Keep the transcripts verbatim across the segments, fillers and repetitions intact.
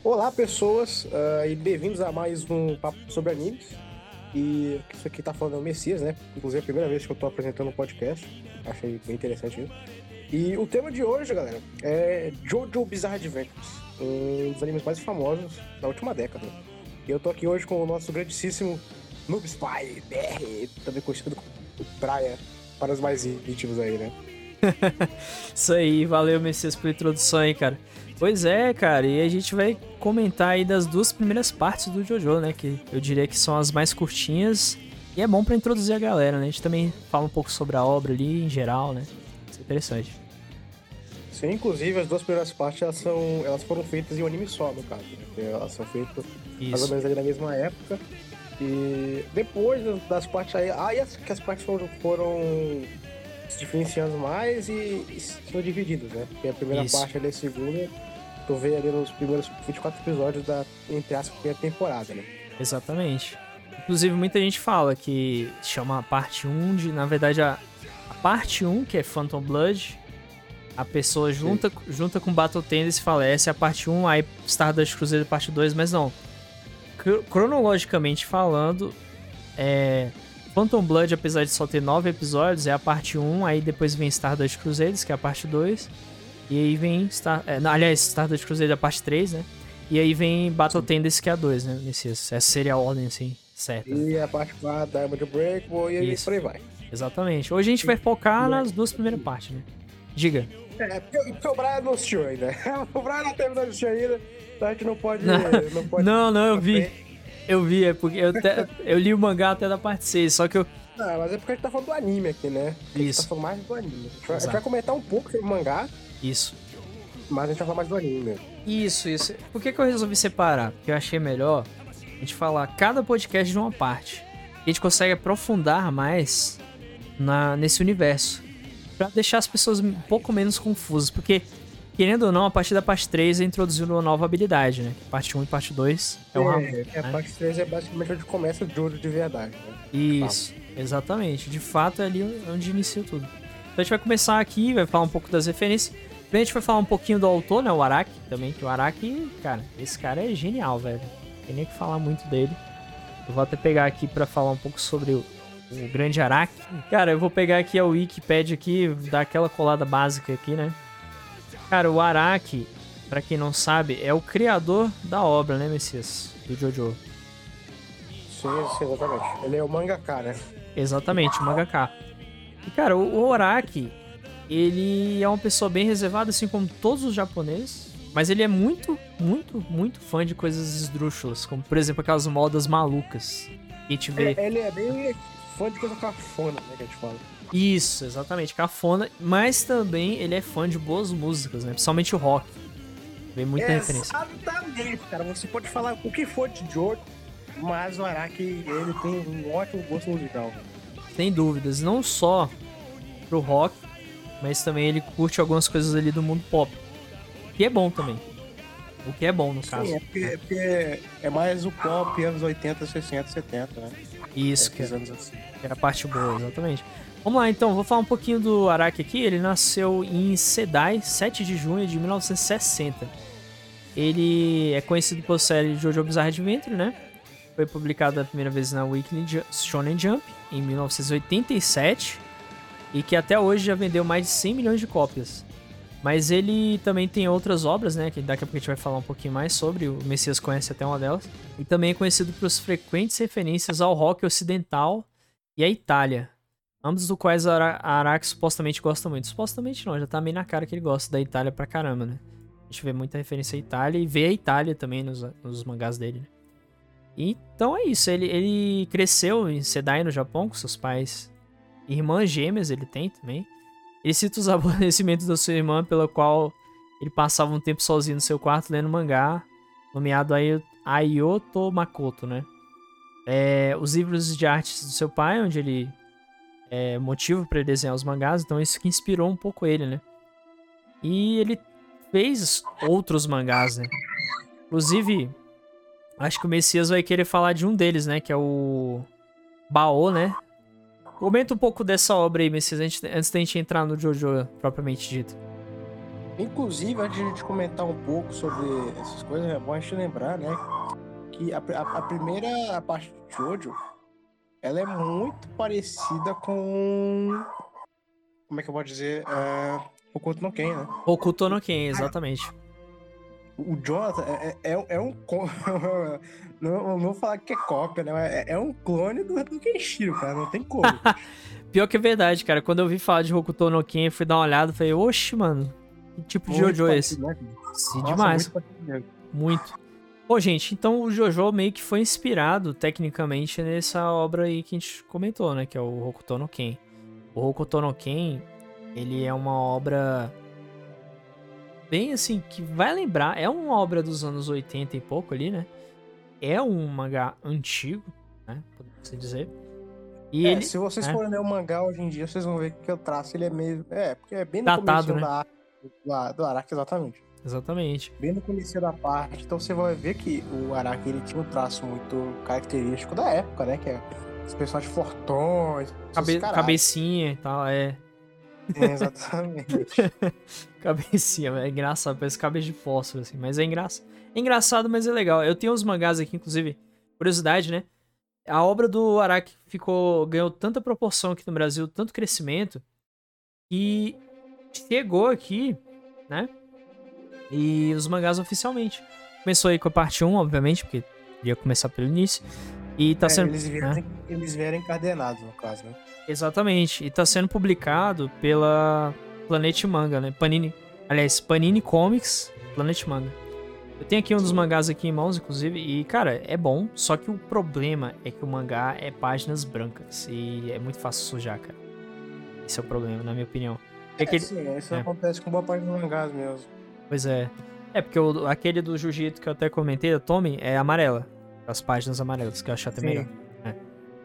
Olá, pessoas, uh, e bem-vindos a mais um Papo sobre Animes. E isso aqui tá falando é o Messias, né? Inclusive é a primeira vez que eu tô apresentando um podcast. Achei bem interessante isso. E o tema de hoje, galera, é JoJo Bizarre Adventures, um dos animes mais famosos da última década. E eu tô aqui hoje com o nosso grandíssimo Noob Spy B R, também conhecido como Praia, para os mais íntimos aí, né? Isso aí, valeu, Messias, pela introdução aí, cara. Pois é, cara, e a gente vai comentar aí das duas primeiras partes do JoJo, né? Que eu diria que são as mais curtinhas e é bom pra introduzir a galera, né? A gente também fala um pouco sobre a obra ali em geral, né? Isso é interessante. Sim, inclusive as duas primeiras partes elas, são, elas foram feitas em um anime só, no caso. Né? Elas são feitas Isso. mais ou menos ali na mesma época. E depois das partes aí, aí as, que as partes foram, foram se diferenciando mais e, e são divididas, né? Porque a primeira Isso. parte ali, a segunda, tu vê ali nos primeiros vinte e quatro episódios da, entre aspas, primeira temporada, né? Exatamente. Inclusive, muita gente fala que chama a parte um de, na verdade, a, a parte um, que é Phantom Blood, a pessoa junta, junta com Battle Tendency e fala, essa é a parte um, aí Stardust Crusader parte dois, mas não. Cr- cronologicamente falando, é... Phantom Blood, apesar de só ter nove episódios, é a parte um, aí depois vem Stardust Crusaders, que é a parte dois, e aí vem, Star... é, não, aliás, Stardust Crusader é a parte três, né? E aí vem Battle Tendency, que é a dois, né? Messias? Essa seria a ordem, assim, certa. E a parte quatro, Diamond Break, e Isso. por aí vai. Exatamente. Hoje a gente vai focar nas duas primeiras partes, né? Diga. É, porque, porque o Brian não assistiu ainda. O Brian não terminou de assistir ainda, então a gente não pode... Não, não, pode não, não, eu vi. Eu vi, é porque eu, te, eu li o mangá até da parte seis, só que eu... Não, mas é porque a gente tá falando do anime aqui, né? A gente Isso. tá falando mais do anime. A gente, vai, a gente Exato. vai comentar um pouco sobre o mangá, Isso. mas a gente vai falar mais do anime mesmo. Isso, isso. Por que, que eu resolvi separar? Porque eu achei melhor a gente falar cada podcast de uma parte. E a gente consegue aprofundar mais na, nesse universo. Pra deixar as pessoas um pouco menos confusas. Porque, querendo ou não, a partir da parte três é introduzindo uma nova habilidade, né? Parte um e parte dois é o Ramon. É, né? a parte três é basicamente onde começa o Jojo de verdade, né? Isso, exatamente. De fato é ali onde inicia tudo. Então a gente vai começar aqui, vai falar um pouco das referências. Depois a gente vai falar um pouquinho do autor, né? O Araki também, que o Araki, cara, esse cara é genial, velho. Não tem nem que falar muito dele. Eu vou até pegar aqui pra falar um pouco sobre o, o grande Araki. Cara, eu vou pegar aqui a Wikipedia aqui, dar aquela colada básica aqui, né? Cara, o Araki, pra quem não sabe, é o criador da obra, né, Messias? Do JoJo. Sim, sim, exatamente. Ele é o mangaka, né? Exatamente, o mangaka. E, cara, o, o Araki, ele é uma pessoa bem reservada, assim como todos os japoneses. Mas ele é muito, muito, muito fã de coisas esdrúxulas. Como, por exemplo, aquelas modas malucas. Que a gente vê... É, ele é bem fã de coisa cafona, né, que a gente fala. Isso, exatamente, cafona. Mas também ele é fã de boas músicas, né? Principalmente o rock. Vem muita referência. Exatamente, cara. Você pode falar o que for de Jojo, mas o Araki, ele tem um ótimo gosto musical. Sem dúvidas. Não só pro rock, mas também ele curte algumas coisas ali do mundo pop. Que é bom também. O que é bom, no caso. Sim, é porque, é porque é mais o pop anos oitenta, sessenta, setenta, né? Isso, É, que, anos assim. que era a parte boa, exatamente. Vamos lá, então. Vou falar um pouquinho do Araki aqui. Ele nasceu em Sedai, sete de junho de mil novecentos e sessenta. Ele é conhecido pela série JoJo Bizarre Adventure, né? Foi publicado a primeira vez na Weekly Shonen Jump, em mil novecentos e oitenta e sete. E que até hoje já vendeu mais de cem milhões de cópias. Mas ele também tem outras obras, né? Que daqui a pouco a gente vai falar um pouquinho mais sobre. O Messias conhece até uma delas. E também é conhecido por frequentes referências ao rock ocidental e à Itália. Ambos dos quais a Araki supostamente gosta muito. Supostamente não, já tá meio na cara que ele gosta da Itália pra caramba, né? A gente vê muita referência à Itália e vê a Itália também nos, nos mangás dele, né? Então é isso, ele, ele cresceu em Sedai, no Japão, com seus pais. Irmãs gêmeas ele tem também. Ele cita os aborrecimentos da sua irmã, pela qual ele passava um tempo sozinho no seu quarto lendo mangá, nomeado Ayoto Makoto, né? É, os livros de artes do seu pai, onde ele é motivo para ele desenhar os mangás, então isso que inspirou um pouco ele, né? E ele fez outros mangás, né? Inclusive, acho que o Messias vai querer falar de um deles, né? Que é o Bao, né? Comenta um pouco dessa obra aí, Messias, antes da gente entrar no JoJo propriamente dito. Inclusive, antes de a gente comentar um pouco sobre essas coisas, é bom a gente lembrar, né? Que a, a, a primeira parte de Jojo, ela é muito parecida com... Como é que eu vou dizer? É, Hokuto no Ken, né? Hokuto no Ken, exatamente. O Jonathan é, é, é um... não, não vou falar que é cópia, né? É, é um clone do, do Kenshiro, cara. Não tem como. Pior que é verdade, cara. Quando eu vi falar de Hokuto no Ken, eu fui dar uma olhada e falei, oxe, mano, que tipo de Jojo é esse? Né? Sim, Nossa, demais. Muito. muito. Bom, gente, então o Jojo meio que foi inspirado, tecnicamente, nessa obra aí que a gente comentou, né? Que é o Hokuto no Ken. O Hokuto no Ken, ele é uma obra... bem assim, que vai lembrar, é uma obra dos anos oitenta e pouco ali, né? É um mangá antigo, né? Pode-se dizer. E é, ele, se vocês é, forem ler o mangá hoje em dia, vocês vão ver que o traço ele é meio. É, porque é bem no datado, começo né? da, do Araki, exatamente. Exatamente. Bem no começo da parte, então você vai ver que o Araki ele tinha um traço muito característico da época, né? Que é os personagens fortões, Cabe, cabecinha e tal, é. é exatamente. Cabecinha, é engraçado, parece cabeça de fósforo, assim, mas é engraçado. É engraçado, mas é legal. Eu tenho os mangás aqui, inclusive, curiosidade, né? A obra do Araki ficou, ganhou tanta proporção aqui no Brasil, tanto crescimento, que chegou aqui, né? E os mangás oficialmente. Começou aí com a parte um, obviamente, porque ia começar pelo início. E tá É, sendo. eles, vieram, né? eles vieram encadenados, no caso, né? Exatamente. E tá sendo publicado pela Planet Manga, né? Panini. Aliás, Panini Comics, Planet Manga. Eu tenho aqui um dos mangás aqui em mãos, inclusive, e, cara, é bom, só que o problema é que o mangá é páginas brancas e é muito fácil sujar, cara. Esse é o problema, na minha opinião. É, aquele... sim, isso é. acontece com boa parte dos mangás mesmo. Pois é. É, porque o, aquele do Jiu-Jitsu que eu até comentei, da Tommy, é amarela. As páginas amarelas, que eu acho até Sim. melhor. É.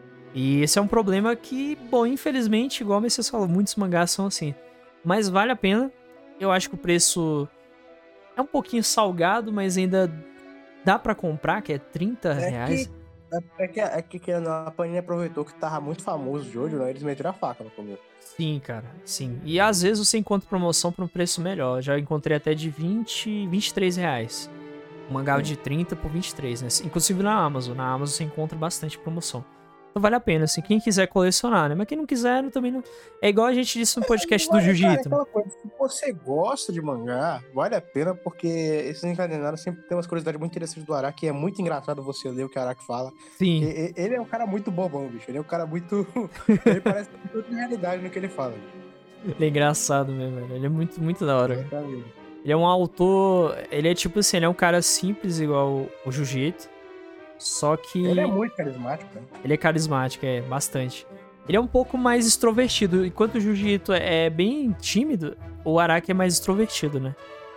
E esse é um problema que, bom, infelizmente, igual vocês falam, muitos mangás são assim. Mas vale a pena. Eu acho que o preço é um pouquinho salgado, mas ainda dá pra comprar, que é trinta reais. É que, é que, é que a Panini aproveitou que tava muito famoso de hoje, né? Eles meteram a faca no começo. Sim, cara, sim. E às vezes você encontra promoção por um preço melhor. Eu já encontrei até de vinte, vinte e três reais. Um mangá de trinta por vinte e três, né? Inclusive na Amazon. Na Amazon você encontra bastante promoção. Então vale a pena, assim, quem quiser colecionar, né? Mas quem não quiser, também não... É igual a gente disse no podcast é, do Jiu-Jitsu, né? Coisa, se você gosta de mangá, vale a pena, porque esses encadenados sempre tem umas curiosidades muito interessantes do Araki, é muito engraçado você ler o que o Araki fala. Sim. Ele, ele é um cara muito bobão, bicho. Ele é um cara muito... ele parece que tem toda realidade no que ele fala. Bicho. Ele é engraçado mesmo, velho. Ele é muito, muito da hora. Ele é um autor... Ele é tipo assim, ele é um cara simples igual o Jiu-Jitsu. Só que... Ele é muito carismático, né? Ele é carismático, é, bastante. Ele é um pouco mais extrovertido. Enquanto o Jiu-Jitsu é bem tímido, o Araki é mais extrovertido, né?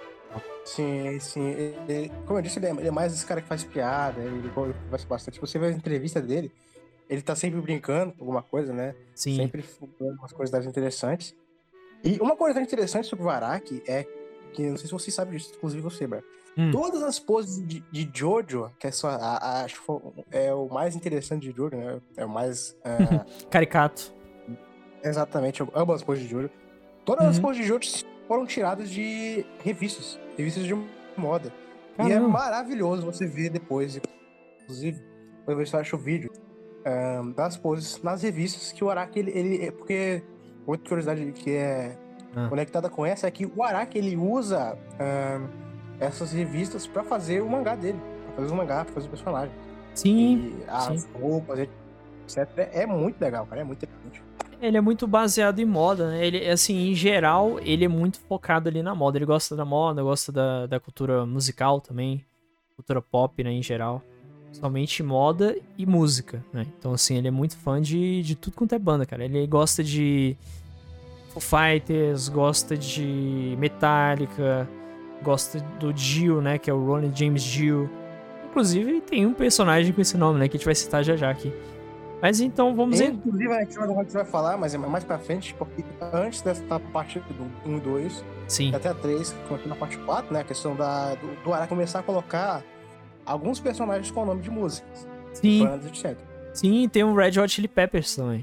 Sim, sim. Ele, como eu disse, ele é, ele é mais esse cara que faz piada, ele conversa bastante. Você vê a entrevista dele, ele tá sempre brincando com alguma coisa, né? Sim. Sempre falando umas coisas interessantes. E uma coisa interessante sobre o Araki é que, não sei se você sabe disso, inclusive você, Brian. Hum. Todas as poses de, de Jojo, que é só, a, a, acho que é o mais interessante de Jojo, né? É o mais... Uh... Caricato. Exatamente, eu amo as poses de Jojo. Todas uhum. as poses de Jojo foram tiradas de revistas, revistas de moda. Caramba. E é maravilhoso você ver depois, inclusive, eu ver se eu acho o vídeo um, das poses nas revistas que o Araki, ele... ele porque outra curiosidade que é ah. conectada com essa é que o Araki, ele usa... Um, essas revistas pra fazer o mangá dele, pra fazer o mangá, pra fazer o personagem. Sim. E as sim. roupas, etcétera. É muito legal, cara. É muito interessante. Ele é muito baseado em moda, né? Ele, assim, em geral, ele é muito focado ali na moda. Ele gosta da moda, gosta da, da cultura musical também, cultura pop, né, em geral. Somente moda e música, né? Então, assim, ele é muito fã de, de tudo quanto é banda, cara. Ele gosta de Foo Fighters, gosta de Metallica... Gosta do Dio, né? Que é o Ronnie James Dio. Inclusive, tem um personagem com esse nome, né? Que a gente vai citar já já aqui. Mas então, vamos... Inclusive, a gente vai falar, mas é mais pra frente, porque antes dessa parte do um e dois, Sim. e até a três, continua na parte quatro, né? A questão da, do, do Araki começar a colocar alguns personagens com o nome de músicas. Sim. Bandas, etcétera. Sim, tem o Red Hot Chili Peppers também.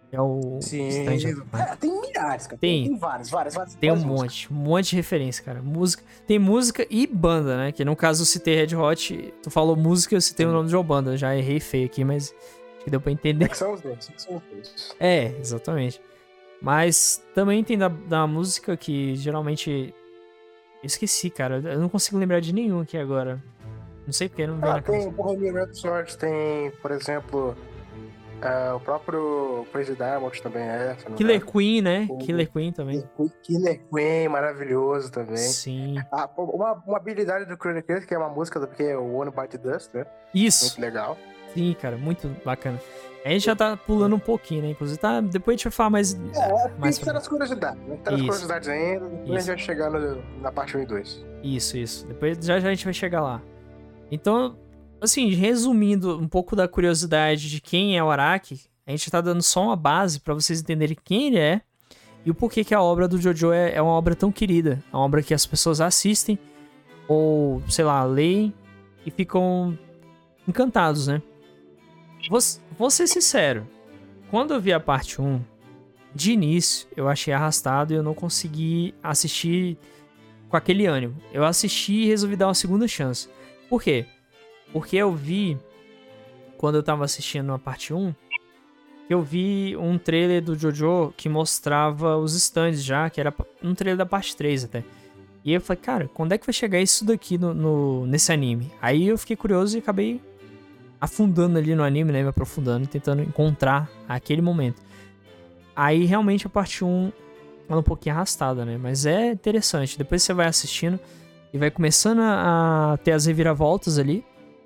que é o Sim. stand-up, né? É, tem milhares, cara. Tem. Tem várias, várias, várias. Tem um várias músicas. monte, um monte de referência, cara. Música, tem música e banda, né? Que no caso eu citei Red Hot, tu falou música, eu citei o nome de uma banda. Já errei feio aqui, mas acho que deu pra É entender. que são os dois, que são os dois. É, exatamente. Mas também tem da, da música que geralmente. Eu esqueci, cara. Eu não consigo lembrar de nenhum aqui agora. Não sei porque não vem Ah, na cabeça. tem Bohemian Rhapsody, tem, por exemplo, ah, o próprio Crazy Diamond também é. se eu não me Killer engano. Queen, né? O- Killer Queen também. Killer Queen, maravilhoso também. Sim. Ah, uma, uma habilidade do Crazy Queen, que é uma música, porque é o One Bite Dust, né? Isso. Muito legal. Sim, cara, muito bacana. A gente já tá pulando um pouquinho, né? Inclusive, tá, depois a gente vai falar mais. É, mais tem que ter as curiosidades, né? Tem as Isso. curiosidades ainda, depois Isso. a gente vai chegar no- na parte um e dois. Isso, isso. Depois já já a gente vai chegar lá. Então, assim, resumindo um pouco da curiosidade de quem é o Araki, a gente tá dando só uma base pra vocês entenderem quem ele é e o porquê que a obra do Jojo é, é uma obra tão querida. É uma obra que as pessoas assistem ou, sei lá, leem e ficam encantados, né? Vou, vou ser sincero, quando eu vi a parte um, de início eu achei arrastado e eu não consegui assistir com aquele ânimo. Eu assisti e resolvi dar uma segunda chance. Por quê? Porque eu vi, quando eu tava assistindo a parte um, eu vi um trailer do Jojo que mostrava os stands já, que era um trailer da parte três até. E eu falei, cara, quando é que vai chegar isso daqui no, no- nesse anime? Aí eu fiquei curioso e acabei afundando ali no anime, né? Me aprofundando e tentando encontrar aquele momento. Aí realmente a parte um ela é um pouquinho arrastada, né? Mas é interessante. Depois você vai assistindo e vai começando a, a ter as reviravoltas ali.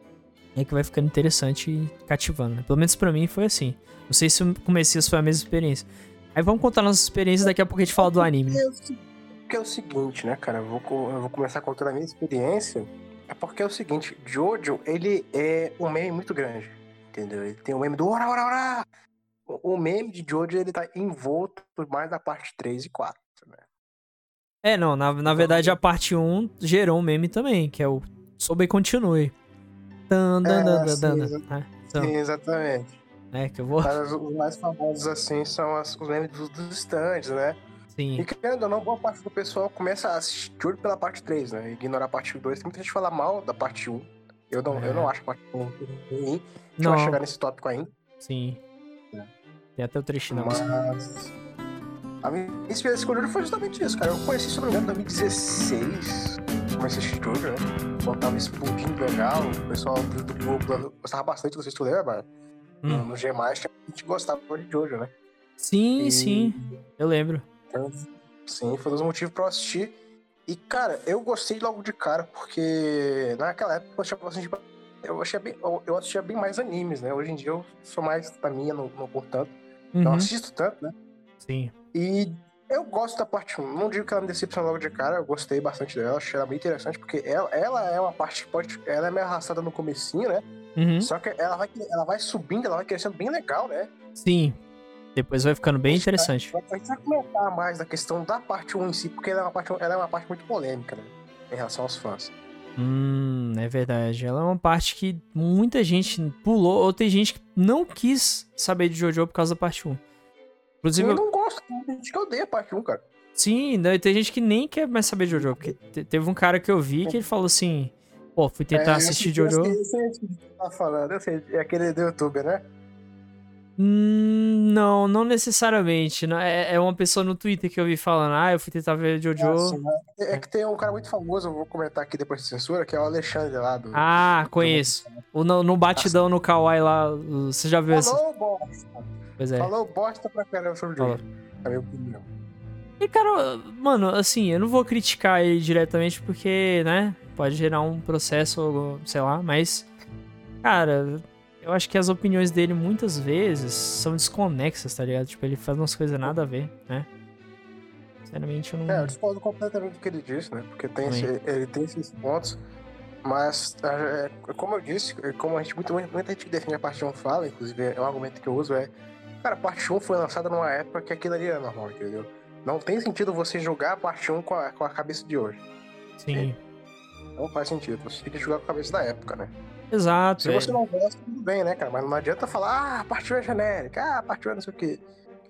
É que vai ficando interessante e cativando, né? Pelo menos pra mim foi assim. Não sei se com o Messias foi a mesma experiência. Aí vamos contar nossas experiências, daqui a pouco a gente fala do anime, né? Porque é o seguinte, né, cara? Eu vou, co- eu vou começar contando a minha experiência. É porque é o seguinte, Jojo, ele é um meme muito grande, entendeu? Ele tem o meme do ora, ora, ora! O o meme de Jojo, ele tá envolto mais da parte três e quatro, né? É, não, na, na verdade a parte um gerou um meme também, que é o Soube e Continue. Dan, dan, dan, É, dan, sim, dan, exa- dan. É, então, Sim, exatamente. é que eu vou... Mas os mais famosos, assim, são as- os memes dos, dos stands, né? E Sim, querendo ou não, boa parte do pessoal começa a assistir Jojo pela parte três, né? Ignorar a parte dois. Tem muita gente que fala mal da parte um. Eu não, É. eu não acho a parte um ruim. A gente não, vai chegar nesse tópico ainda. sim. É. Tem até o trechinho da música. Mas a minha experiência com o Jojo foi justamente isso, cara. Eu conheci, se não me engano, em dois mil e dezesseis. Comecei a assistir Jojo, né? Quando tava explodindo legal. O pessoal do, do Globo gostava bastante, não sei se tu lembra. No, Hum. no G mais, tinha gente que gostava de Jojo, né? Sim, E- sim, eu lembro. Então, sim, foi um dos motivos pra eu assistir. E, cara, eu gostei logo de cara, porque naquela época eu, tinha bastante, eu, achei bem, eu, eu assistia bem mais animes, né? Hoje em dia eu sou mais da minha, não, não curto tanto. Não Uhum, assisto tanto, né? sim. E eu gosto da parte um. Não digo que ela me decepcionou logo de cara, eu gostei bastante dela, achei ela bem interessante, porque ela, ela é uma parte que pode. Ela é meio arrastada no comecinho, né? Uhum, Só que ela vai, ela vai subindo, ela vai crescendo bem legal, né? sim. Depois vai ficando bem interessante. A gente vai comentar mais da questão da parte um em si, porque ela é uma parte, ela é uma parte muito polêmica, né? Em relação aos fãs. Hum, é verdade. Ela é uma parte que muita gente pulou, ou tem gente que não quis saber de Jojo por causa da parte um. Inclusive, Eu eu- não gosto, tem gente que odeia a parte um, cara. sim, né, tem gente que nem quer mais saber de Jojo. Porque te- teve um cara que eu vi que ele falou assim: pô, fui tentar É, assistir eu sei- Jojo. Eu sei o que você tá falando, eu sei, é aquele do youtuber, né? Hum, não, não necessariamente. Não, é, é uma pessoa no Twitter que eu vi falando: ah, eu fui tentar ver Jojo. Assim, né? É que tem um cara muito famoso, eu vou comentar aqui depois de censura, que é o Alexandre lá do. Ah, conheço. O no, no batidão no Kawaii lá, o- você já viu esse? Falou bosta. Pois é. Falou bosta pra caramba sobre o Falou. jogo. É a minha opinião. E, cara, mano, assim, eu não vou criticar ele diretamente porque, né, pode gerar um processo, ou sei lá, mas, cara, eu acho que as opiniões dele muitas vezes são desconexas, tá ligado? Tipo, ele faz umas coisas nada a ver, né? Sinceramente, eu não... É, eu discordo completamente do que ele disse, né? Porque tem Também. esse- ele tem esses pontos, mas, é, como eu disse, é, como a gente, muito, muita gente que defende a parte um fala, inclusive é um argumento que eu uso, é, cara, a parte um foi lançada numa época que aquilo ali era normal, entendeu? Não tem sentido você jogar a parte um com a, com a cabeça de hoje. Sim, Não faz sentido. Você tem que jogar com a cabeça da época, né? exato, Se você velho. não gosta, tudo bem, né, cara? Mas não adianta falar, ah, a parte um é genérica, ah, a parte um é não sei o quê.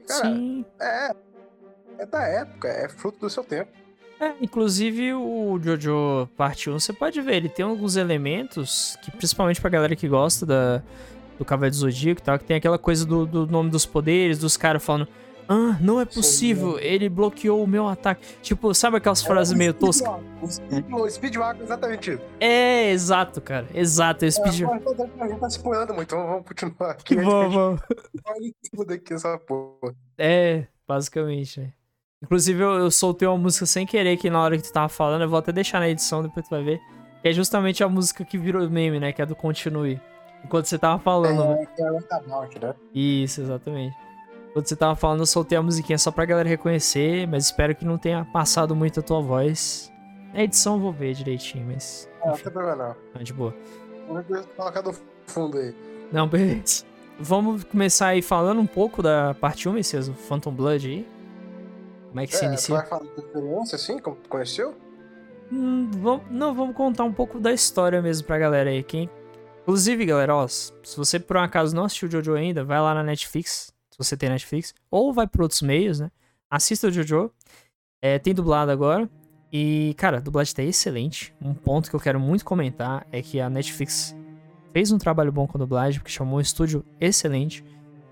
Cara, Sim. É, é da época, é fruto do seu tempo. É, inclusive o JoJo Parte um, você pode ver, ele tem alguns elementos que, principalmente pra galera que gosta da, do Cavaleiro do Zodíaco e tal, que tem aquela coisa do, do nome dos poderes, dos caras falando, ah, não é possível, Sim. ele bloqueou o meu ataque. Tipo, sabe aquelas frases meio toscas? O Speed, o Speedwalk é exatamente isso. É, exato, cara, exato, o Speed... A gente tá se spoilando muito, então vamos continuar aqui. Vamos, vamos. Olha tudo aqui, essa porra. É, basicamente, né? Inclusive, eu, eu soltei uma música sem querer aqui na hora que tu tava falando. Eu vou até deixar na edição, depois tu vai ver. Que é justamente a música que virou meme, né? Que é do Continue. Enquanto você tava falando. É, que é a Roundabout, né? Isso, exatamente. Enquanto você tava falando, eu soltei a musiquinha só pra galera reconhecer. Mas espero que não tenha passado muito a tua voz. Na edição eu vou ver direitinho, mas. Não, não Enfim, tem problema não. tá de boa. Vou colocar do fundo aí. Não, beleza. Vamos começar aí falando um pouco da parte um, Messias, o Phantom Blood aí. Como é que se É, tu inicia? vai falar da experiência, assim, como tu conheceu? Hum, vamos, não, vamos contar um pouco da história mesmo pra galera aí. Quem... Inclusive, galera, ó, se você por um acaso não assistiu o JoJo ainda, vai lá na Netflix, se você tem Netflix, ou vai por outros meios, né? Assista o JoJo. É, tem dublado agora. E, cara, a dublagem tá excelente. Um ponto que eu quero muito comentar é que a Netflix fez um trabalho bom com a dublagem, porque chamou um estúdio excelente.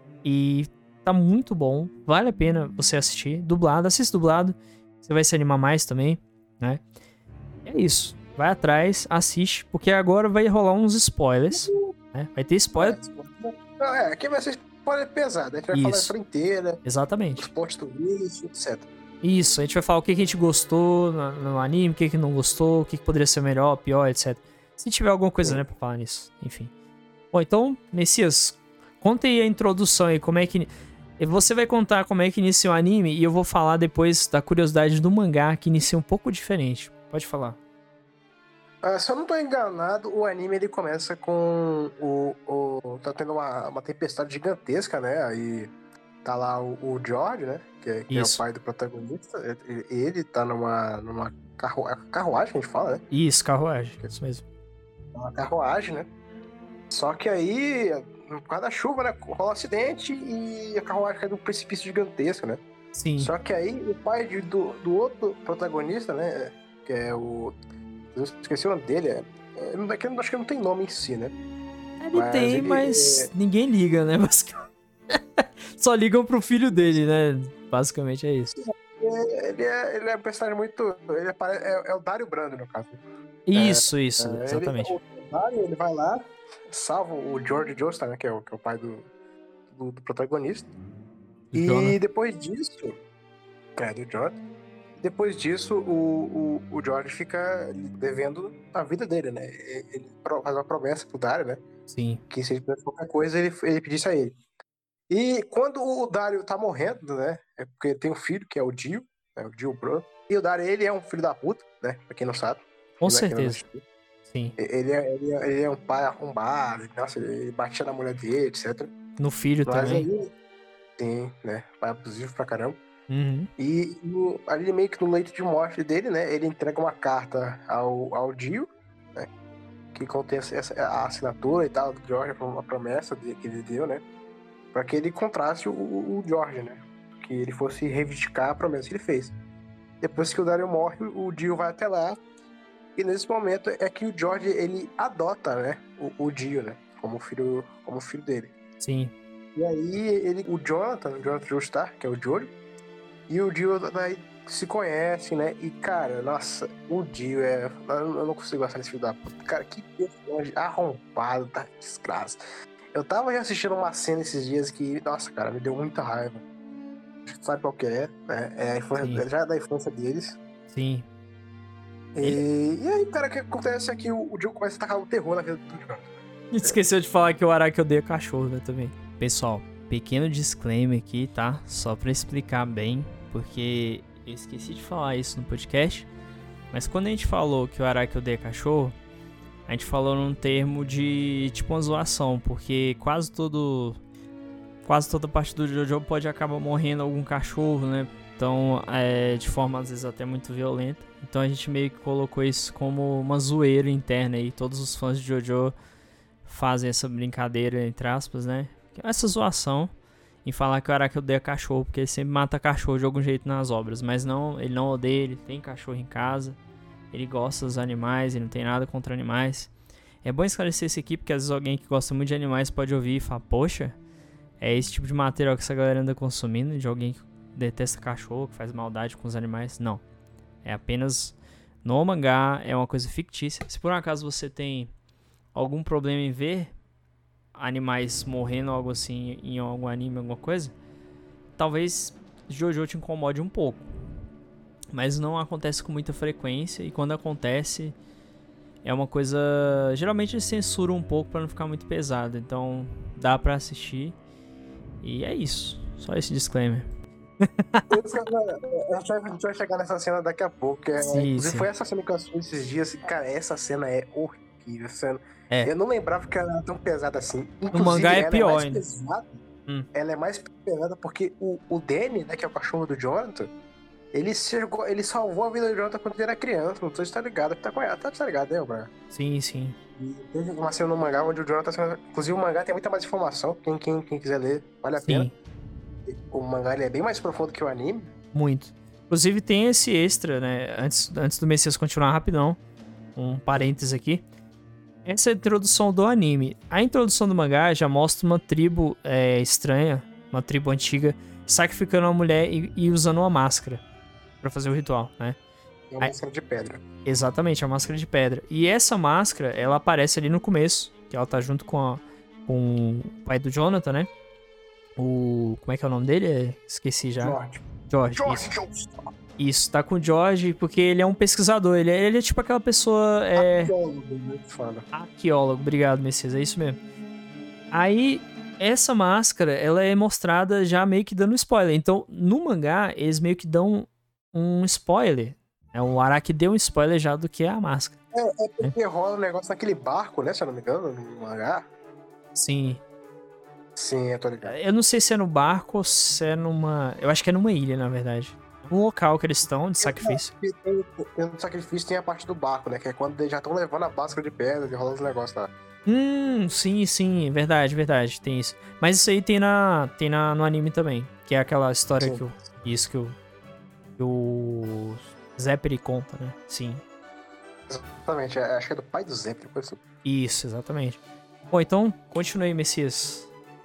E tá muito bom. Vale a pena você assistir. Dublado, assista dublado. Você vai se animar mais também, né? É isso. Vai atrás, assiste, porque agora vai rolar uns spoilers, né? Vai ter spoiler. Não, é, aqui vai ser spoiler pesado. A gente vai Isso. falar a história inteira, Exatamente. os pontos do início, etcétera. Isso, a gente vai falar o que, que a gente gostou no, no anime, o que, que não gostou, o que, que poderia ser melhor, pior, etcétera. Se tiver alguma coisa, né, pra falar nisso. Enfim. Bom, então, Messias, conta aí a introdução aí, como é que... Você vai contar como é que inicia o anime e eu vou falar depois da curiosidade do mangá, que inicia um pouco diferente. Pode falar. Ah, se eu não tô enganado, o anime ele começa com o. o tá tendo uma, uma tempestade gigantesca, né? Aí tá lá o, o George, né? Que, é, que é o Isso. pai do protagonista. Ele, ele tá numa, numa carru, carruagem, que a gente fala, né? Isso, carruagem, isso mesmo. Uma carruagem, né? Só que aí, por causa da chuva, né? Rola um acidente e a carruagem cai num precipício gigantesco, né? Sim. Só que aí o pai de, do, do outro protagonista, né? Que é o. Eu esqueci o nome dele. É, é, não- é que eu acho que não tem nome em si, né? Ele Mas tem, ele- mas ninguém liga, né? Basicamente. Só ligam pro filho dele, né? Basicamente é isso. É, ele, é, ele é um personagem muito. Ele é, pare- é- é o Dario Brando, no caso. Isso, isso, É, exatamente. Ele, o Dario, ele vai lá, salva o George Joestar, né? Que é o, que é o pai do, do, do protagonista. E Jonah. depois disso. É, do George. Depois disso, o, o, o George fica devendo a vida dele, né? Ele pro- faz uma promessa pro Dario, né? Sim. Que se ele fizesse qualquer coisa, ele, ele pedisse a ele. E quando o Dario tá morrendo, né? É porque ele tem um filho, que é o Dio, né, o Dio Bro. E o Dario, ele é um filho da puta, né? Pra quem não sabe. Com Quem não- quem não certeza. assistiu. Sim. Ele é, ele, é, ele é um pai arrombado, nossa, ele batia na mulher dele, etcétera. No filho Mas também. aí, sim, né? Pai abusivo pra caramba. Uhum. E no, ali meio que no leito de morte dele, né? Ele entrega uma carta ao, ao Dio, né? Que contém essa, a assinatura e tal do George, uma promessa de, que ele deu, né? Pra que ele contrasse o, o George, né? Que ele fosse reivindicar a promessa que ele fez. Depois que o Dario morre, o Dio vai até lá. E nesse momento é que o George, ele adota, né? O, o Dio, né? Como filho, como filho dele. Sim. E aí ele, o Jonathan, o Jonathan Joestar, que é o Jory, e o Dio daí se conhecem, né? E, cara, nossa, o Dio é... Eu não consigo gostar desse filho da puta. Cara, que personagem arrombado, tá? Desgraça. Eu tava assistindo uma cena esses dias que, nossa, cara, me deu muita raiva. Acho que sabe qual que é, né? É a infância, já é da infância deles. Sim. E, e aí, cara, o que acontece é que o, o Dio começa a tacar o terror na vida do Jonathan. Esqueceu de falar que o Araki odeia cachorro, né, também. Pessoal, pequeno disclaimer aqui, tá? Só pra explicar bem, porque eu esqueci de falar isso no podcast. Mas quando a gente falou que o Araki odeia cachorro, a gente falou num termo de tipo uma zoação, porque quase todo... Quase toda parte do JoJo pode acabar morrendo algum cachorro, né? Então, é de forma às vezes até muito violenta. Então a gente meio que colocou isso como uma zoeira interna aí. Todos os fãs de JoJo fazem essa brincadeira, entre aspas, né? Essa zoação. em falar que o Araki odeia cachorro, porque ele sempre mata cachorro de algum jeito nas obras. Mas não, ele não odeia, ele tem cachorro em casa, ele gosta dos animais, ele não tem nada contra animais. É bom esclarecer isso aqui, porque às vezes alguém que gosta muito de animais pode ouvir e falar, poxa, é esse tipo de material que essa galera anda consumindo, de alguém que detesta cachorro, que faz maldade com os animais. Não. É apenas no mangá, é uma coisa fictícia. Se por um acaso você tem algum problema em ver animais morrendo ou algo assim em algum anime, alguma coisa, talvez JoJo te incomode um pouco. Mas não acontece com muita frequência, e quando acontece é uma coisa... Geralmente eles censuram um pouco pra não ficar muito pesado, então dá pra assistir. E é isso, só esse disclaimer. A gente vai chegar nessa cena daqui a pouco. Que é, Sim, inclusive sim. foi essa cena que eu assisti esses dias. Cara, essa cena é horrível. Essa cena... É. Eu não lembrava que ela era tão pesada assim. Inclusive, No mangá é ela pior é mais ainda. pesada. Hum. Ela é mais pesada porque o, o Danny, né, que é o cachorro do Jonathan, ele, chegou, ele salvou a vida do Jonathan quando ele era criança. Não sei se tá ligado. Tá, com ela, tá, tá ligado, né, Brian? Sim, sim. E teve uma cena no mangá onde o Jonathan... Inclusive, o mangá tem muita mais informação. Quem, quem, quem quiser ler, vale a Sim. pena. O mangá ele é bem mais profundo que o anime. Muito. Inclusive tem esse extra, né? Antes, antes do Messias continuar rapidão, um parênteses aqui. Essa é a introdução do anime. A introdução do mangá já mostra uma tribo é, estranha, uma tribo antiga, sacrificando uma mulher e, e usando uma máscara pra fazer o ritual, né? É uma máscara de pedra. Exatamente, a máscara de pedra. E essa máscara, ela aparece ali no começo, que ela tá junto com, a, com o pai do Jonathan, né? O... Como é que é o nome dele? É, esqueci já. George. George, George isso. Jones. Isso, tá com o George, porque ele é um pesquisador. Ele é, ele é tipo aquela pessoa... É... Arqueólogo, muito foda. Arqueólogo, obrigado, Messias, é isso mesmo. Aí, essa máscara, ela é mostrada já meio que dando spoiler. Então, no mangá, eles meio que dão um spoiler. É, o Araki deu um spoiler já do que é a máscara. É, é porque rola um negócio naquele barco, né? Se eu não me engano, no mangá. Sim. Sim, eu tô ligado. Eu não sei se é no barco ou se é numa... Eu acho que é numa ilha, na verdade. Um local que eles estão de sacrifício. Tem, tem, tem no sacrifício tem a parte do barco, né? Que é quando eles já estão levando a máscara de pedra e rola os negócios lá. Hum, sim, sim, verdade, verdade, tem isso. Mas isso aí tem na, tem na, no anime também, que é aquela história Sim. que o, isso que o, que o Zeppeli conta, né? Sim, Exatamente, é- acho que é do pai do Zé, depois assim. isso, exatamente. Bom, então, continue, Messias.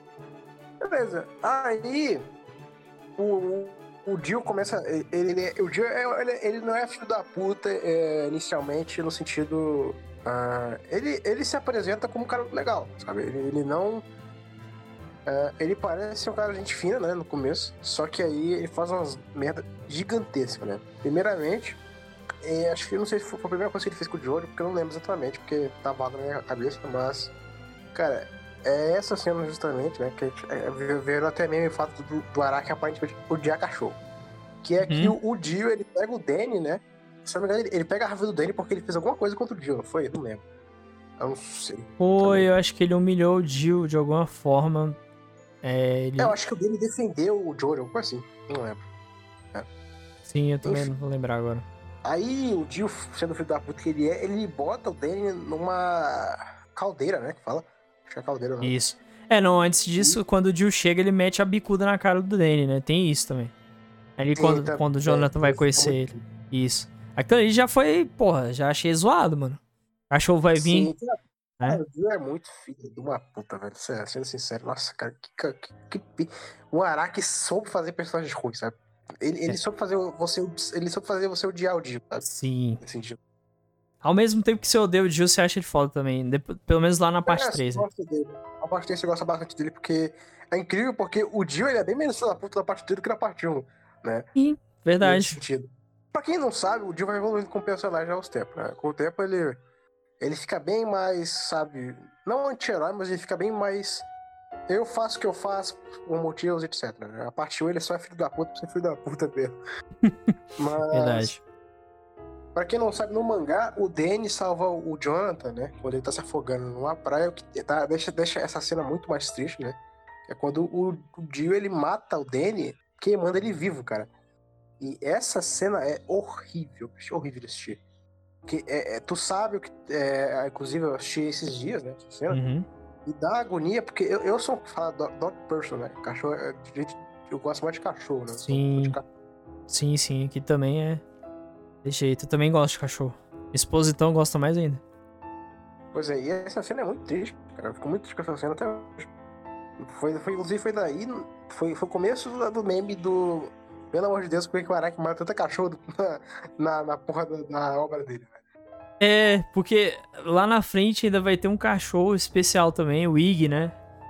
Beleza. Aí, o, o, o Jill começa. Ele, ele, o Jill, é- ele, ele não é filho da puta é, inicialmente, no sentido. ah, ele, ele se apresenta como um cara legal, sabe? Ele, ele não. ah, ele parece ser um cara de gente fina, né, no começo. Só que aí ele faz umas merda gigantescas, né? Primeiramente, é, acho que não sei se foi a primeira coisa que ele fez com o Jojo, porque eu não lembro exatamente, porque tá vago na minha cabeça, mas. Cara, é essa cena justamente, né? Que a gente, é, veio até mesmo o fato do, do Araki aparentemente odiar cachorro. Que é que Uhum. o, o Dio, ele pega o Danny, né? Se eu não me engano, ele, ele pega a raiva do Danny porque ele fez alguma coisa contra o Dio, não foi? Eu não lembro. Eu não sei. Foi, também. eu acho que ele humilhou o Jill de alguma forma. É, ele... É, eu acho que o Danny defendeu o Jojo, alguma assim. Não lembro. Sim, eu também Enfim. não vou lembrar agora. Aí o Dio, sendo o filho da puta que ele é, ele bota o Danny numa caldeira, né? Que fala. Acho que é caldeira, não. Isso. É, não, antes disso, quando o Jill chega, ele mete a bicuda na cara do Danny, né? Tem isso também. Ali Sim, quando, tá- quando o é, Jonathan vai isso conhecer é ele. muito- Isso. Aquilo ali já foi, porra, já achei zoado, mano. O cachorro vai vir, Sim, cara, né? o Dio é muito filho de uma puta, velho. Sério, sendo sincero, nossa, cara, que, que, que, que- o Araki soube fazer personagens ruins, sabe? Ele, ele É. soube fazer você, ele soube fazer você odiar o Dio, sabe? Sim. Nesse sentido. Ao mesmo tempo que você odeia o Jill, você acha ele foda também. Depois- pelo menos lá na parte É, três, você né? gosta dele. A parte três você gosta bastante dele, porque é incrível, porque o Dio ele é bem menos filho da puta da parte três do que na parte um, né? Sim, Nesse verdade. sentido. Pra quem não sabe, o Dio vai evoluindo com o personagem aos tempos, né? Com o tempo ele, ele fica bem mais, sabe, não anti-herói, mas ele fica bem mais. Eu faço o que eu faço por motivos, etcétera. né? A parte um ele só é filho da puta por ser filho da puta mesmo. Mas, Verdade. pra quem não sabe, no mangá, o Danny salva o Jonathan, né? Quando ele tá se afogando numa praia, o que tá, deixa, deixa essa cena muito mais triste, né? É quando o, o Dio, ele mata o Danny, queimando ele vivo, cara. E essa cena é horrível, é horrível de assistir. Porque é, é, tu sabe o que. É, inclusive, eu assisti esses dias, né? Essa cena. Uhum. E dá agonia, porque eu, eu sou um fã do dog person, né? Cachorro, é, gente, eu gosto mais de cachorro, né? Eu sou um fã de Sim, cachorro. sim, sim. Aqui também é desse jeito. Eu também gosto de cachorro. Minha esposa então gosta mais ainda. Pois é, e essa cena é muito triste, cara. Eu fico muito triste com essa cena até hoje. Foi, foi, inclusive, foi daí, foi, foi o começo do, do meme do. Pelo amor de Deus, por que o Araki mata tanta cachorro na, na, na porra da, da obra dele, né? É, porque lá na frente ainda vai ter um cachorro especial também, o Ig, né?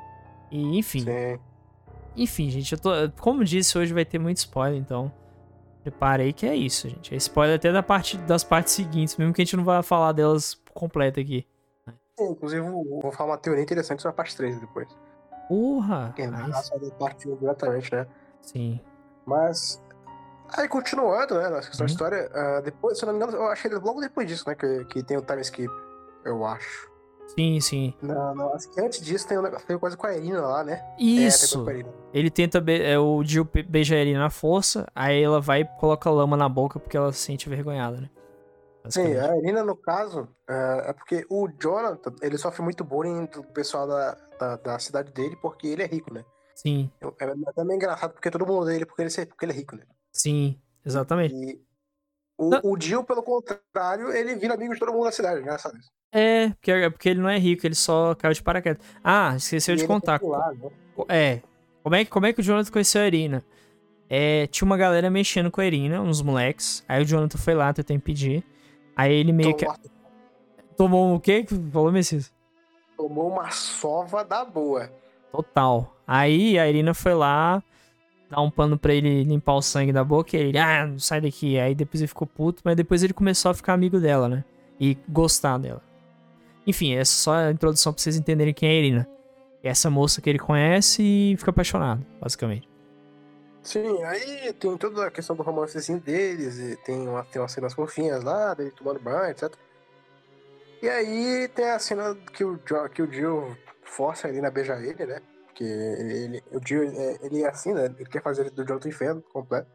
E enfim. Sim. Enfim, gente, eu tô. Como disse, hoje vai ter muito spoiler, então. Preparei que é isso, gente. É spoiler até da parte, das partes seguintes, mesmo que a gente não vá falar delas completa aqui. Sim, inclusive, eu vou falar uma teoria interessante sobre a parte três depois. Porra! Que não Aí é só da parte um diretamente, né? sim. Mas. Aí, continuando, né, nessa questão Uhum. de história, uh, depois, se eu não me engano, eu achei logo depois disso, né, que, que tem o time skip, eu acho. Sim, sim. Não, não, acho que antes disso tem, um negócio, tem coisa com a Irina lá, né? É, tem coisa com Isso! a Irina. Ele tenta. Be é, o Jill beija ele na força, aí ela vai e coloca lama na boca porque ela se sente vergonhada, né? Sim, Basicamente. a Irina, no caso, uh, é porque o Jonathan, ele sofre muito bullying do pessoal da, da, da cidade dele porque ele é rico, né? Sim, É até meio engraçado porque todo mundo odeia ele porque ele, porque ele é rico, né? sim, exatamente. E Não, o, o Jill, pelo contrário, ele vira amigo de todo mundo da cidade, engraçado isso. é, porque, é porque ele não é rico, ele só caiu de paraquedas. Ah, esqueceu E de ele é contar. Co- popular, né? co- É. Como é, que- como é que o Jonathan conheceu a Irina? É, tinha uma galera mexendo com a Irina, uns moleques. Aí o Jonathan foi lá tentar impedir. Aí ele meio que. Tomou, Tomou o quê que falou, Messias? tomou uma sova da boa. Total. Aí a Irina foi lá dar um pano pra ele limpar o sangue da boca e ele, ah, sai daqui. Aí depois ele ficou puto, mas depois ele começou a ficar amigo dela, né? E gostar dela. Enfim, essa é só a introdução pra vocês entenderem quem é a Irina. É essa moça que ele conhece e fica apaixonado, basicamente. Sim, aí tem toda a questão do romancezinho deles, e tem, uma, tem umas cenas fofinhas lá, dele tomando banho, etcétera. E aí tem a cena que o, Jo- que o Jill força ele a beijar ele, né? Porque ele, o Jill, é- ele é assim, né? Ele quer fazer ele do Jonathan Inferno completo.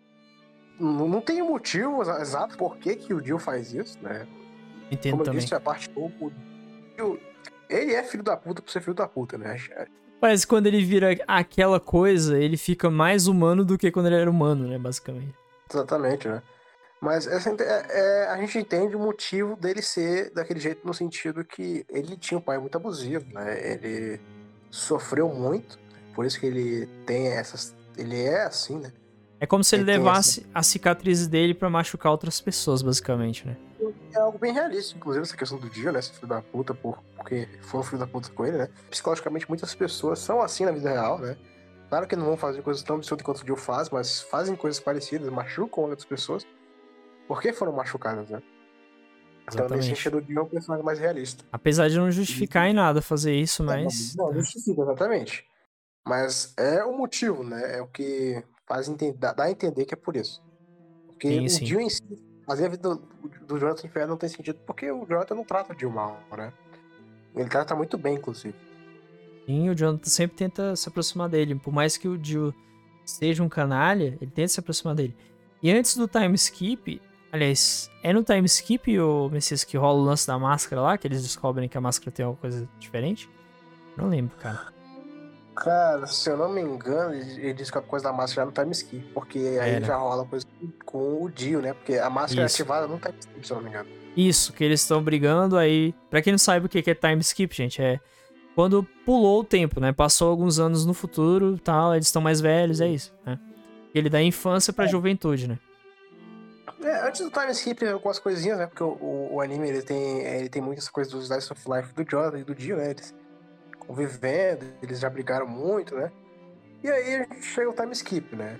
Não, não tem motivo exa- exato por que, que o Jill faz isso, né? Entendo Como eu também. disse, a parte um, o Jill, ele é filho da puta por ser filho da puta, né? Parece que quando ele vira aquela coisa, ele fica mais humano do que quando ele era humano, né? Basicamente. Exatamente, né? Mas essa, é, é- a gente entende o motivo dele ser daquele jeito no sentido que ele tinha um pai muito abusivo, né? Ele sofreu muito, por isso que ele tem essas... Ele é assim, né? É como se ele Ele tem essa... levasse as cicatrizes dele pra machucar outras pessoas, basicamente, né? É algo bem realista, inclusive, essa questão do Dio, né? Esse filho da puta, por, porque foi um filho da puta com ele, né? Psicologicamente, muitas pessoas são assim na vida real, né? Claro que não vão fazer coisas tão absurdas quanto o Dio faz, mas fazem coisas parecidas, machucam outras pessoas, porque foram machucadas, né? Então, nesse Exatamente. sentido, o Dio é um personagem mais realista. Apesar de não justificar em nada fazer isso, É, não, mas. não, Tá. justifica, exatamente. Mas é o motivo, né? É o que faz entender, dá dá a entender que é por isso. Porque Sim, o sim. Dio em si, fazer a vida do, do Jonathan Inferno não tem sentido, porque o Jonathan não trata o Dio mal, né? Ele trata muito bem, inclusive. Sim, o Jonathan sempre tenta se aproximar dele. Por mais que o Jill seja um canalha, ele tenta se aproximar dele. E antes do time skip, aliás, é no time skip o Messias que rola o lance da máscara lá, que eles descobrem que a máscara tem alguma coisa diferente? Não lembro, cara. Cara, se eu não me engano, ele ele diz que a coisa da máscara já no time skip, porque aí Era. já rola coisa com o Dio, né? Porque a máscara é Isso. ativada no time skip, se eu não me engano. Isso, que eles estão brigando aí. Pra quem não sabe o que é time skip, gente, é quando pulou o tempo, né? Passou alguns anos no futuro, tal, eles estão mais velhos, é isso, né? Ele dá infância pra juventude, né? É, antes do time skip, algumas coisinhas, né? Porque o, o, o anime ele tem, ele tem muitas coisas do Slice of Life do Jonathan e do Dio, né? Eles convivendo, eles já brigaram muito, né? E aí a gente chega o time skip, né?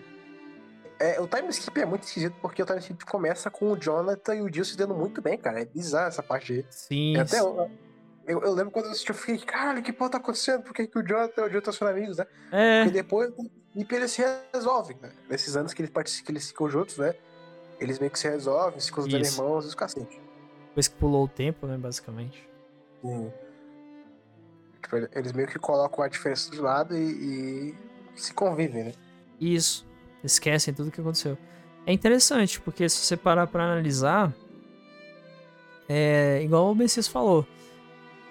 É, o time skip é muito esquisito porque o time skip começa com o Jonathan e o Dio se dando muito bem, cara. É bizarro essa parte aí. Sim. E até eu, eu, eu lembro quando eu assisti, eu fiquei, caralho, que porra tá acontecendo? Por que, que o Jonathan e o Dio estão sendo amigos, né? É. Porque depois o skip ele se resolve, né? Nesses anos que eles, participam, que eles ficam juntos, né? Eles meio que se resolvem, se consideram Isso. irmãos e os cacete. Depois que pulou o tempo, né, basicamente. Sim. Tipo, eles meio que colocam a diferença de lado e, e se convivem, né? Isso. Esquecem tudo o que aconteceu. É interessante, porque se você parar pra analisar, é igual o Messias falou.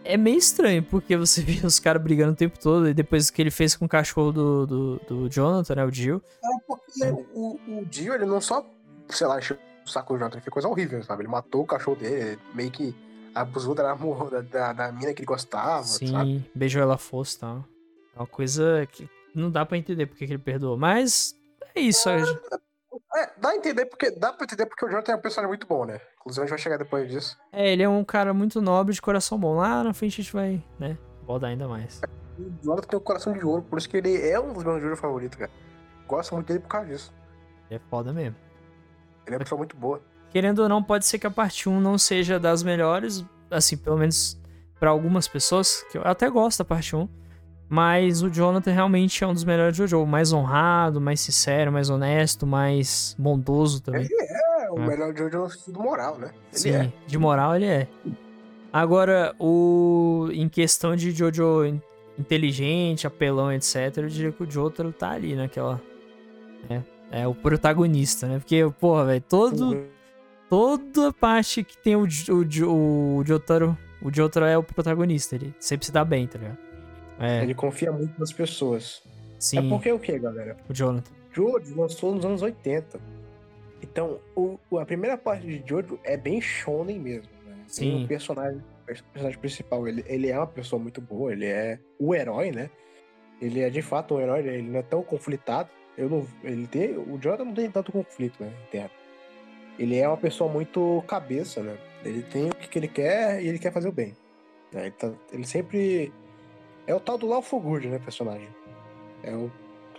é meio estranho, porque você vê os caras brigando o tempo todo, e depois que ele fez com o cachorro do, do, do Jonathan, né, o Jill. É porque o, o Jill, ele não só, sei lá, encheu o saco do Jonathan, ele fez coisa horrível, sabe? Ele matou o cachorro dele, meio que abusou da, da, da, da mina que ele gostava, Sim, sabe? beijou ela fosse e tal. É uma coisa que não dá pra entender porque que ele perdoou, mas é isso. É, é, dá a entender porque, dá pra entender porque o Jonathan é um personagem muito bom, né? Inclusive a gente vai chegar depois disso. É, ele é um cara muito nobre, de coração bom. Lá na frente a gente vai, né, abordar ainda mais. O Jonathan tem um coração de ouro, por isso que ele é um dos meus Jojo favoritos, cara. Gosto muito dele por causa disso. É foda mesmo. Ele é uma pessoa muito boa. Querendo ou não, pode ser que a parte um não seja das melhores, assim, pelo menos pra algumas pessoas, que eu até gosto da parte um, mas o Jonathan realmente é um dos melhores Jojo, mais honrado, mais sincero, mais honesto, mais bondoso também. Ele é o É. melhor Jojo no sentido moral, né? Ele Sim, é. de moral ele é. Agora, o em questão de Jojo in- inteligente, apelão, etcétera, eu diria que o Jotaro tá ali naquela... É, é o protagonista, né? Porque, porra, velho, todo... Toda parte que tem o, Jo- o, Jo- o Jotaro, o Jotaro é o protagonista, ele sempre se dá bem, tá ligado? É, Ele confia muito nas pessoas. sim, É porque o que, galera? o Jonathan. Jojo lançou nos anos oitenta. Então, o, o- a primeira parte de Jojo é bem shonen mesmo, né? Tem Sim. o personagem, o personagem principal, ele, ele é uma pessoa muito boa, ele é o herói, né? Ele é de fato um herói, ele não é tão conflitado. Eu não, ele tem, o Jonathan não tem tanto conflito, né, interno. Ele é uma pessoa muito cabeça, né? Ele tem o que, que ele quer e ele quer fazer o bem. né? Ele, tá- ele sempre... É o tal do Lawful Good, né, personagem? É o...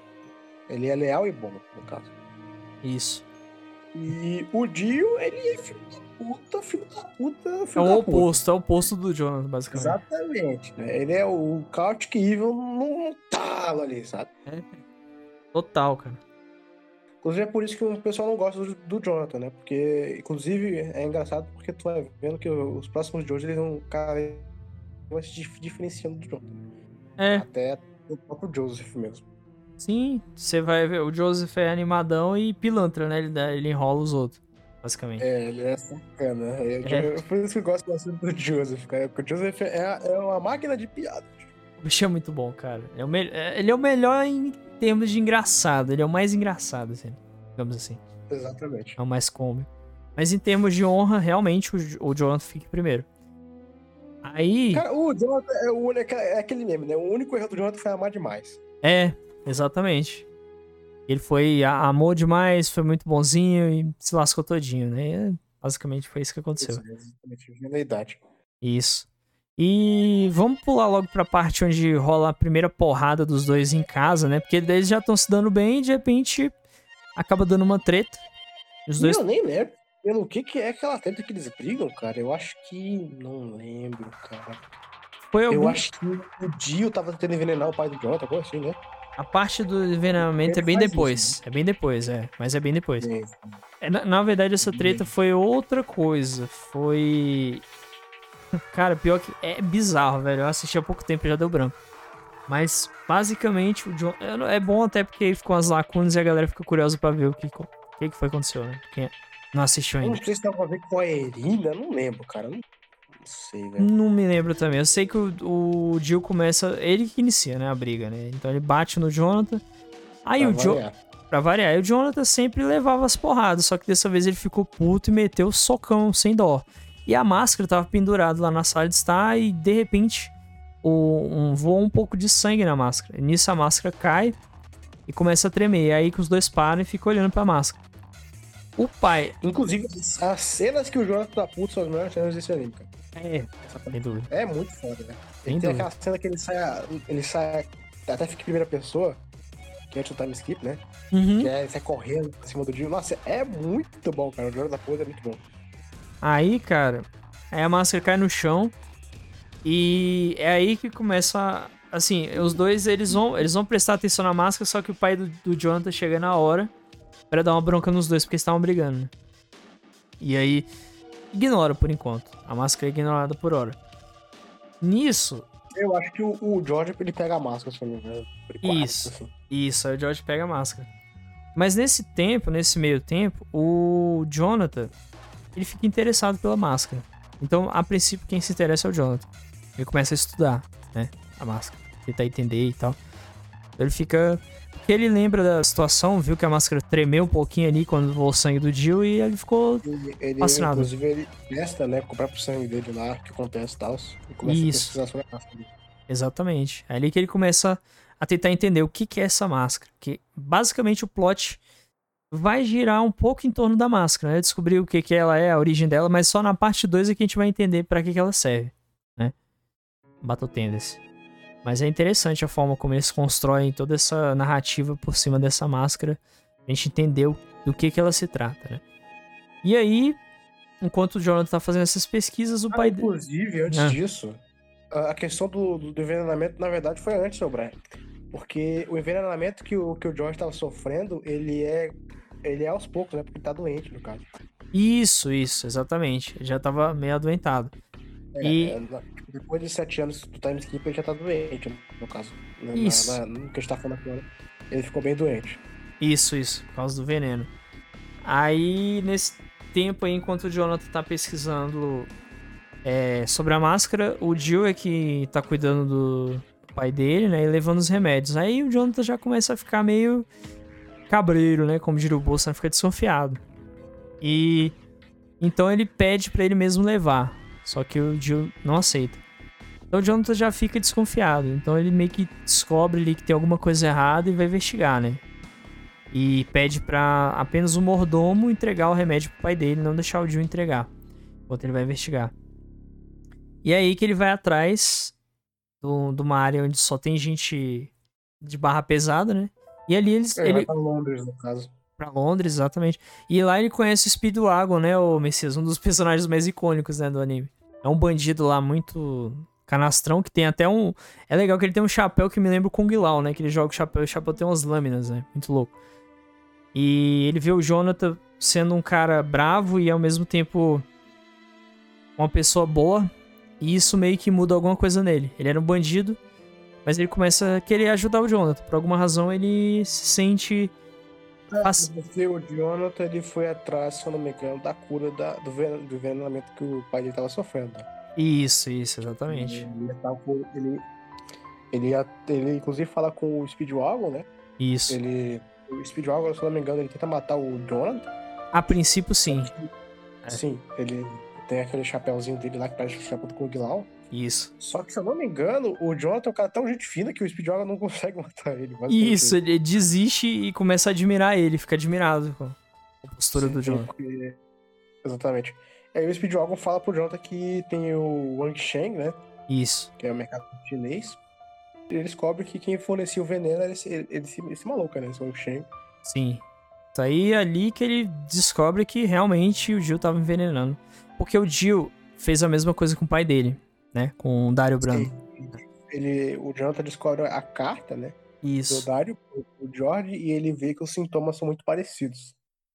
Ele é leal e bom, no caso. Isso. E o Dio, ele é filho da puta, filho da puta, É filho o da puta. oposto, é o oposto do Jonathan, basicamente. Exatamente. Né? Ele é o Chaotic Evil num talo ali, sabe? Total, cara. Inclusive é por isso que o pessoal não gosta do, do Jonathan, né? Porque, inclusive, é engraçado porque tu vai vendo que os próximos de hoje, eles vão, cara, vai se dif- diferenciando do Jonathan. É, Até o próprio Joseph mesmo. sim, você vai ver, o Joseph é animadão e pilantra, né? Ele, dá- ele enrola os outros, basicamente. É, ele é sacana. É, É. Por isso que eu gosto bastante do Joseph, cara. Porque o Joseph é, é uma máquina de piada. O bicho é muito bom, cara. É o me- é- Ele é o melhor em termos de engraçado. Ele é o mais engraçado, assim, digamos assim. Exatamente. É o mais cômico. Mas em termos de honra, realmente, o, Jo- o Jonathan fica em primeiro. Aí... Cara, o Jonathan é, o único, é aquele meme, né? O único erro do Jonathan foi amar demais. É, exatamente. Ele foi... a- amou demais, foi muito bonzinho e se lascou todinho, né? Basicamente foi isso que aconteceu. Isso, exatamente. Vivendo a idade. Isso. E vamos pular logo pra parte onde rola a primeira porrada dos dois em casa, né? Porque eles já estão se dando bem e de repente acaba dando uma treta. Os dois. Eu nem lembro pelo que, que é aquela treta que eles brigam, cara. Eu acho que. Não lembro, cara. Foi algum... Eu acho que o Dio tava tentando envenenar o pai do Jonathan, coisa assim, né? A parte do envenenamento é Ele bem faz depois. isso, É bem depois, é. Mas é bem depois. É. É, na, na verdade, essa treta foi outra coisa. Foi. Cara, pior que é bizarro, velho. Eu assisti há pouco tempo e já deu branco. Mas, basicamente, o John. é- É bom até porque aí ficam as lacunas e a galera fica curiosa pra ver o que, o que, que foi que aconteceu, né? Quem não assistiu Eu ainda. não sei se tava a ver com a Erina, não lembro, cara. Não, não sei, velho. Não me lembro também. Eu sei que o, o Jill começa. Ele que inicia, né? A briga, né? Então ele bate no Jonathan. Aí Pra o Jonathan. variar. Pra variar, aí o Jonathan sempre levava as porradas, só que dessa vez ele ficou puto e meteu o socão sem dó. E a máscara tava pendurada lá na sala de estar e de repente o, um, voou um pouco de sangue na máscara. E nisso a máscara cai e começa a tremer. E aí que os dois param e ficam olhando pra máscara. O pai. Inclusive, as cenas que o Jonathan tá puto são as melhores cenas desse anime, cara. É, sem dúvida. É muito foda, né? Sem Ele tem dúvida. aquela cena que ele sai, ele sai, até fica em primeira pessoa, que é antes do time skip, né? Uhum. Que é, ele sai correndo em cima do Dio. Nossa, é muito bom, cara. O Jonathan Pose é muito bom. Aí, cara, aí a máscara cai no chão e é aí que começa, a- assim, os dois eles vão, eles vão prestar atenção na máscara, só que o pai do, do Jonathan chega na hora pra dar uma bronca nos dois porque eles estavam brigando, né? E aí ignora por enquanto. A máscara é ignorada por hora. Nisso, Eu acho que o, o George, ele pega a máscara, se eu não me engano. por quarto, Isso. assim. Isso, aí o George pega a máscara. Mas nesse tempo, nesse meio tempo, o Jonathan, ele fica interessado pela máscara. Então, a princípio, quem se interessa é o Jonathan. ele começa a estudar, né? A máscara. Tentar entender e tal. Ele fica... Porque ele lembra da situação, viu que a máscara tremeu um pouquinho ali quando voou o sangue do Jill e ele ficou ele, ele, fascinado. Inclusive, ele testa, né? Comprar pro sangue dele lá, o que acontece e tal. E começa Isso. a pesquisar sobre a máscara. Exatamente. É ali que ele começa a tentar entender o que, que é essa máscara. Que basicamente o plot vai girar um pouco em torno da máscara, né? Descobrir o que, que ela é, a origem dela, mas só na parte dois é que a gente vai entender pra que, que ela serve, né? Battle Tendency. Mas é interessante a forma como eles constroem toda essa narrativa por cima dessa máscara. A gente entendeu do que, que ela se trata, né? E aí, enquanto o Jonathan tá fazendo essas pesquisas, o ah, pai dele... Inclusive, antes ah. disso, a questão do, do envenenamento, na verdade, foi antes, seu Brian. Porque o envenenamento que o, que o George tava sofrendo, ele é, ele é aos poucos, né? Porque ele tá doente, no caso. Isso, isso, exatamente. Ele já tava meio adoentado. É, e... é, depois de sete anos do time skip, ele já tá doente, no caso. Na, Isso. Na, na, no que a gente tá falando agora, ele ficou bem doente. Isso, isso, por causa do veneno. Aí, nesse tempo aí, enquanto o Jonathan tá pesquisando é, sobre a máscara, o Jill é que tá cuidando do pai dele, né, e levando os remédios. Aí o Jonathan já começa a ficar meio cabreiro, né, como diria o Bolsonaro, fica desconfiado. E então ele pede pra ele mesmo levar, só que o Jill não aceita. Então o Jonathan já fica desconfiado, então ele meio que descobre ali que tem alguma coisa errada e vai investigar, né. E pede pra apenas o mordomo entregar o remédio pro pai dele, não deixar o Jill entregar, enquanto ele vai investigar. E é aí que ele vai atrás do, de uma área onde só tem gente de barra pesada, né? E ali eles... É, ele vai pra Londres, no caso. Pra Londres, exatamente. E lá ele conhece o Speedwagon, né, o Messias? Um dos personagens mais icônicos, né, do anime. É um bandido lá muito canastrão, que tem até um... É legal que ele tem um chapéu que me lembra o Kung Lao, né? Que ele joga o chapéu e o chapéu tem umas lâminas, né? Muito louco. E ele vê o Jonathan sendo um cara bravo e ao mesmo tempo uma pessoa boa. E isso meio que muda alguma coisa nele. Ele era um bandido, mas ele começa a querer ajudar o Jonathan. Por alguma razão ele se sente... É, porque o Jonathan ele foi atrás, se eu não me engano, da cura da, do, ven do envenenamento que o pai dele estava sofrendo. Isso, isso, exatamente. Ele, ele, ele, ele, ele inclusive fala com o Speedwagon, né? Isso. Ele, o Speedwagon, se eu não me engano, ele tenta matar o Jonathan. A princípio, sim. É. Sim, ele tem aquele chapéuzinho dele lá que parece o chapéu do Kung Lao. Isso. Só que, se eu não me engano, o Jonathan é um cara tão gente fina que o Speedwagon não consegue matar ele. Isso, ele desiste e começa a admirar ele, fica admirado com a postura Sim, do Jonathan. Porque... Exatamente. Aí o Speedwagon fala pro Jonathan que tem o Wang Sheng, né? Isso. Que é o mercado chinês. Ele descobre que quem fornecia o veneno era esse, ele, esse, esse maluco, né? Esse Wang Sheng. Sim. Tá aí ali que ele descobre que realmente o Jill tava envenenando. Porque o Jill fez a mesma coisa com o pai dele, né? Com o Dario Brando. Sim. Ele, o Jonathan descobre a carta, né? Isso. Do Dario, o George, e ele vê que os sintomas são muito parecidos.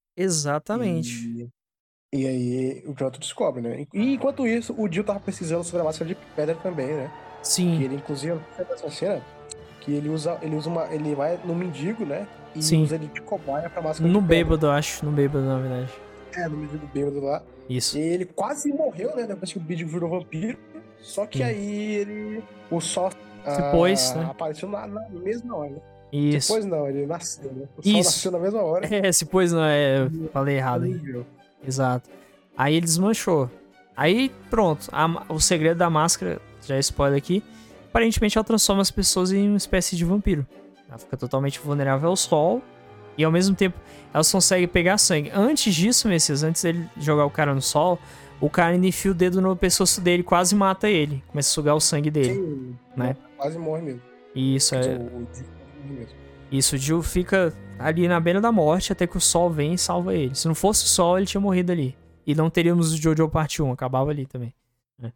Exatamente. E, e aí o Jonathan descobre, né? E enquanto isso, o Jill tava pesquisando sobre a máscara de pedra também, né? Sim. Que ele, inclusive, essa cena, que ele usa, ele usa uma, ele vai no mendigo, né? E Sim. usa ele de cobaia pra máscara No de pedra. bêbado, eu acho. No bêbado, na verdade. É, no mendigo bêbado lá. Isso. E ele quase morreu, né? Depois que o mendigo virou vampiro. Só que Sim. aí ele... O sol Se pôs, ah, né? apareceu na, na mesma hora, né? Isso. Depois não, ele nasceu, né? O Isso. sol nasceu na mesma hora. É, se pôs, não, é, eu falei errado aí. Aí. Exato. Aí ele desmanchou. Aí, pronto. A, o segredo da máscara, já é spoiler aqui, aparentemente ela transforma as pessoas em uma espécie de vampiro. Ela fica totalmente vulnerável ao sol e ao mesmo tempo elas conseguem pegar sangue. Antes disso, Messias, antes dele jogar o cara no sol, o cara ainda enfia o dedo no pescoço dele, quase mata ele. Começa a sugar o sangue dele. Sim, né? Quase morre mesmo. Isso, é. O, o Jill morre mesmo. Isso, o Jill fica ali na beira da morte até que o sol vem e salva ele. Se não fosse o sol, ele tinha morrido ali. E não teríamos o Jojo Parte um, acabava ali também. Né?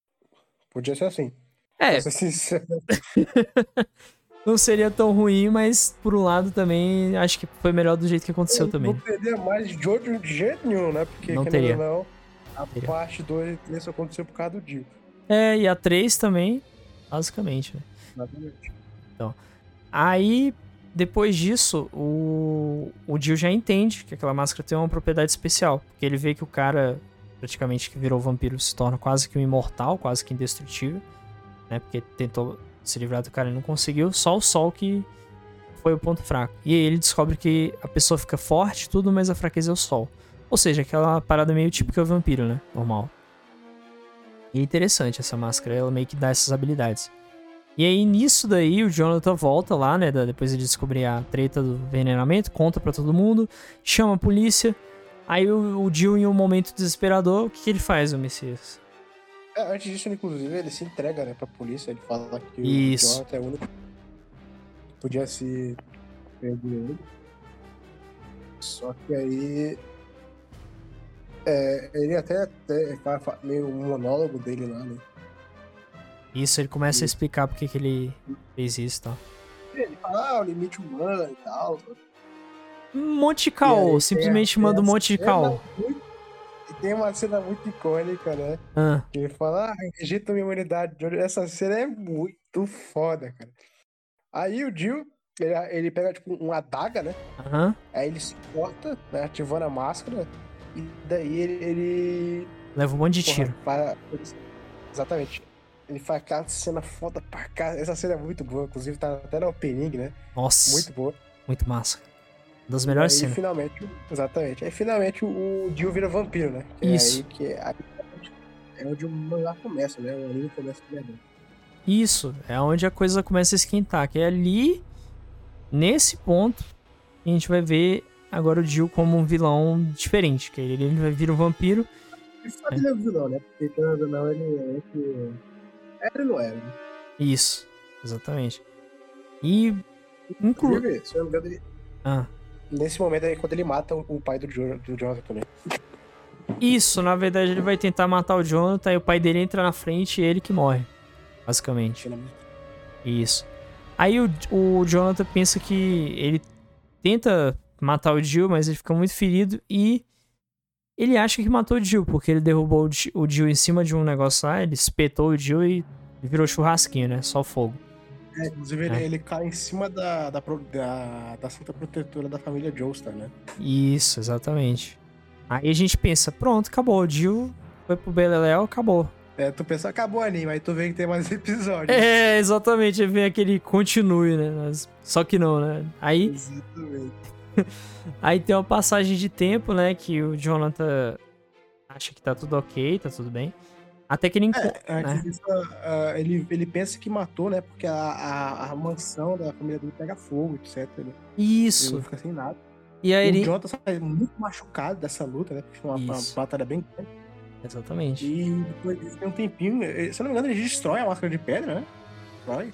Podia ser assim. É. Pra ser sincero. Não seria tão ruim, mas por um lado também acho que foi melhor do jeito que aconteceu Eu também. Não teria mais Jojo de jeito nenhum, né? Porque, Não querendo teria. ou não, a Teria. parte dois e três só aconteceu por causa do Jill. É, e a três também, basicamente, né? Exatamente. Aí, depois disso, o, o Jill já entende que aquela máscara tem uma propriedade especial. Porque ele vê que o cara, praticamente que virou vampiro, se torna quase que um imortal, quase que indestrutível. né? Porque tentou se livrar do cara e não conseguiu. Só o sol que foi o ponto fraco. E aí ele descobre que a pessoa fica forte, tudo, mas a fraqueza é o sol. Ou seja, aquela parada meio típica do vampiro, né? Normal. E é interessante essa máscara, ela meio que dá essas habilidades. E aí, nisso daí, o Jonathan volta lá, né? Depois de descobrir a treta do envenenamento, conta pra todo mundo, chama a polícia. Aí o, o Jill, em um momento desesperador, o que, que ele faz, o Messias? É, antes disso, inclusive, ele se entrega, né, pra polícia. Ele fala que Isso. o Jonathan é o único que podia se perder ele. Só que aí... É, ele até, até faz meio um monólogo dele lá, né? Isso, ele começa a explicar porque que ele fez isso e tal. Ele fala, ah, o limite humano e tal. Um monte de caô, simplesmente manda um monte de caô. E tem uma cena muito icônica, né? Ah. Que ele fala, ah, rejeita minha humanidade. Essa cena é muito foda, cara. Aí o Jill, ele, ele pega, tipo, uma adaga, né? Aham. Uhum. Aí ele se corta, né? Ativando a máscara. E daí ele... ele... leva um monte de Porra, tiro. Para... Exatamente. Ele faz aquela cena foda pra cá. Essa cena é muito boa. Inclusive tá até na opening, né? Nossa. Muito boa. Muito massa. Uma das melhores aí, cenas. Finalmente, exatamente. Aí finalmente o Jill vira vampiro, né? Que Isso. É, aí que é, aí é onde o mangá começa, né? O anime começa de verdade. Isso. É onde a coisa começa a esquentar. Que é ali, nesse ponto, que a gente vai ver agora o Jill como um vilão diferente. Que ele, ele vai vir um vampiro. Ele sabe que ele é vilão, né? Porque quando não, ele é que... Era e não era, né? Isso. Exatamente. E... Inclu... Inclusive, se eu não me engano, ele... Ah. Nesse momento aí, quando ele mata o pai do, jo- do Jonathan também. Isso, na verdade ele vai tentar matar o Jonathan e o pai dele entra na frente e ele que morre. Basicamente. Isso. Aí o, o Jonathan pensa que ele tenta matar o Jill, mas ele fica muito ferido e ele acha que matou o Jill, porque ele derrubou o Jill, o Jill em cima de um negócio lá, ele espetou o Jill e virou churrasquinho, né? Só fogo. É, inclusive É. Ele, ele cai em cima da, da, pro- da, da Santa Protetora da família Joestar, né? Isso, exatamente. Aí a gente pensa, pronto, acabou. O Jill foi pro Beleléu, acabou. É, tu pensa, acabou o anime, aí tu vê que tem mais episódios. É, exatamente. Aí vem aquele continue, né? Mas, só que não, né? Aí, Exatamente. aí tem uma passagem de tempo, né? Que o Jonathan acha que tá tudo ok, tá tudo bem. Até que ele encontra. É, antes né? disso, ah, ele, ele pensa que matou, né? Porque a, a, a mansão da família dele pega fogo, etcétera. Né? Ele Isso. não fica sem nada. E aí O ele. Jonathan sai muito machucado dessa luta, né? Porque foi uma, uma Isso. batalha bem grande. Exatamente. E depois disso tem um tempinho. ele- Se eu não me engano, ele destrói a máscara de pedra, né? Vai.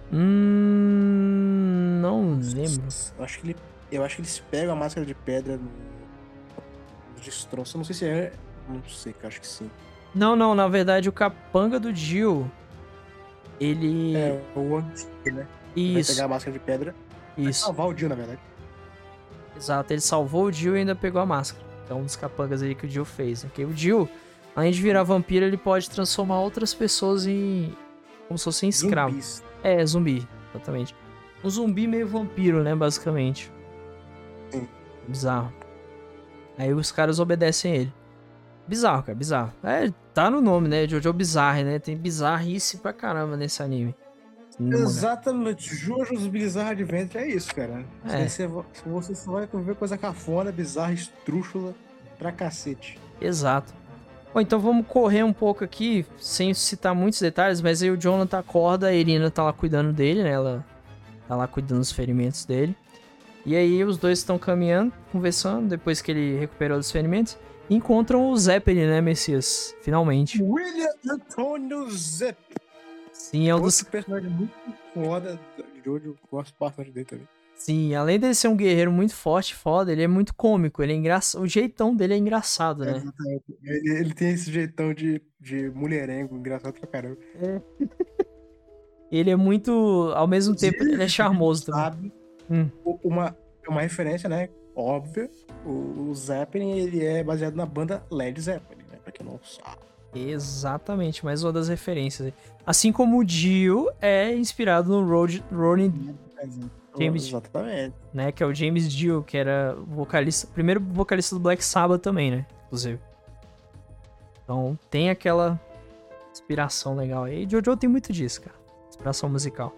Hum. Não lembro. Eu acho que ele, eu acho que eles pegam a máscara de pedra no, no destroço. Eu não sei se é. Não sei, cara, acho que sim. Não, não, na verdade o capanga do Jill. Ele. É, o antes, né? Ele vai Isso. pegar a máscara de pedra. Vai Isso. salvar o Jill, na verdade. Exato, ele salvou o Jill e ainda pegou a máscara. É um dos capangas aí que o Jill fez. Né? Porque o Jill, além de virar vampiro, ele pode transformar outras pessoas em. Como se fossem escravos. Zumbis. É, zumbi, exatamente. Um zumbi meio vampiro, né, basicamente. Sim. Bizarro. Aí os caras obedecem ele. Bizarro, cara, bizarro. É, tá no nome, né? Jojo Bizarre, né? Tem bizarrice pra caramba nesse anime. No mangá. Exatamente. Jojo's Bizarre Adventure é isso, cara. É. Você, você só vai ver coisa cafona, bizarra, estrúxula pra cacete. Exato. Bom, então vamos correr um pouco aqui, sem citar muitos detalhes, mas aí o Jonathan acorda, a Irina tá lá cuidando dele, né? Ela tá lá cuidando dos ferimentos dele. E aí os dois estão caminhando, conversando, depois que ele recuperou dos ferimentos. E encontram o Zeppelin, né, Messias? Finalmente. William Antonio Zepp. Sim, é um dos... Outro personagem muito foda de Jojo. Gosto bastante dele também. Sim, além dele ser um guerreiro muito forte, foda, ele é muito cômico, ele é engraçado. O jeitão dele é engraçado, né? Exatamente. Ele, ele tem esse jeitão de, de mulherengo, engraçado pra caramba. Ele é muito... Ao mesmo tempo, ele é charmoso também. Sabe, Hum. uma, uma referência, né? Óbvia. O, o Zeppelin, ele é baseado na banda Led Zeppelin, né? Pra quem não sabe. Exatamente, mais uma das referências. Assim como o Dio é inspirado no Rod, Ronnie, James- Exatamente. né, que é o James Dio, que era o vocalista, primeiro vocalista do Black Sabbath também, né, inclusive. Então tem aquela inspiração legal aí. Jojo tem muito disso, cara. Inspiração musical.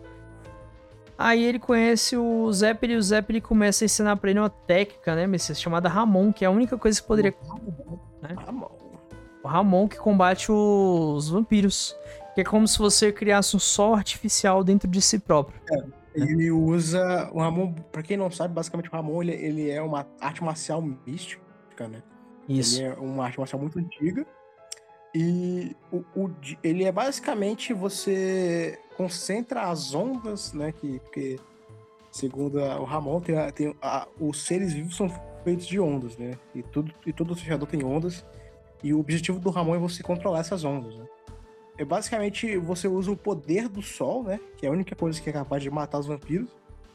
Aí ele conhece o Zeppeli e o Zeppeli começa a ensinar pra ele uma técnica, né, Messias, chamada Ramon, que é a única coisa que poderia... Né? Ramon. O Ramon que combate os vampiros. Que é como se você criasse um sol artificial dentro de si próprio. É, ele usa... O Ramon, pra quem não sabe, basicamente o Ramon, ele, ele é uma arte marcial mística, né? Isso. Ele é uma arte marcial muito antiga. E o, o, ele é basicamente você concentra as ondas, né? Que, porque, segundo a, o Ramon, tem, a, tem a, os seres vivos são feitos de ondas, né? E, tudo, e todo fechador tem ondas. E o objetivo do Ramon é você controlar essas ondas, né? É basicamente você usa o poder do sol, né? Que é a única coisa que é capaz de matar os vampiros.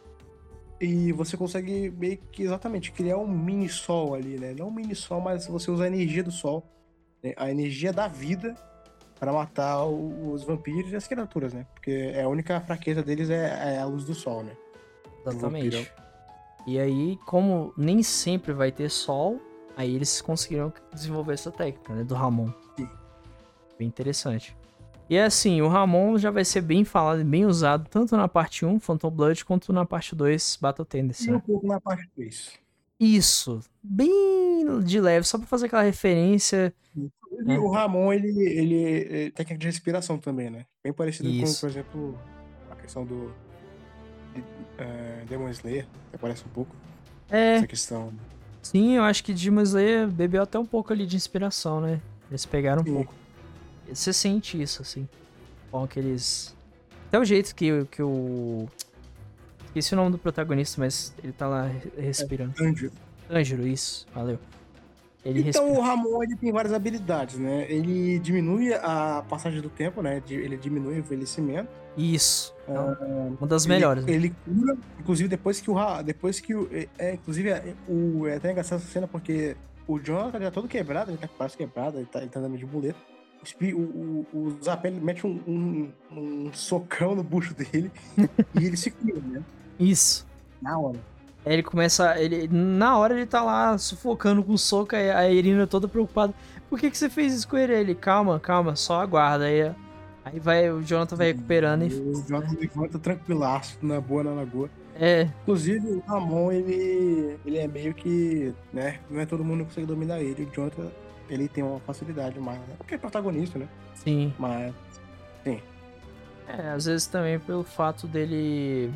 E você consegue meio que exatamente criar um mini sol ali, né? Não um mini sol, mas você usa a energia do sol, a energia da vida para matar os vampiros e as criaturas, né? Porque a única fraqueza deles é a luz do sol, né? Exatamente. E aí, como nem sempre vai ter sol, aí eles conseguiram desenvolver essa técnica, né? Do Ramon. Sim. Bem interessante. E assim, o Ramon já vai ser bem falado e bem usado tanto na parte um, Phantom Blood, quanto na parte dois, Battle Tendency. E um pouco na parte três. Isso. Bem de leve, só pra fazer aquela referência... E o Ramon, ele, ele, ele tem técnica de respiração também, né? Bem parecido Isso. com, por exemplo, a questão do de, uh, Demon Slayer, que aparece um pouco. É, essa questão. Sim, eu acho que Demon Slayer bebeu até um pouco ali de inspiração, né? Eles pegaram um Sim. pouco. Você sente isso, assim. Com aqueles... Até o jeito que, que o... Esqueci o nome do protagonista, mas ele tá lá respirando. É, Tanjiro. Tanjiro, isso. Valeu. Ele Então respira. o Ramon, ele tem várias habilidades, né? Ele diminui a passagem do tempo, né? Ele diminui o envelhecimento. Isso. Uh, Uma das ele, melhores. Né? Ele cura, inclusive depois que o... Depois que o é, inclusive, é, o, é até engraçado essa cena, porque o Jonathan já tá todo quebrado, ele tá com o braço quebrado, ele tá, ele tá andando de muleta. O, o, o Zapelli mete um, um, um socão no bucho dele e ele se cura, né? Isso. Na hora. Aí ele começa... Ele, na hora ele tá lá sufocando com soco, a Irina toda preocupada. Por que que você fez isso com ele? Ele, calma, calma, só aguarda. Aí, aí vai, o Jonathan vai recuperando. E... O Jonathan levanta tranquilaço, na boa, na lagoa. É. Inclusive, o Ramon, ele, ele é meio que, né? Não é todo mundo que consegue dominar ele. O Jonathan, ele tem uma facilidade mais, né? Porque é protagonista, né? Sim. Mas, sim. É, às vezes também pelo fato dele...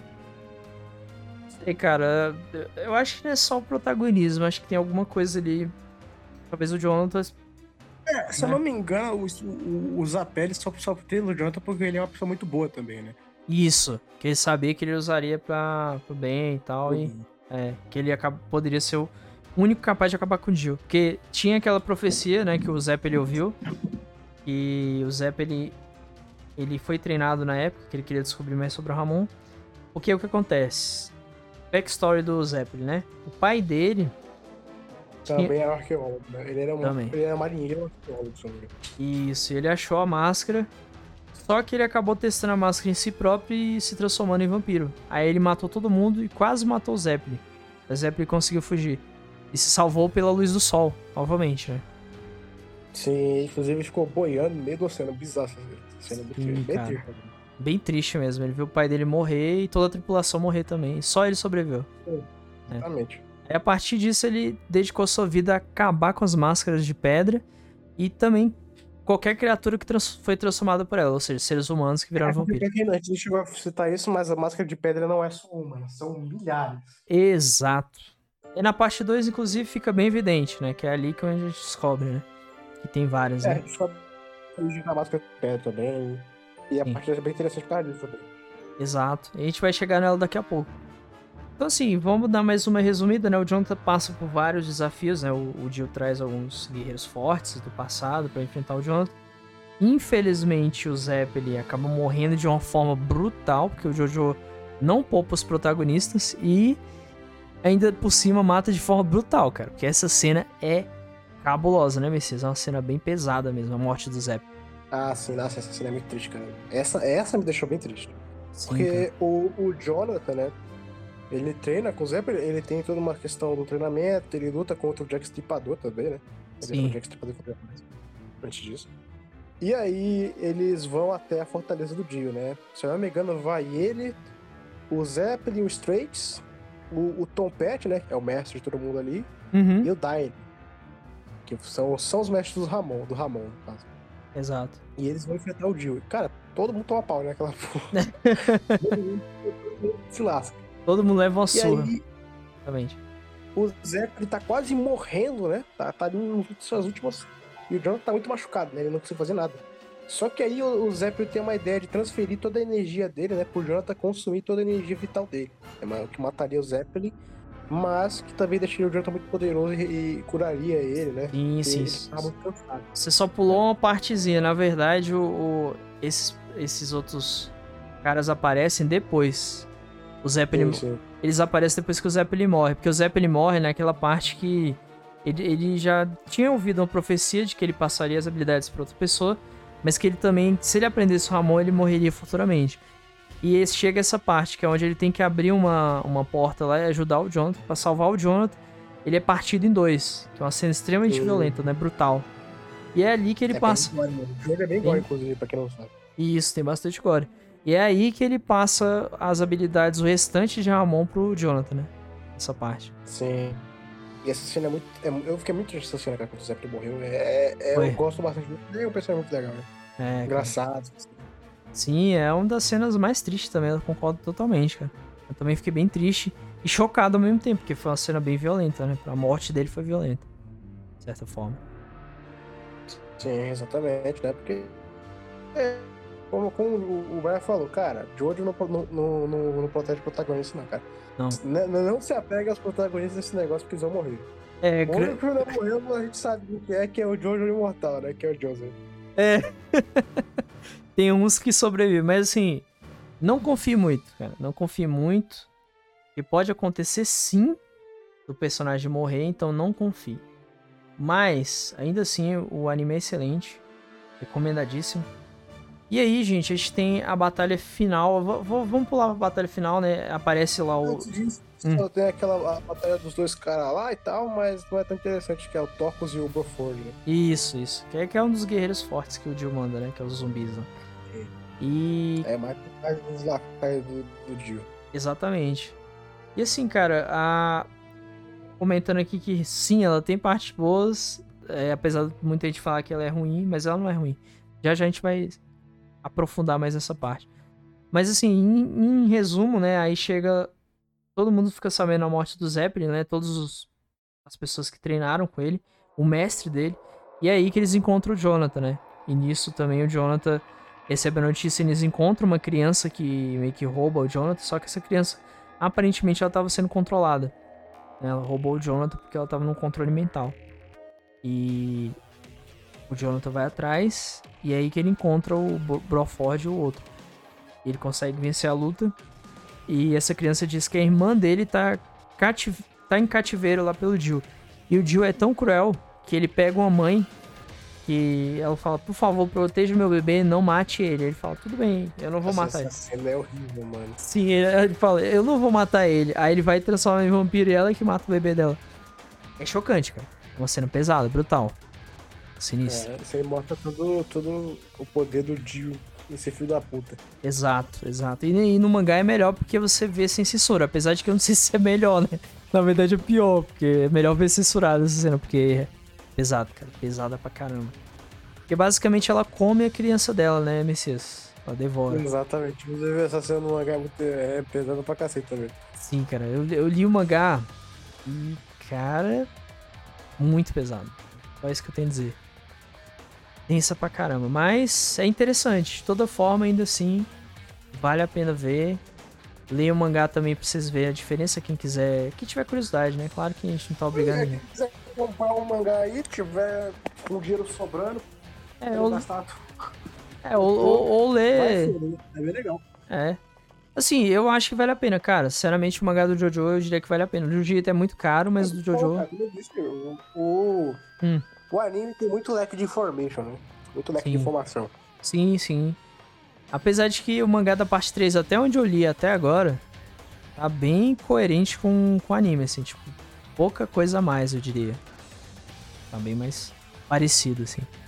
Sei, cara, eu acho que não é só o protagonismo, acho que tem alguma coisa ali. Talvez o Jonathan... É, se né? eu não me engano, o, o, o Zapelli só, só teve o Jonathan porque ele é uma pessoa muito boa também, né? Isso, que ele sabia que ele usaria pra, pro bem e tal, uhum. E é, que ele acaba, poderia ser o único capaz de acabar com o Jill. Porque tinha aquela profecia, né, que o Zeppeli ouviu, e o Zeppeli, ele foi treinado na época, que ele queria descobrir mais sobre o Ramon. Porque é o que acontece? Backstory do Zeppeli, né? O pai dele... Também tinha... era arqueólogo, né? Ele era, uma, ele era marinheiro e arqueólogo, se não me engano. Isso, ele achou a máscara, só que ele acabou testando a máscara em si próprio e se transformando em vampiro. Aí ele matou todo mundo e quase matou o Zeppeli. O Zeppeli conseguiu fugir. E se salvou pela luz do sol, novamente, né? Sim, inclusive ficou boiando no meio do oceano. Bizarro essa cena. Sim, bem cara. triste. Bem triste mesmo. Ele viu o pai dele morrer e toda a tripulação morrer também. Só ele sobreviveu. Sim, exatamente. É. Aí, a partir disso, ele dedicou sua vida a acabar com as máscaras de pedra e também qualquer criatura que trans- foi transformada por ela, ou seja, seres humanos que viraram é, vampiros. A gente chegou a citar isso, mas a máscara de pedra não é só uma, são milhares. Exato. E na parte dois, inclusive, fica bem evidente, né? Que é ali que a gente descobre, né? Que tem várias, é, né? É, a gente descobre a máscara de pedra também. E a Sim. parte dois é bem interessante por causa disso também. Exato. E a gente vai chegar nela daqui a pouco. Então, assim, vamos dar mais uma resumida, né? O Jonathan passa por vários desafios, né? O, o Jill traz alguns guerreiros fortes do passado pra enfrentar o Jonathan. Infelizmente, o Zeppeli acaba morrendo de uma forma brutal, porque o Jojo não poupa os protagonistas e ainda por cima mata de forma brutal, cara. Porque essa cena é cabulosa, né, Messias? É uma cena bem pesada mesmo, a morte do Zeppeli. Ah, sim, nossa, essa cena é muito triste, cara. Essa, essa me deixou bem triste. Sim, porque o, o Jonathan, né? Ele treina com o Zeppeli, ele tem toda uma questão do treinamento, ele luta contra o Jack Stripador também, né? Ele Sim. o Jack Stripador antes disso. E aí eles vão até a fortaleza do Dio, né? Se eu não me engano, vai ele, o Zeppelin, o Straits, o, o Tom Petty, né? Que é o mestre de todo mundo ali, Uhum. e o Dine, que são, são os mestres do Ramon, do Ramon, no caso. Exato. E eles vão enfrentar o Dio. Cara, todo mundo toma pau, né? Aquela porra. Todo mundo se lasca. Todo mundo leva uma E surra. aí, Exatamente. o Zeppelin tá quase morrendo, né? Tá, tá ali nas suas últimas. E o Jonathan tá muito machucado, né? Ele não consegue fazer nada. Só que aí o, o Zeppelin tem uma ideia de transferir toda a energia dele, né? Pro Jonathan consumir toda a energia vital dele. É o que mataria o Zeppelin, mas que também deixaria o Jonathan muito poderoso e, e curaria ele, né? Sim, Porque sim. ele tava muito cansado. Você só pulou uma partezinha. Na verdade, o, o- esses, esses outros caras aparecem depois. O Zeppelin, Sim, sim. eles aparecem depois que o Zeppelin morre. Porque o Zeppelin morre naquela parte que ele, ele já tinha ouvido uma profecia de que ele passaria as habilidades para outra pessoa, mas que ele também, se ele aprendesse o Ramon, ele morreria futuramente. E esse, chega essa parte, que é onde ele tem que abrir uma, uma porta lá e ajudar o Jonathan, pra salvar o Jonathan. Ele é partido em dois, que é uma cena extremamente Sim. violenta, né? Brutal. E é ali que ele É passa... bem gore, mano. O jogo é bem Bem- gore, inclusive, pra quem não sabe. Isso, tem bastante gore. E é aí que ele passa as habilidades, o restante de Ramon pro Jonathan, né? Essa parte. Sim. E essa cena é muito. é- eu fiquei muito triste essa cena, cara, quando o Zeppelin morreu. É, é- Foi. eu gosto bastante. É um personagem muito legal, né? É, cara. Engraçado. Sim, é uma das cenas mais tristes também, eu concordo totalmente, cara. Eu também fiquei bem triste e chocado ao mesmo tempo, porque foi uma cena bem violenta, né? A morte dele foi violenta, de certa forma. Sim, exatamente, né? Porque. É, como, como o o Brian falou, cara, Jojo não, não, não, não, não protege protagonista, não, cara. Não. Não, não se apega aos protagonistas desse negócio porque eles vão morrer. É, O gra- único que não morreu, a gente sabe o que é, que é o Jojo imortal, né? Que é o Joseph. é. Tem uns que sobrevivem, mas assim, não confie muito, cara. Não confie muito. E pode acontecer sim do personagem morrer, então não confie. Mas, ainda assim, o anime é excelente. Recomendadíssimo. E aí, gente, a gente tem a batalha final. V- v- vamos pular pra batalha final, né? Aparece lá o. Antes disso, Hum. só tem aquela a batalha dos dois caras lá e tal, mas não é tão interessante, que é o Torcos e o Broford, né? Isso, isso. Que é, que é um dos guerreiros fortes que o Dio manda, né? Que é os zumbis, né? E. É mais mais dos lacaios do, do Dio. Exatamente. E assim, cara, a... comentando aqui que sim, ela tem partes boas, é, apesar de muita gente falar que ela é ruim, mas ela não é ruim. Já já a gente vai aprofundar mais essa parte. Mas assim, em, em resumo, né, aí chega... Todo mundo fica sabendo a morte do Zeppelin, né, todas os... as pessoas que treinaram com ele, o mestre dele, e é aí que eles encontram o Jonathan, né. E nisso também o Jonathan recebe a notícia, eles encontram uma criança que meio que rouba o Jonathan, só que essa criança, aparentemente, ela estava sendo controlada. Ela roubou o Jonathan porque ela estava num controle mental. E o Jonathan vai atrás, e é aí que ele encontra o Bro- Broford e o outro. Ele consegue vencer a luta, e essa criança diz que a irmã dele tá, cati- tá em cativeiro lá pelo Dio. E o Dio é tão cruel que ele pega uma mãe, que ela fala, por favor, proteja o meu bebê, não mate ele. Ele fala, tudo bem, eu não vou Essa, matar ele. essa cena é horrível, mano. Sim, ele, ele fala, eu não vou matar ele. Aí ele vai transformar em vampiro e ela que mata o bebê dela. É chocante, cara. É uma cena pesada, brutal. Sinistro. É, isso aí mostra todo, todo o poder do Dio, esse filho da puta. Exato, exato. E, e no mangá é melhor porque você vê sem censura. Apesar de que eu não sei se é melhor, né? Na verdade é pior, porque é melhor ver censurado essa cena, porque é pesado, cara. Pesada pra caramba. Porque basicamente ela come a criança dela, né, Messias? Ela devora. Exatamente. Inclusive, essa cena no mangá é, muito, é pesada pra cacete também. Sim, cara. Eu, eu li o mangá e, cara, muito pesado. Só isso que eu tenho a dizer. Tensa pra caramba. Mas é interessante. De toda forma, ainda assim, vale a pena ver. Leia o mangá também pra vocês verem a diferença. Quem quiser, quem tiver curiosidade, né? Claro que a gente não tá obrigando É, ninguém. quem quiser comprar um mangá aí, tiver com dinheiro sobrando, É, é, ou, gastar, é, ou, ou, ou vai ler. ser, né? É bem legal. É. Assim, eu acho que vale a pena, cara. Sinceramente, o mangá do Jojo eu diria que vale a pena. O Jiu-Jitsu é muito caro, mas o do Bom, Jojo. cara, como eu disse, o, o, Hum, o anime tem muito leque de information, né? Muito leque Sim. de informação. sim, sim. Apesar de que o mangá da parte três, até onde eu li até agora, tá bem coerente com, com o anime, assim, tipo, pouca coisa a mais, eu diria. Tá bem mais parecido, assim.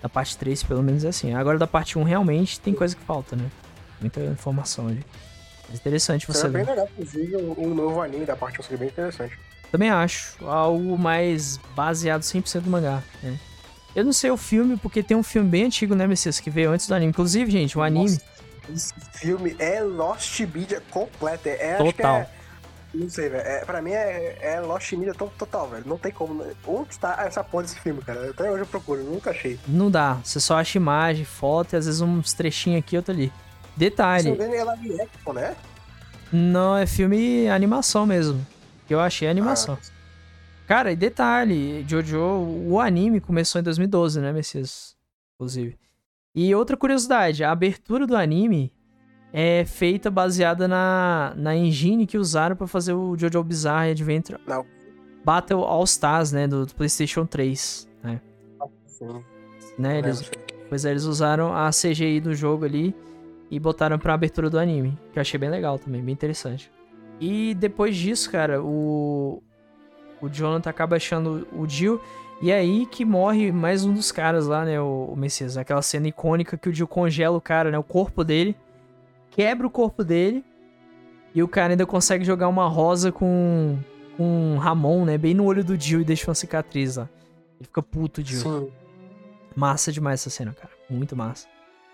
Da parte três, pelo menos, é assim. Agora, da parte um, realmente, tem coisa que falta, né? Muita informação ali. Mas interessante você Seria ler. bem legal, inclusive, um novo anime da parte um seria bem interessante. Também acho. Algo mais baseado cem por cento no mangá, né? Eu não sei o filme, porque tem um filme bem antigo, né, Messias? Que veio antes do anime. Inclusive, gente, o anime... Nossa, esse filme é Lost Media completa. É, Total. Acho que é... Não sei, velho. É, pra mim é, é Lost Media total, velho. Não tem como... Onde está essa porra desse filme, cara? Até hoje eu procuro, nunca achei. Não dá. Você só acha imagem, foto e às vezes uns trechinhos aqui e outro ali. Detalhe. Se não engano, é live action, né? Não, é filme animação mesmo. Que eu achei animação. Ah, Cara, e detalhe, Jojo, o anime começou em dois mil e doze, né, Messias? Inclusive. E outra curiosidade, a abertura do anime é feita baseada na, na engine que usaram pra fazer o Jojo Bizarre Adventure não. Battle All Stars, né, do, do PlayStation três, né? Sim. né eles, pois é, eles usaram a C G I do jogo ali e botaram pra abertura do anime, que eu achei bem legal também, bem interessante. E depois disso, cara, o... O Jonathan acaba achando o Jill. E é aí que morre mais um dos caras lá, né? O, o Messias. Aquela cena icônica que o Jill congela o cara, né? O corpo dele. Quebra o corpo dele. E o cara ainda consegue jogar uma rosa com, com Ramon, né? Bem no olho do Jill e deixa uma cicatriz lá. Ele fica puto, Jill. Sim. Massa demais essa cena, cara. Muito massa.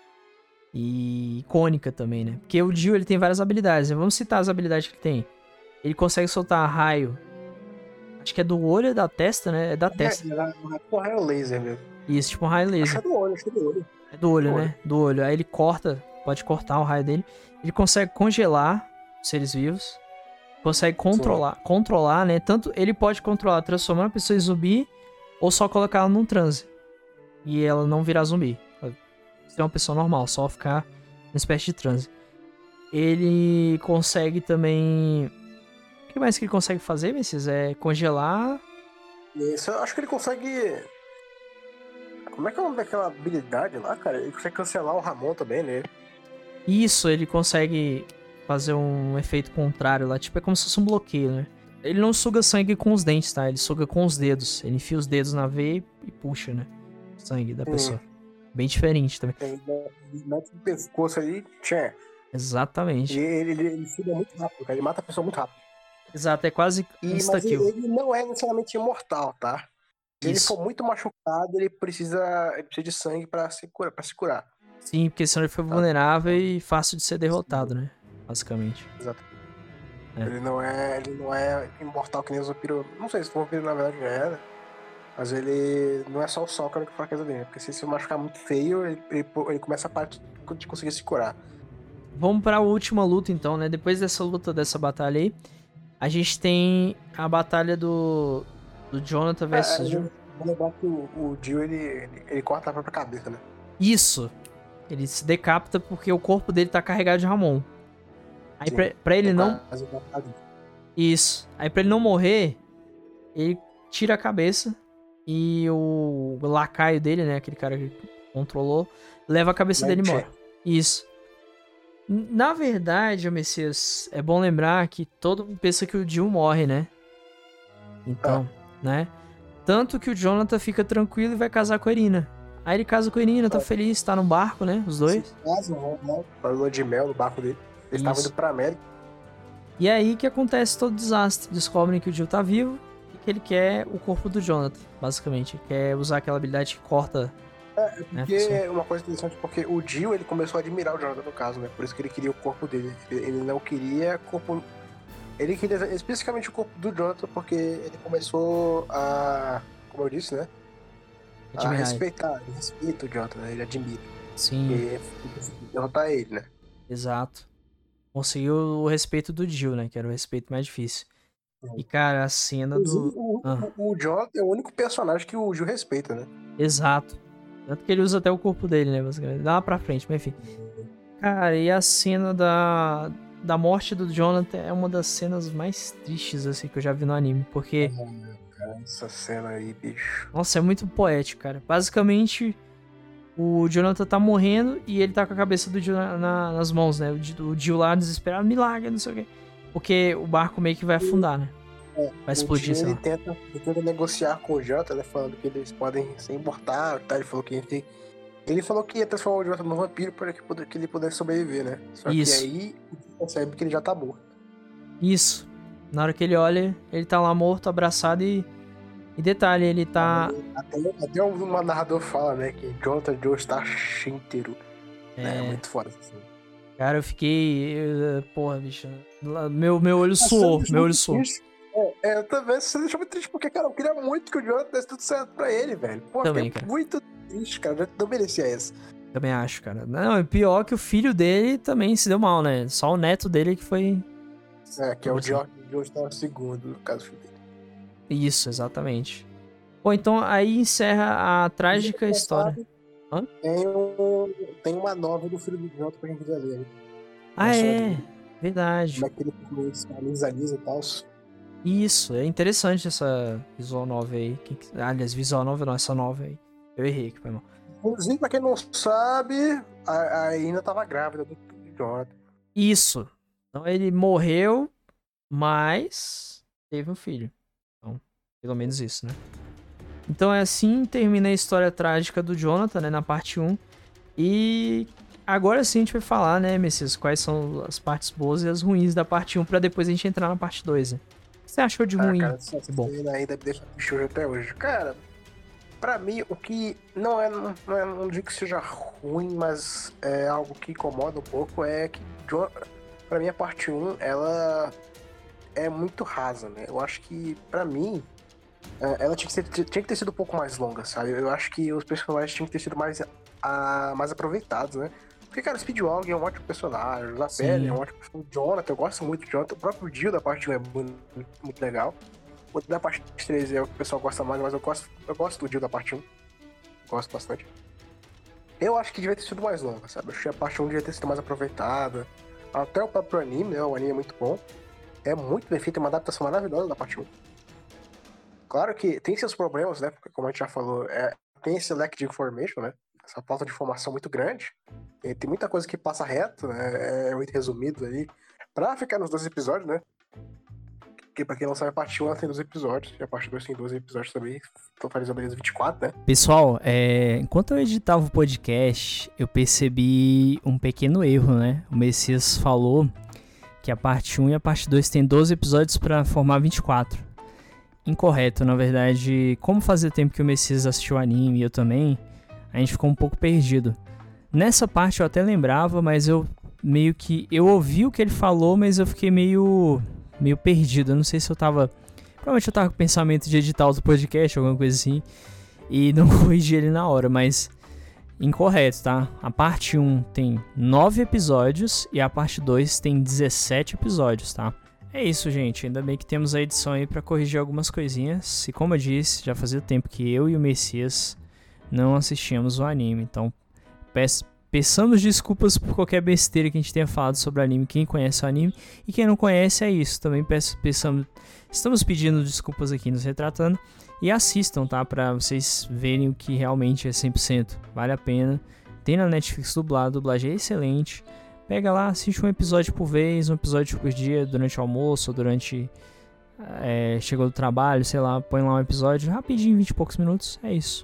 E icônica também, né? Porque o Jill, ele tem várias habilidades, né? Vamos citar as habilidades que ele tem. Ele consegue soltar raio. Acho que é do olho, é da testa, né? É da testa. É, é, é raio laser mesmo. Isso, tipo um raio laser. Acho que é do olho, acho que é do olho. É do olho, Do né? Do olho. Aí ele corta, pode cortar o raio dele. Ele consegue congelar seres vivos. Consegue controlar, Sim. controlar, né? Tanto ele pode controlar, transformar a pessoa em zumbi ou só colocar ela num transe. E ela não virar zumbi. Ser uma pessoa normal, só ficar uma espécie de transe. Ele consegue também... O que mais que ele consegue fazer, Messias? É congelar... Isso, eu acho que ele consegue... Como é que é o nome daquela habilidade lá, cara? Ele consegue cancelar o Ramon também, né? Isso, ele consegue fazer um efeito contrário lá. Tipo, é como se fosse um bloqueio, né? Ele não suga sangue com os dentes, tá? Ele suga com os dedos. Ele enfia os dedos na veia e puxa, né? O sangue da pessoa. Hum. Bem diferente também. Ele mete no pescoço ali, tchê. Exatamente. E ele, ele, ele suga muito rápido, cara. Ele mata a pessoa muito rápido. Exato, é quase insta-kill. Mas ele, ele não é necessariamente imortal, tá? Se Isso. ele for muito machucado, ele precisa, ele precisa de sangue pra se curar. Pra se curar. Sim, porque senão ele foi tá. vulnerável e fácil de ser derrotado, Sim. né? Basicamente. Exato. É. Ele, não é, ele não é imortal que nem o vampiro. Não sei se o vampiro na verdade já era. Mas ele não é só o sol que é a fraqueza dele. Porque se ele se machucar muito feio, ele, ele, ele começa a parte de conseguir se curar. Vamos pra última luta então, né? Depois dessa luta, dessa batalha aí, a gente tem a batalha do, do Jonathan versus... É, Jill. Vou lembrar que o, o Jill, ele, ele, ele corta a própria cabeça, né? Isso. Ele se decapita porque o corpo dele tá carregado de Ramon. Aí Sim, pra, pra ele não... Isso. Aí pra ele não morrer, ele tira a cabeça e o lacaio dele, né? Aquele cara que controlou, leva a cabeça Mas dele embora. Isso. Na verdade, o Messias, é bom lembrar que todo mundo pensa que o Jill morre, né? Então, ah. né? Tanto que o Jonathan fica tranquilo e vai casar com a Irina. Aí ele casa com a Irina, tá ah. feliz, tá num barco, né? Os dois. Casam, né? Pra lua de mel no barco dele. Eles estavam indo pra América. E é aí que acontece todo o desastre. Descobrem que o Jill tá vivo e que ele quer o corpo do Jonathan, basicamente. Ele quer usar aquela habilidade que corta... É, porque é uma coisa interessante, porque o Jill, ele começou a admirar o Jonathan no caso, né? Por isso que ele queria o corpo dele. Ele não queria corpo... Ele queria especificamente o corpo do Jonathan, porque ele começou a... Como eu disse, né? A respeitar. Ele respeita o Jonathan, né? Ele admira. Sim. E derrotar ele, né? Exato. Conseguiu o respeito do Jill, né? Que era o respeito mais difícil. E, cara, a cena do... O, ah. o, o Jonathan é o único personagem que o Jill respeita, né? Exato. Tanto que ele usa até o corpo dele, né? Basicamente. Dá lá pra frente, mas enfim. Cara, e a cena da, da morte do Jonathan é uma das cenas mais tristes, assim, que eu já vi no anime. Porque... Essa cena aí, bicho. Nossa, é muito poético, cara. Basicamente, o Jonathan tá morrendo e ele tá com a cabeça do Jill na, na, nas mãos, né? O, o Jill lá desesperado, milagre, não sei o quê. Porque o barco meio que vai afundar, né? É, vai explodir, sei ele lá. tenta, ele tenta negociar com o Jota, né? Falando que eles podem ser imortais, tá? Ele falou que ele, ele falou que ia transformar o Jota num vampiro para que, que ele pudesse sobreviver, né? Só Isso. que aí ele percebe que ele já tá morto. Isso. Na hora que ele olha, ele tá lá morto, abraçado e... E detalhe, ele tá... Até, até uma narrador fala, né? Que Jonathan Joe está inteiro. É, é muito foda assim. Cara, eu fiquei... Eu, porra, bicho. Meu, meu olho suou, meu olho suou. É, é, eu também, você deixou muito triste, porque, cara, eu queria muito que o Jonathan desse tudo certo pra ele, velho. Pô, Também, cara. cara. Muito triste, cara. Já não merecia essa. Também acho, cara. Não, é pior que o filho dele também se deu mal, né? Só o neto dele que foi... É, que é o George George segundo, no caso do filho dele. Isso, exatamente. Bom, então aí encerra a trágica e, história. Hã? Tem, um, tem uma nova do filho do Jonathan pra quem quiser ler. Ah, é? Verdade. Como é que ele começa a lisa-lisa e tal. Isso, é interessante essa visual novel aí. Aliás, visual novel não, essa novel aí. Eu errei aqui, foi mal. Inclusive, pra quem não sabe, a, a Ina tava grávida do, do Jonathan. Isso. Então ele morreu, mas teve um filho. Então, pelo menos isso, né? Então é assim, termina a história trágica do Jonathan, né, na parte um. E agora sim a gente vai falar, né, Messias, quais são as partes boas e as ruins da parte um, pra depois a gente entrar na parte dois, né? O que você achou de ruim? Ah, cara, essa bom. cena ainda me deixa bicho até hoje. Cara, pra mim, o que não é, não é, não digo que seja ruim, mas é algo que incomoda um pouco, é que John, pra mim a parte um, ela é muito rasa, né? Eu acho que, pra mim, ela tinha que, ser, tinha que ter sido um pouco mais longa, sabe? Eu acho que os personagens tinham que ter sido mais, a, mais aproveitados, né? Porque, cara, o Speedwalk é um ótimo personagem, o Zapelli é um ótimo personagem, o Jonathan, eu gosto muito do Jonathan, o próprio Dio da parte um é muito, muito legal. O da parte três é o que o pessoal gosta mais, mas eu gosto, eu gosto do Dio da parte um. Gosto bastante. Eu acho que devia ter sido mais longa, sabe? Eu acho que a parte um devia ter sido mais aproveitada. Até o próprio anime, né? O anime é muito bom. É muito bem feito, é uma adaptação maravilhosa da parte um. Claro que tem seus problemas, né? Porque, como a gente já falou, é, tem esse lack de information, né? Essa falta de informação muito grande. E tem muita coisa que passa reto, né? É muito resumido ali. Pra ficar nos dois episódios, né? Porque pra quem não sabe, a parte um ela tem doze episódios. E a parte dois tem doze episódios também. Totalizando eles vinte e quatro, né? Pessoal, é, enquanto eu editava o podcast, eu percebi um pequeno erro, né? O Messias falou que a parte um e a parte dois tem doze episódios pra formar vinte e quatro. Incorreto, na verdade. Como fazia tempo que o Messias assistiu o anime e eu também, a gente ficou um pouco perdido. Nessa parte eu até lembrava, mas eu meio que... Eu ouvi o que ele falou, mas eu fiquei meio... meio perdido. Eu não sei se eu tava... Provavelmente eu tava com o pensamento de editar outro podcast, alguma coisa assim, e não corrigi ele na hora, mas... Incorreto, tá? A parte um tem nove episódios e a parte dois tem dezessete episódios, tá? É isso, gente. Ainda bem que temos a edição aí pra corrigir algumas coisinhas. E como eu disse, já fazia tempo que eu e o Messias não assistíamos o anime. Então, peço, peçamos desculpas por qualquer besteira que a gente tenha falado sobre o anime. Quem conhece o anime e quem não conhece é isso. Também peço, peçamos, estamos pedindo desculpas aqui nos retratando. E assistam, tá? Pra vocês verem o que realmente é cem por cento. Vale a pena. Tem na Netflix dublado, a dublagem é excelente. Pega lá, assiste um episódio por vez, um episódio por dia, durante o almoço ou durante... É, chegou do trabalho, sei lá, põe lá um episódio rapidinho, vinte e poucos minutos, é isso.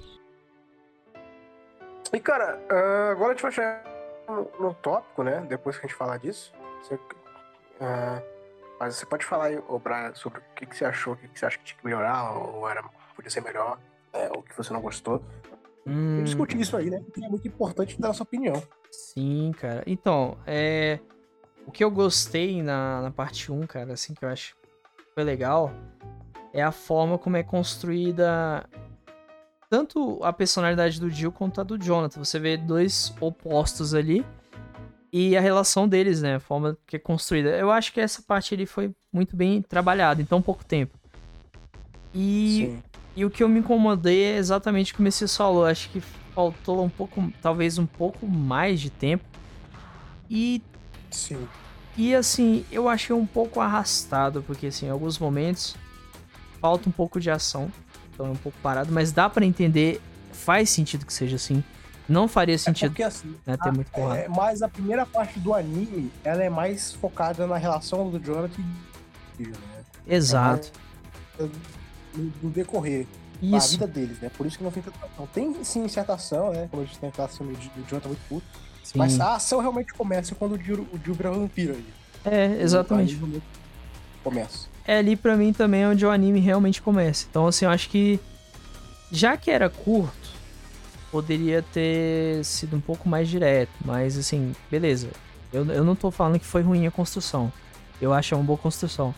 E, cara, uh, agora a gente vai chegar no, no tópico, né? Depois que a gente falar disso. Você, uh, mas você pode falar aí, ô, Brian, sobre o que, que você achou, o que, que você acha que tinha que melhorar, ou era, podia ser melhor, é, ou o que você não gostou. Hum... Discutir isso aí, né? Porque é muito importante dar a sua opinião. Sim, cara. Então, é... o que eu gostei na, na parte um, cara, assim, que eu acho que foi legal, é a forma como é construída tanto a personalidade do Jill quanto a do Jonathan. Você vê dois opostos ali e a relação deles, né? A forma que é construída. Eu acho que essa parte ali foi muito bem trabalhada em tão pouco tempo. E, Sim. e o que eu me incomodei é exatamente o que o Messias falou. Acho que faltou um pouco, talvez um pouco mais de tempo. E... Sim. E assim, eu achei um pouco arrastado, porque assim, em alguns momentos falta um pouco de ação, então é um pouco parado, mas dá pra entender, faz sentido que seja assim. Não faria sentido, é porque, assim, né, ter a, muito porrada. É, mas a primeira parte do anime, ela é mais focada na relação do Jonathan e do Jill, né? Exato. no, no decorrer da vida deles, né? Por isso que não tem tanta ação. Tem sim certa ação, né? Como a gente tem aquela ação de o John tá muito puto. Sim. Mas a ação realmente começa quando o Jill, o Jill vira vampiro ali. É, exatamente. Começa. É ali pra mim também onde o anime realmente começa. Então, assim, eu acho que já que era curto, poderia ter sido um pouco mais direto. Mas, assim, beleza. Eu, eu não tô falando que foi ruim a construção. Eu acho uma boa construção.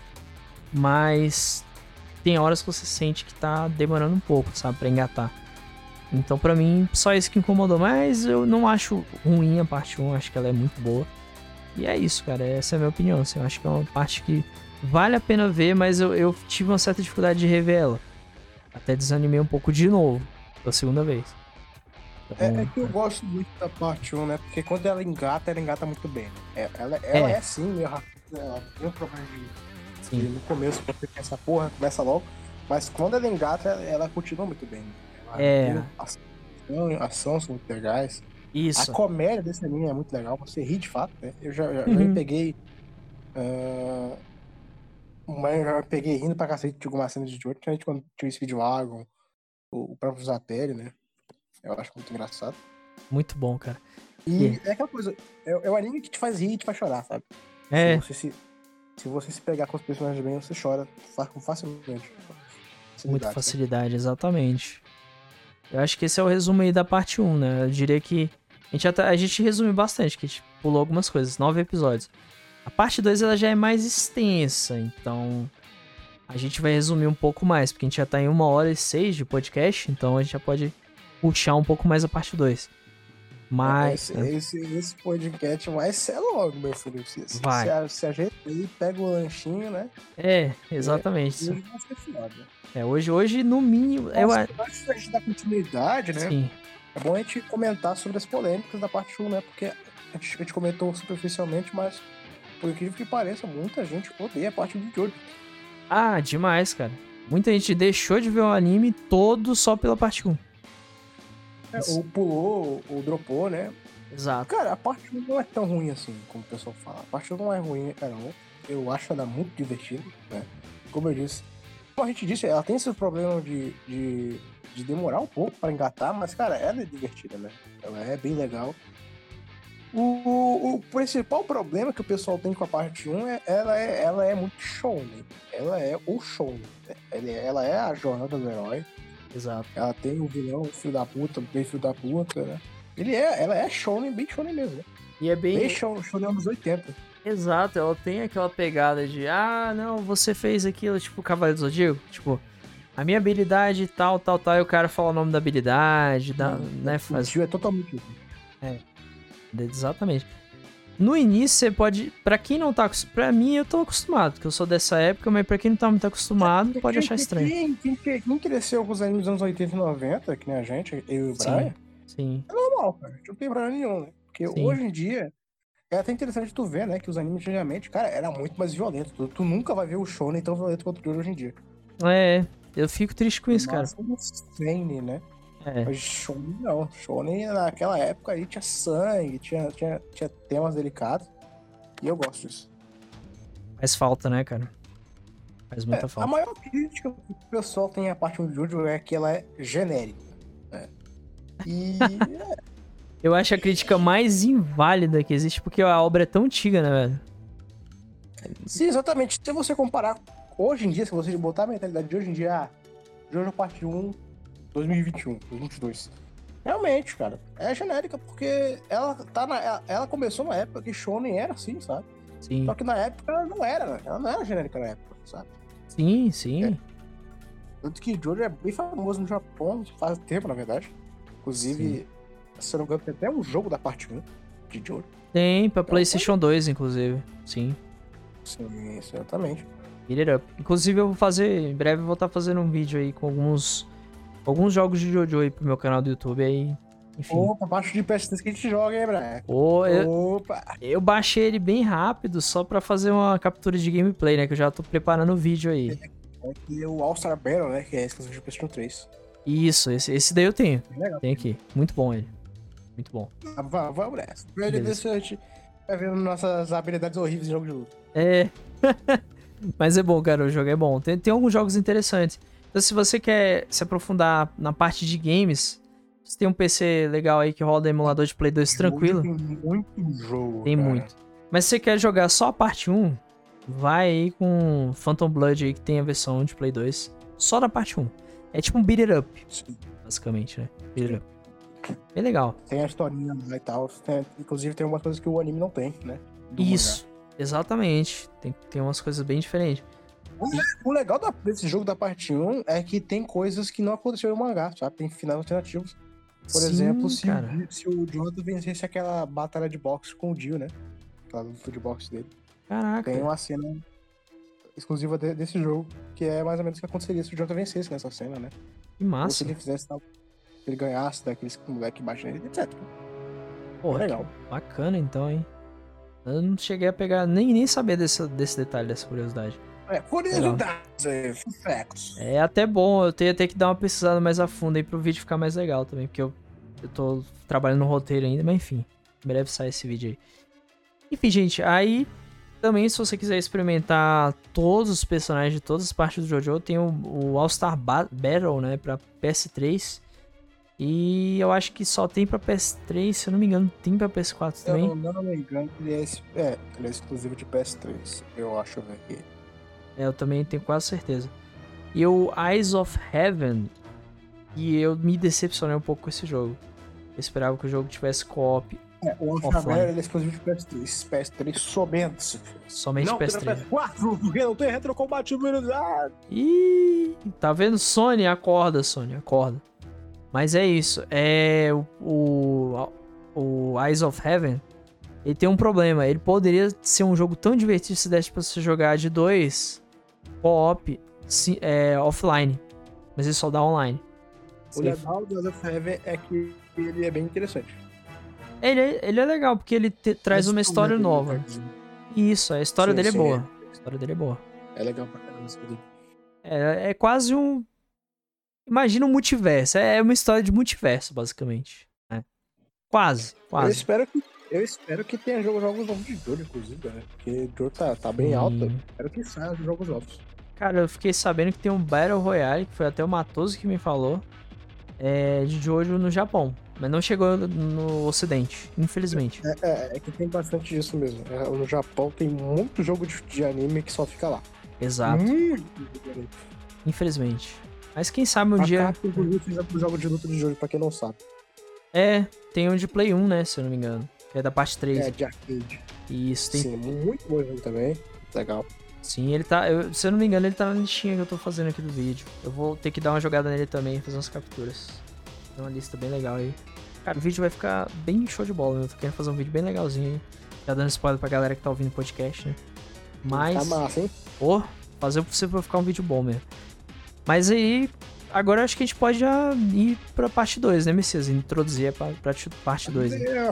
Mas tem horas que você sente que tá demorando um pouco, sabe, pra engatar. Então, pra mim, só isso que incomodou. Mas eu não acho ruim a parte um, acho que ela é muito boa. E é isso, cara, essa é a minha opinião. Assim, eu acho que é uma parte que vale a pena ver, mas eu, eu tive uma certa dificuldade de rever ela. Até desanimei um pouco de novo, pela segunda vez. Então, é, é que eu gosto muito da parte um, né? Porque quando ela engata, ela engata muito bem, né? Ela, ela é, é sim, meio rápida, ela tem um problema de, de no começo, você pensa, essa porra, começa logo. Mas quando ela engata, ela, ela continua muito bem. Ela é. Ação, ação são muito legais. Isso. A comédia desse anime é muito legal, você ri de fato, né? Eu já, já, uhum. já me peguei. Uh, mas eu já me peguei rindo pra cacete de algumas cenas de Jojo, principalmente quando tinha o Speedwagon, o, o próprio Zatelli, né? Eu acho muito engraçado. Muito bom, cara. E yeah. é aquela coisa, é, é o anime que te faz rir e te faz chorar, sabe? É. Se você se, se, você se pegar com os personagens bem, você chora facilmente. Facilidade, Muita facilidade, né? Exatamente. Eu acho que esse é o resumo aí da parte um, né? Eu diria que a gente, até, a gente resume bastante, que a gente pulou algumas coisas, nove episódios. A parte dois ela já é mais extensa, então a gente vai resumir um pouco mais, porque a gente já tá em uma hora e seis de podcast, então a gente já pode puxar um pouco mais a parte dois. Mas... Esse, esse, esse podcast vai ser logo, meu filho. Se, vai. Se, se a gente aí pega o lanchinho, né? É, exatamente. E, e vai ser foda. É, hoje, hoje no mínimo... Mas, eu... Antes da gente dar continuidade, né? Sim. É bom a gente comentar sobre as polêmicas da parte um, né? Porque a gente, a gente comentou superficialmente, mas por incrível que pareça, muita gente odeia a parte de Jojo. Ah, demais, cara. Muita gente deixou de ver o anime todo só pela parte um. É, ou pulou, ou dropou, né? Exato. Cara, a parte um não é tão ruim assim, como o pessoal fala. A parte um não é ruim, cara. Eu acho ela muito divertida, né? Como eu disse. Como a gente disse, ela tem seus problemas de, de, de demorar um pouco pra engatar, mas, cara, ela é divertida, né? Ela é bem legal. O, o, o principal problema que o pessoal tem com a parte um é ela é, ela é muito shonen. Ela é o shonen. Ela, ela é a jornada do herói. Exato. Ela tem o vilão, o filho da puta, bem filho da puta, né? Ele é, ela é shonen, bem shonen mesmo, né? E é bem... Bem shonen, shonen anos oitenta. Exato, ela tem aquela pegada de ah, não, você fez aquilo, tipo, Cavaleiro do Zodíaco, tipo, a minha habilidade tal, tal, tal, e o cara fala o nome da habilidade, da, hum, né, faz... O é totalmente isso. É, exatamente. No início você pode, pra quem não tá acostumado, pra mim eu tô acostumado, porque eu sou dessa época, mas pra quem não tá muito acostumado, é, pode quem, achar estranho. Quem, quem, quem cresceu com os animes dos anos oitenta e noventa, que nem a gente, eu e o Brian, sim. É normal, cara, a gente não tem problema nenhum, né? Porque sim. Hoje em dia, é até interessante tu ver, né, que os animes antigamente, cara, era muito mais violento. Tu, tu nunca vai ver o shonen tão violento quanto o hoje em dia. É, eu fico triste com isso, cara. Shonen, né? É. Mas shonen não. Shonen naquela época aí tinha sangue, tinha, tinha, tinha temas delicados. E eu gosto disso. Faz falta, né, cara? Faz muita é, falta. A maior crítica que o pessoal tem a parte do Jojo é que ela é genérica. Né? E... é. Eu acho a crítica mais inválida que existe, porque a obra é tão antiga, né, velho? Sim, exatamente. Se você comparar hoje em dia, se você botar a mentalidade de hoje em dia, ah, Jojo parte um, dois mil e vinte e um, dois mil e vinte e dois. Realmente, cara, é genérica, porque ela, tá na, ela, ela começou na época que Shonen era assim, sabe? Sim. Só que na época ela não era, né? Ela não era genérica na época, sabe? Sim, sim. É. Tanto que Jojo é bem famoso no Japão, faz tempo, na verdade. Inclusive... Sim. Se eu não me engano, tem até um jogo da parte um de Jojo. Tem, pra então, PlayStation dois, inclusive. Sim. Sim, exatamente. Get it up. Inclusive, eu vou fazer, em breve, eu vou estar fazendo um vídeo aí com alguns alguns jogos de Jojo aí pro meu canal do YouTube aí. Enfim. Opa, baixo de P S três que a gente joga, hein, Brian? Oh, eu, Opa! Eu baixei ele bem rápido, só pra fazer uma captura de gameplay, né? Que eu já tô preparando o vídeo aí. É que o All-Star Battle, né? Que é exclusivo de PlayStation três. Isso, esse, esse daí eu tenho. Legal. Tem aqui. Muito bom ele. Muito bom. Ah, vamos nessa. Vai ver nossas habilidades horríveis em jogo de luta. É. Mas é bom, cara, o jogo é bom. Tem, tem alguns jogos interessantes. Então, se você quer se aprofundar na parte de games, você tem um P C legal aí que roda emulador de Play dois tranquilo. Tem muito jogo, Tem cara. muito. Mas se você quer jogar só a parte um, vai aí com Phantom Blood aí, que tem a versão de Play dois, só da parte um. É tipo um beat it up, Sim. basicamente, né? Beat it up. Bem legal. Tem a historinha lá e tal. Tem- inclusive tem algumas coisas que o anime não tem, né? Do Isso, exatamente. Tem, tem umas coisas bem diferentes. mangá. O legal da- desse jogo da parte um é que tem coisas que não aconteceram no mangá, sabe? Tem finais alternativos. Por Sim, exemplo, se, cara. o- se o Jonathan vencesse aquela batalha de boxe com o Dio, né? Aquela luta de boxe dele. Caraca. Tem uma cena exclusiva de- desse jogo, que é mais ou menos o que aconteceria se o Jonathan vencesse nessa cena, né? Que Ou se massa. ele fizesse tal. Se ele ganhasse daqueles moleque que bate nele, etcétera. Porra, legal. que bacana então, hein? Eu não cheguei a pegar, nem, nem saber desse, desse detalhe, dessa curiosidade. É, curiosidades, é, fun facts. É até bom, eu tenho até que dar uma pesquisada mais a fundo aí pro vídeo ficar mais legal também, porque eu, eu tô trabalhando no roteiro ainda, mas enfim, em breve sai esse vídeo aí. Enfim, gente, aí também se você quiser experimentar todos os personagens de todas as partes do JoJo, tem o, o All-Star Ba- Battle, né, pra P S três. E eu acho que só tem pra P S três, se eu não me engano, tem pra P S quatro também. Eu não me engano, ele é, esse- é, ele é exclusivo de P S três, eu acho, velho. É, eu também tenho quase certeza. E o Eyes of Heaven, e eu me decepcionei um pouco com esse jogo. Eu esperava que o jogo tivesse co-op É, o Offline. Ultraman ele é exclusivo de P S três. P S três somente. somente Não P S tem três. na P S quatro, porque não tem retrocompatibilidade. Ih, tá vendo? Sony, acorda, Sony, acorda. Mas é isso. É o, o, o Eyes of Heaven, ele tem um problema. Ele poderia ser um jogo tão divertido se desse pra você jogar de dois co-op si- é, offline. Mas ele só dá online. O Você- legal do Elder Heaven é que ele é bem interessante. Ele, é- ele é legal, porque ele te- traz uma história nova. Isso, a história Sim, dele é sim, boa. A história dele é boa. É legal pra caramba isso aqui. É, é quase um. Imagina um multiverso. É uma história de multiverso, basicamente. né? Quase, Eu quase. espero que, eu espero que tenha jogos jogos novos de Jojo, inclusive, né? Porque Jojo tá, tá bem Sim. alta. Espero que saia jogos novos. Cara, eu fiquei sabendo que tem um Battle Royale, que foi até o Matoso que me falou, é, de Jojo no Japão. Mas não chegou no Ocidente, infelizmente. É, é, é que tem bastante disso mesmo. É, no Japão tem muito jogo de, de anime que só fica lá. Exato, Muito diferente. infelizmente. Mas quem sabe um A dia. Capcom, inclusive, fez um jogo de luta de Jojo, pra quem não sabe. É, tem um de Play um, né? Se eu não me engano. Que é da parte três. É, de arcade. E isso tem. Sim, muito bom jogo também. Legal. Sim, ele tá. eu- se eu não me engano, ele tá na listinha que eu tô fazendo aqui do vídeo. Eu vou ter que dar uma jogada nele também, fazer umas capturas. Tem uma lista bem legal aí. Cara, o vídeo vai ficar bem show de bola, né? Eu tô querendo fazer um vídeo bem legalzinho aí. Já dando spoiler pra galera que tá ouvindo o podcast, né? Mas. Tá massa, hein? Pô, fazer o possível pra ficar um vídeo bom mesmo. Mas aí. Agora eu acho que a gente pode já ir pra parte dois, né, Messias? Introduzir pra, pra parte dois. Né? É.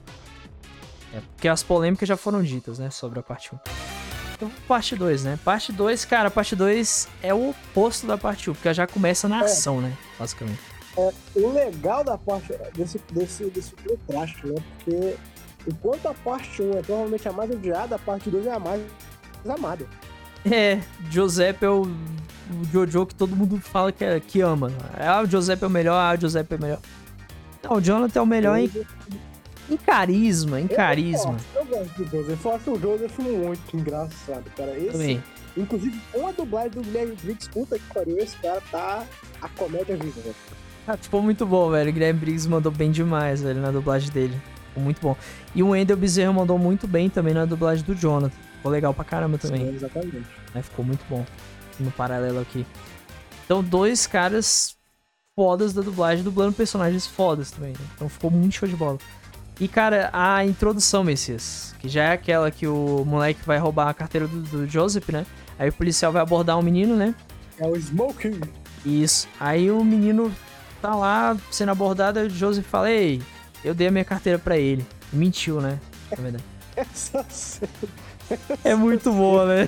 É, porque as polêmicas já foram ditas, né, sobre a parte um. Então, parte dois, né? Parte dois, cara, a parte dois é o oposto da parte um, porque já começa na ação, né? Basicamente. O legal da parte desse, desse, desse contraste, né? Porque enquanto a parte um é provavelmente a mais odiada, a parte dois é a mais amada. É, Giuseppe é o, o Jojo que todo mundo fala que, é, que ama. Ah, o Giuseppe é o melhor, ah, o Giuseppe é o melhor. Não, o Jonathan é o melhor em, em carisma, em carisma. Eu gosto do Joseph, eu acho o Joseph muito engraçado, cara. Esse, Também. inclusive, com a dublagem do Guilherme Briggs, puta que pariu, esse cara tá a comédia viva, velho. Ah, ficou muito bom, velho. O Guilherme Briggs mandou bem demais, velho, na dublagem dele. Ficou muito bom. E o Wendel Bezerra mandou muito bem também na dublagem do Jonathan. Ficou legal pra caramba também. Sim, exatamente. Né? Ficou muito bom. No paralelo aqui. Então, dois caras fodas da dublagem, dublando personagens fodas também. Né? Então, ficou muito show de bola. E, cara, a introdução, Messias, que já é aquela que o moleque vai roubar a carteira do, do Joseph, né? Aí o policial vai abordar um menino, né? É o Smoking. Isso. Aí o menino tá lá sendo abordado, aí o Joseph fala, ei, eu dei a minha carteira pra ele. Mentiu, né? Na verdade. Essa cena. É muito boa, né?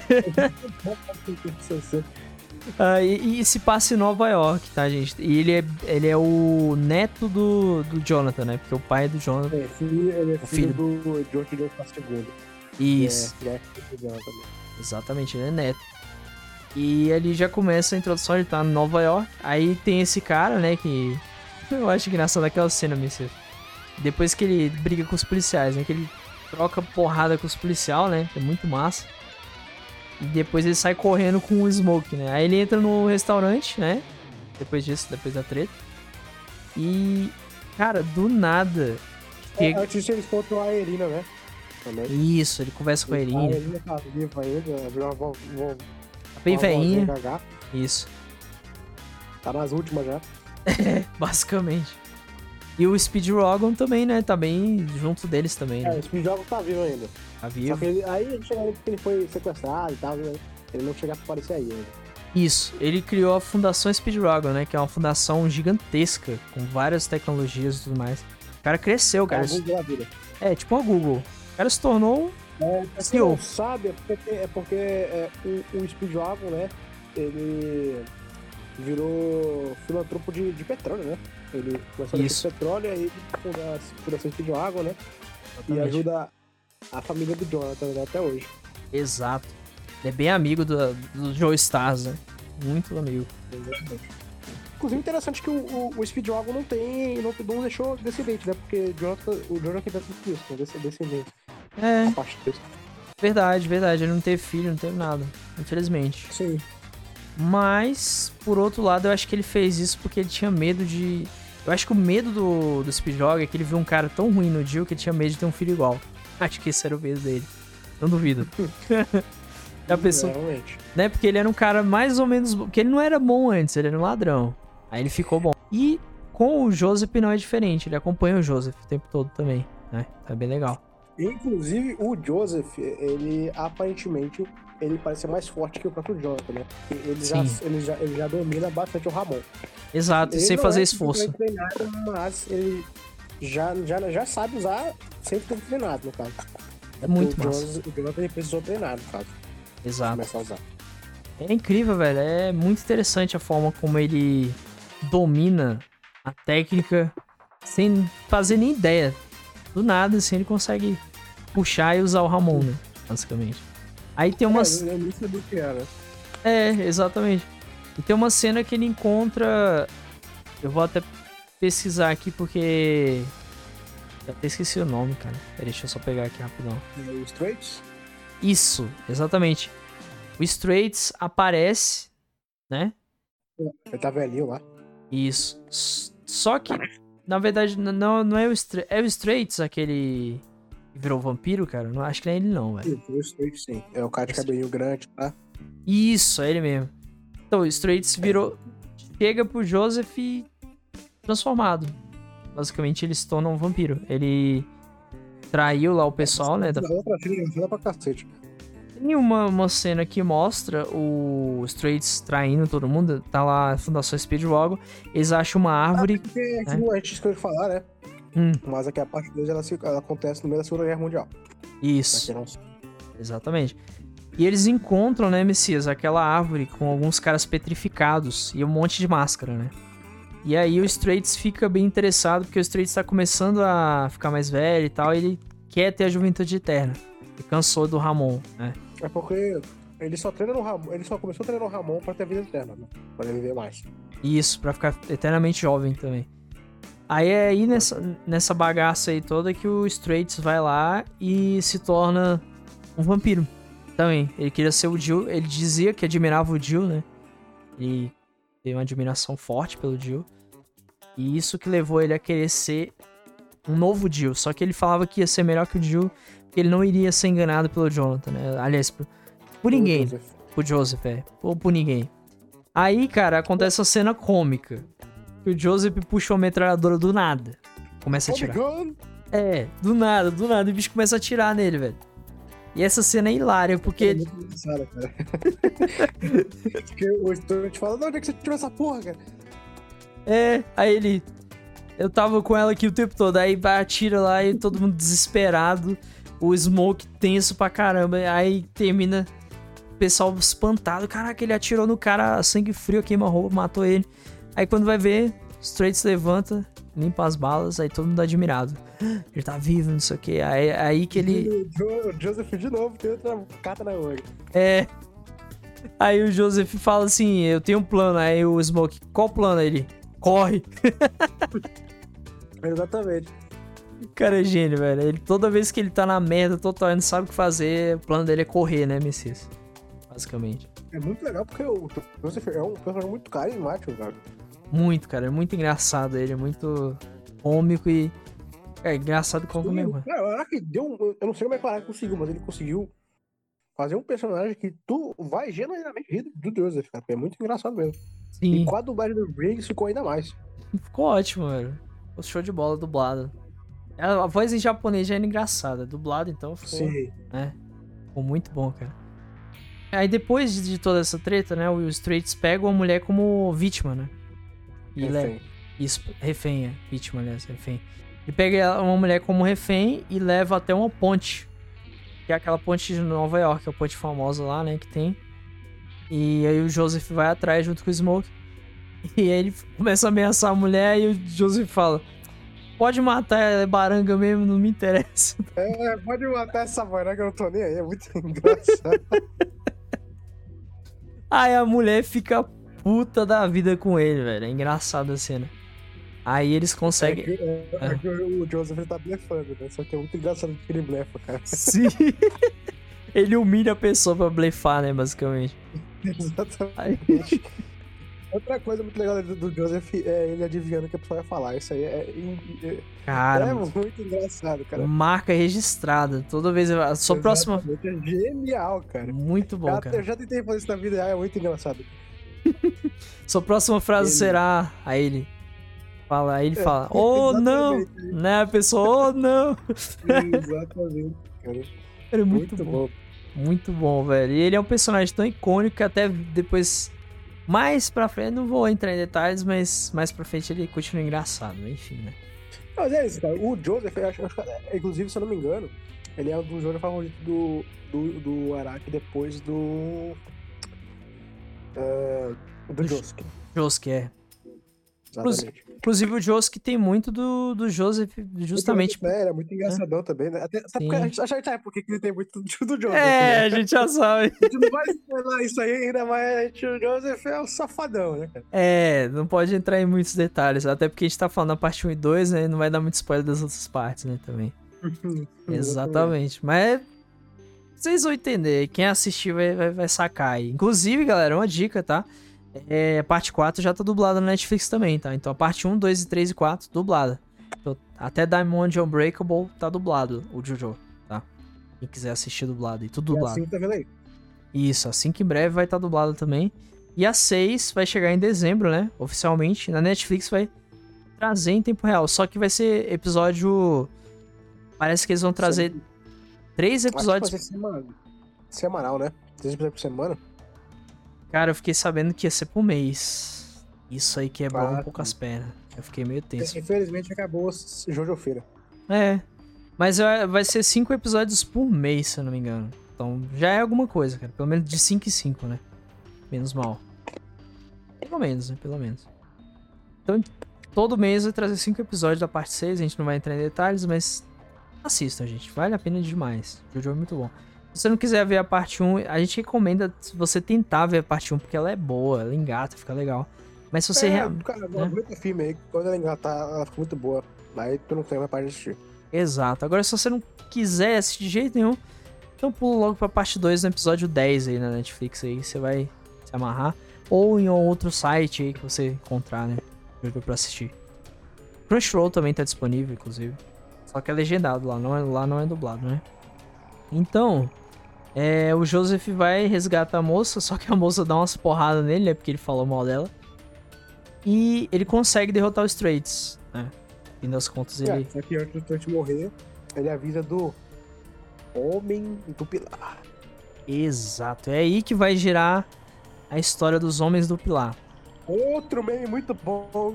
Essa cena. Ah, e, e se passa em Nova York, tá, gente? E ele é, ele é o neto do, do Jonathan, né? Porque o pai do Jonathan... É, filho, ele é O filho, filho. do George Jones segundo. Isso. É, é, também. Exatamente, ele é neto. E ali já começa a introdução, ele tá em Nova York. Aí tem esse cara, né, que... Eu acho engraçado aquela cena, Messias. Depois que ele briga com os policiais, né, que ele troca porrada com os policiais, né, que é muito massa. E depois ele sai correndo com o Smoke, né. Aí ele entra no restaurante, né, depois disso, depois da treta. E, cara, do nada... É, antes disso eles encontram a Irina, né? Também. Isso, ele conversa com a Irina. A Irina tá viva ainda, virou uma vo... vo... Bem uma veinha. vozinha. Isso. Tá nas últimas já. É, basicamente. E o Speedwagon também, né? Tá bem junto deles também, né? É, o Speedwagon tá vivo ainda. Tá vivo. Só que ele, aí ele chega porque ele foi sequestrado e tal, né? Ele não chega a aparecer aí ainda. Isso, ele criou a Fundação Speedwagon, né? Que é uma fundação gigantesca, com várias tecnologias e tudo mais. O cara cresceu, cara. É, a Google da vida. É, tipo uma Google. O cara se tornou um É, pra C quem E O. não sabe, é porque, é porque é, o, o Speedwagon, né? Ele virou filantropo de, de petróleo, né? Ele começou a Isso. petróleo, aí ele funda a Fundação Speedwagon, né? Exatamente. E ajuda a família do Jonathan, né? Até hoje. Exato. Ele é bem amigo do, do Joe Stars, né? Muito amigo. Inclusive, interessante que o, o, o Speedwagon não tem, não, não deixou descendente, né? Porque o Jonathan, o Jonathan tem tudo isso, né? Desse- Descendente. É, A parte disso. verdade, verdade. Ele não teve filho, não teve nada. Infelizmente. Sim. Mas, por outro lado, eu acho que ele fez isso porque ele tinha medo de... Eu acho que o medo do, do Speedwagon é que ele viu um cara tão ruim no Jill que ele tinha medo de ter um filho igual. Acho que esse era o medo dele. Não duvido. Já pensou? Realmente. Né? Porque ele era um cara mais ou menos... Porque ele não era bom antes, ele era um ladrão. Aí ele ficou bom. E com o Joseph não é diferente. Ele acompanha o Joseph o tempo todo também, né? Tá bem legal. Inclusive, o Joseph, ele aparentemente, ele parece ser mais forte que o próprio Jonathan, né? Ele, já, Sim. ele, já, ele já domina bastante o Ramon. Exato, e Ele sem não fazer é esforço. simplesmente treinado, mas ele já, já, já sabe usar sem ter treinado, no caso. É muito o massa. Jonathan, o Jonathan ele precisou treinar, no caso. Exato. Começar a usar. É incrível, velho. É muito interessante a forma como ele domina a técnica sem fazer nem ideia. Do nada, assim, ele consegue puxar e usar o Ramon, né? Basicamente. Aí tem umas... É, eu nem sabia o que era. É, exatamente. E tem uma cena que ele encontra... Eu vou até pesquisar aqui porque... Eu até esqueci o nome, cara. Pera, deixa eu só pegar aqui rapidão. É o Straits? Isso, exatamente. O Straits aparece, né? Ele tá velhinho lá. Isso. S- Só que, na verdade, n- não, não é o Straits. É o Straits aquele que virou vampiro, cara? Não acho que não é ele, não, velho. Sim, o Straits, sim. É o cara de cabelinho grande, tá? Isso, é ele mesmo. Então, o Straits virou. Chega pro Joseph transformado. Basicamente, ele se torna um vampiro. Ele traiu lá o pessoal, né? Da... Outra filha, filha pra cacete. Tem uma, uma cena que mostra o Straits traindo todo mundo. Tá lá a Fundação Speedwagon. Eles acham uma árvore. Porque aquilo a gente esqueceu de falar, né? Hum, Mas aqui a parte deles ela, se- ela acontece no meio da Segunda Guerra Mundial. Pra isso. quem não sabe. Exatamente. E eles encontram, né, Messias, aquela árvore com alguns caras petrificados e um monte de máscara, né? E aí o Straits fica bem interessado, porque o Straits tá começando a ficar mais velho e tal, e ele quer ter a juventude eterna. Ele cansou do Ramon, né? É porque ele só treina no Ramon. Ele só começou a treinar no Ramon pra ter vida eterna, né? Pra ele viver mais. Isso, pra ficar eternamente jovem também. Aí é aí nessa, nessa bagaça aí toda que o Straits vai lá e se torna um vampiro. Também. Ele queria ser o Jill. Ele dizia que admirava o Jill, né? Ele tem uma admiração forte pelo Jill. E isso que levou ele a querer ser um novo Jill. Só que ele falava que ia ser melhor que o Jill, porque ele não iria ser enganado pelo Jonathan, né? Aliás, por, por ninguém. O Joseph. Por Joseph, é. Ou por ninguém. Aí, cara, acontece a cena cômica. Que o Joseph puxa uma metralhadora do nada. Começa a Tommy atirar. Gun! É, do nada, do nada. O bicho começa a atirar nele, velho. E essa cena é hilária, É porque... muito necessário, cara. Porque o estudante fala, não, onde é que você tirou essa porra, cara? É, aí ele... Eu tava com ela aqui o tempo todo. Aí vai, atira lá e todo mundo desesperado. O Smoke tenso pra caramba. Aí termina o pessoal espantado. Caraca, ele atirou no cara, sangue frio, queima-roupa, matou ele. Aí quando vai ver, Straits levanta. limpa as balas, aí todo mundo admirado. Ele tá vivo, não sei o que. Aí, aí que ele... O Joseph de novo tem outra carta na manga. É... Aí o Joseph fala assim, eu tenho um plano. Aí o Smoke, qual plano? Aí ele, corre. Exatamente. O cara é gênio, velho. Ele, toda vez que ele tá na merda total, ele não sabe o que fazer, o plano dele é correr, né, Messias? Basicamente. É muito legal porque o Joseph é um personagem muito carismático, cara. Muito, cara. É muito engraçado ele. É muito cômico e... É engraçado como mesmo. Cara, o Araki deu um... Eu não sei como é que o Araki conseguiu, mas ele conseguiu fazer um personagem que tu vai genuinamente rir do Joseph, cara. É muito engraçado mesmo. Sim. E com a dublagem do Briggs ficou ainda mais. Ficou ótimo, velho. Ficou show de bola dublado. A voz em japonês já era engraçada. Dublado, então, ficou... Sim. É, ficou muito bom, cara. Aí depois de toda essa treta, né, o Will Straits pega uma mulher como vítima, né? E Refém. leva... Isso, refém, é. Vítima, aliás, refém. Ele pega uma mulher como refém e leva até uma ponte. Que é aquela ponte de Nova York, a ponte famosa lá, né, que tem. E aí o Joseph vai atrás junto com o Smoke. E aí ele começa a ameaçar a mulher e o Joseph fala... Pode matar, ela é baranga mesmo, não me interessa. É, pode matar essa baranga, eu não tô nem aí, é muito engraçado. Aí a mulher fica puta da vida com ele, velho. É engraçada a cena. Aí eles conseguem... É que, é, é que o Joseph tá blefando, né? Só que é muito engraçado que ele blefa, cara. Sim. Ele humilha a pessoa pra blefar, né, basicamente. Exatamente. Aí... Outra coisa muito legal do, do Joseph é ele adivinhando o que a pessoa vai falar. Isso aí é, é, cara, é muito engraçado, cara. Marca registrada. Toda vez... A sua próxima... É genial, cara. Muito bom, eu, cara. Eu já tentei fazer isso na vida real, é muito engraçado. Sua próxima frase ele... será... Aí ele... Fala, aí ele fala... É, oh, não! Né, a pessoa... Oh, não! Exatamente, cara. É muito, muito bom. bom. Muito bom, velho. E ele é um personagem tão icônico que até depois... Mais pra frente, não vou entrar em detalhes, mas mais pra frente ele continua engraçado, enfim, né? Mas é isso, cara. O Joseph, eu acho, acho, inclusive, se eu não me engano, ele é um dos jogos favoritos do, do, do Araki depois do. Uh, do Josuke. Josuke, é. Exatamente. Inclusive o Josuke tem muito do, do Joseph, justamente... É, ele é muito engraçadão é. também, né? Até, sabe porque a gente, a gente sabe por que ele tem muito do, do Joseph. É, né? a gente já sabe. A gente não vai falar isso aí ainda, mas o Joseph é um safadão, né, cara? É, não pode entrar em muitos detalhes, até porque a gente tá falando da parte um e dois, né? Não vai dar muito spoiler das outras partes, né, também. Exatamente. Mas vocês vão entender, quem assistir vai, vai, vai sacar aí. Inclusive, galera, uma dica, tá? É, a parte quatro já tá dublada na Netflix também, tá? Então a parte um, dois, três e quatro, dublada. Então, até Diamond Unbreakable tá dublado, o Jojo, tá? Quem quiser assistir dublado e tudo dublado. É assim, tá vendo aí? Isso, assim que em breve vai estar tá dublado também. E a seis vai chegar em dezembro, né? Oficialmente. Na Netflix vai trazer em tempo real. Só que vai ser episódio... Parece que eles vão trazer Sim. três episódios... Acho que vai ser semanal. semanal, né? Três episódios por semana. Cara, eu fiquei sabendo que ia ser por mês. Isso aí quebrou ah, um pouco as pernas. Eu fiquei meio tenso. Infelizmente acabou Jojo-feira. É. Mas vai ser cinco episódios por mês, se eu não me engano. Então já é alguma coisa, cara. Pelo menos de cinco em cinco, né? Menos mal. Pelo menos, né? Pelo menos. Então, todo mês vai trazer cinco episódios da parte seis. A gente não vai entrar em detalhes, mas assistam, gente. Vale a pena demais. O Jojo é muito bom. Se você não quiser ver a parte um, a gente recomenda você tentar ver a parte um, porque ela é boa, ela engata, fica legal. Mas se você... É, rea... cara, né? Muito filme aí, quando ela engatar, ela fica muito boa. Aí tu não tem mais parte de assistir. Exato. Agora, se você não quiser assistir de jeito nenhum, então pula logo pra parte dois no episódio dez aí na Netflix aí, você vai se amarrar. Ou em outro site aí que você encontrar, né? Pra assistir. Crunchyroll também tá disponível, inclusive. Só que é legendado lá, não é, lá não é dublado, né? Então... É, o Joseph vai resgatar a moça, só que a moça dá umas porradas nele, né? Porque ele falou mal dela. E ele consegue derrotar o Straits, né? Fim das contas, ele... É, só que antes do Straits morrer, ele avisa do Homem do Pilar. Exato, é aí que vai girar a história dos Homens do Pilar. Outro meme muito bom.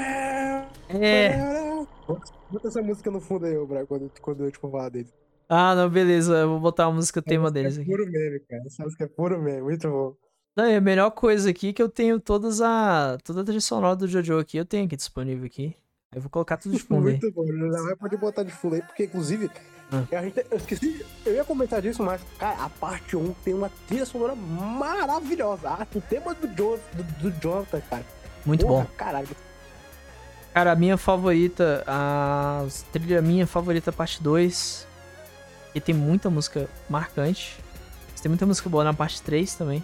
É. Bota essa música no fundo aí, Braga, quando, quando eu te for falar dele. Ah, não, beleza. Eu vou botar a música tema deles aqui. É puro meme, cara. Essa música é puro meme, muito bom. Não, e a melhor coisa aqui é que eu tenho todas a... Toda a trilha sonora do Jojo aqui, eu tenho aqui disponível aqui. Eu vou colocar tudo de fundo aí. Muito bom, já vai poder botar de fundo aí, porque inclusive, Hum. a gente, eu esqueci, eu ia comentar disso, mas, cara, a parte um tem uma trilha sonora maravilhosa. Ah, o tema do, jo, do, do Jonathan, cara. Muito Porra, bom. Caralho. Cara, a minha favorita, a trilha minha favorita, parte dois. E tem muita música marcante. Tem muita música boa na parte três também.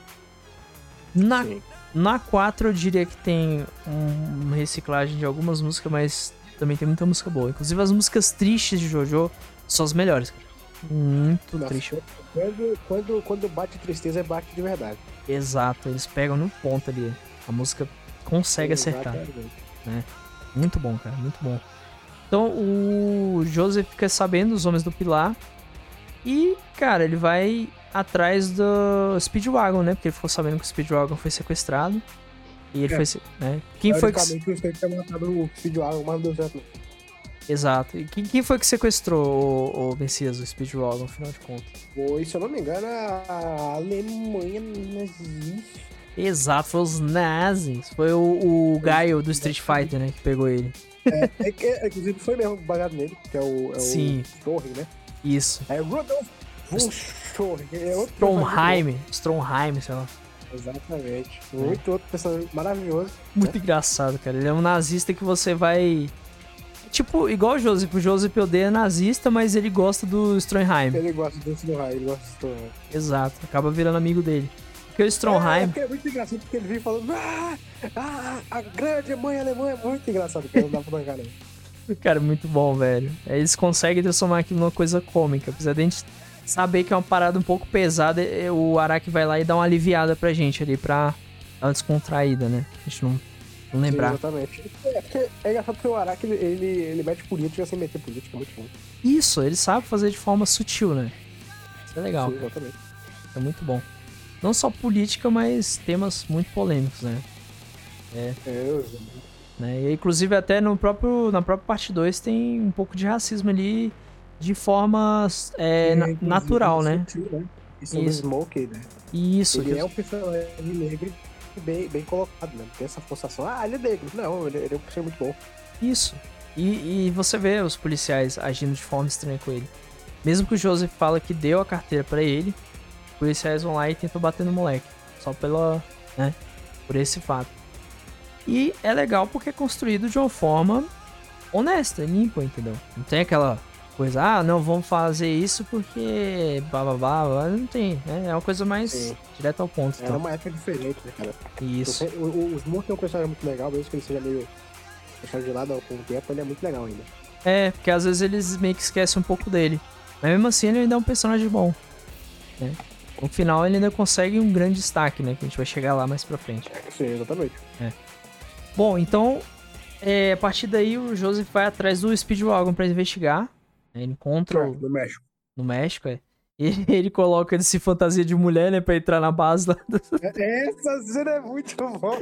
Na, na quatro eu diria que tem um, uma reciclagem de algumas músicas, mas também tem muita música boa. Inclusive as músicas tristes de JoJo são as melhores, cara. Muito Nossa, triste. Quando, quando, quando bate tristeza, bate de verdade. Exato, eles pegam no ponto ali. A música consegue acertar. Né? Muito bom, cara, muito bom. Então o Joseph fica sabendo dos Homens do Pilar. E, cara, ele vai atrás do Speedwagon, né? Porque ele ficou sabendo que o Speedwagon foi sequestrado. E ele É. foi... Né? Quem foi que... Teoricamente, o Snake tinha matado o Speedwagon, mas não deu certo. Exato. E quem, quem foi que sequestrou o, o Messias, o Speedwagon, afinal de contas? Foi, se eu não me engano, a Alemanha nazista. Exato, foi os nazis. Foi o, o Gaio do Street Fighter, né? Que pegou ele. É, é que, é, inclusive, foi mesmo baseado nele, que é o, é Sim. o Torre, né? Isso. É Rudolf von Torre. É outro Stromheim. Stromheim, sei lá. Exatamente. Muito outro personagem maravilhoso. Muito engraçado, cara. Ele é um nazista que você vai... Tipo, igual o Joseph. O Joseph odeia nazista, mas ele gosta do Stromheim. Ele gosta do Stromheim, ele gosta do Stromheim. Exato. Acaba virando amigo dele. Porque o É, Stromheim... porque é muito engraçado, porque ele vem falando ah, ah, a grande mãe alemã é muito engraçado, porque não dá pra bancar, não. Cara, muito bom, velho. Aí eles conseguem transformar aquilo numa coisa cômica. Apesar de a gente saber que é uma parada um pouco pesada, o Araki vai lá e dá uma aliviada pra gente ali, pra dar uma descontraída, né? A gente não, não lembrar. Sim, exatamente. É, porque é engraçado porque o Araki, ele, ele, ele mete política sem meter política, é muito bom. Isso, ele sabe fazer de forma sutil, né? Isso é legal. Sim, exatamente. É muito bom. Não só política, mas temas muito polêmicos, né? É. É, eu... Né? E inclusive até no próprio, na própria parte dois tem um pouco de racismo ali de forma é, na, natural, né? Sutil, né? E sobre Isso. o Smokey, né? Isso. Ele que é um personagem negro bem, bem colocado, né? Não tem essa forçação, ah, ele é negro. Não, ele, ele é um personagem muito bom. Isso. E, e você vê os policiais agindo de forma estranha com ele. Mesmo que o Joseph fala que deu a carteira pra ele, os policiais vão lá e tentam bater no moleque. Só pela, né? Por esse fato. E é legal porque é construído de uma forma honesta, limpa, entendeu? Não tem aquela coisa, ah, não, vamos fazer isso porque blá blá blá, blá. Não tem, né? É uma coisa mais Sim. direto ao ponto. Era Então. uma época diferente, né, cara? Isso. O, o, o Smoke é um personagem muito legal, mesmo que ele seja meio deixado de lado com o tempo, ele é muito legal ainda. É, porque às vezes eles meio que esquecem um pouco dele. Mas mesmo assim ele ainda é um personagem bom. Né? No final ele ainda consegue um grande destaque, né? Que a gente vai chegar lá mais pra frente. Sim, exatamente. Bom, então, é, a partir daí o Joseph vai atrás do Speedwagon pra investigar. Né? Ele encontra o, No México. no México, é. E ele coloca ele se fantasia de mulher, né? Pra entrar na base lá. Essa cena é muito boa.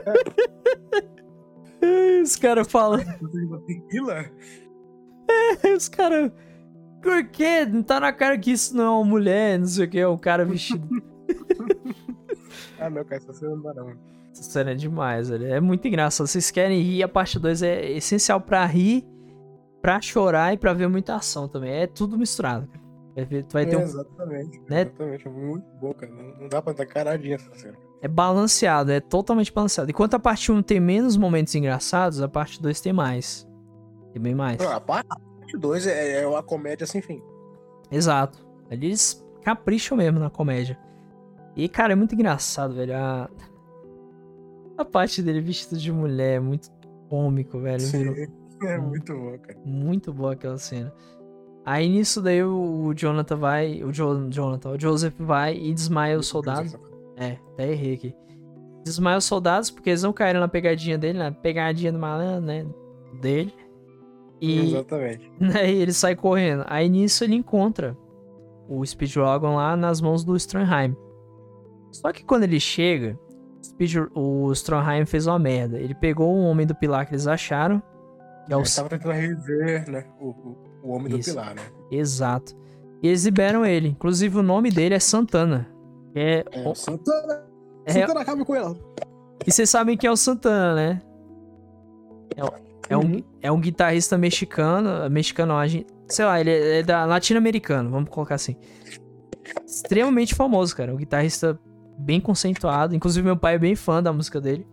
Os caras falam... Tequila? Os caras... Por quê? Não tá na cara que isso não é uma mulher, não sei o que, é um cara vestido... Ah, não, cara, essa cena não dá não. Essa cena é demais, velho. É muito engraçado. Vocês querem rir, a parte dois é essencial pra rir, pra chorar e pra ver muita ação também. É tudo misturado, cara. Vai ver- Tu vai ter É, um... exatamente, né? exatamente. É muito bom, cara. Não, não dá pra dar caradinha essa cena. É balanceado, é totalmente balanceado. Enquanto a parte um tem menos momentos engraçados, a parte dois tem mais. Tem bem mais. Não, a parte dois é, é uma comédia sem fim. Exato. Ali eles capricham mesmo na comédia. E, cara, é muito engraçado, velho. A, a parte dele vestido de mulher é muito cômico, velho. Virou Sim, é muito bom, cara. muito boa aquela cena. Aí nisso daí o, o Jonathan vai... O jo, Jonathan, o Joseph vai e desmaia os soldados. É, até errei aqui. Desmaia os soldados porque eles não caíram na pegadinha dele, na pegadinha do malandro, né? Dele. E Exatamente. aí ele sai correndo. Aí nisso ele encontra o Speedwagon lá nas mãos do Stromheim. Só que quando ele chega, Speed, o Stromheim fez uma merda. Ele pegou o Homem do Pilar que eles acharam. Que é o... Ele tava tentando reviver, né? O, o, o Homem Isso. do Pilar, né? Exato. E eles liberam ele. Inclusive o nome dele é Santana. Que é... É, o Santana! É- Santana acaba com ela! E vocês sabem que é o Santana, né? É o... É, Uhum. um, é um guitarrista mexicano, mexicano, não, a gente- sei lá, ele é, é da latino-americano, vamos colocar assim. Extremamente famoso, cara, um guitarrista bem conceituado, inclusive meu pai é bem fã da música dele.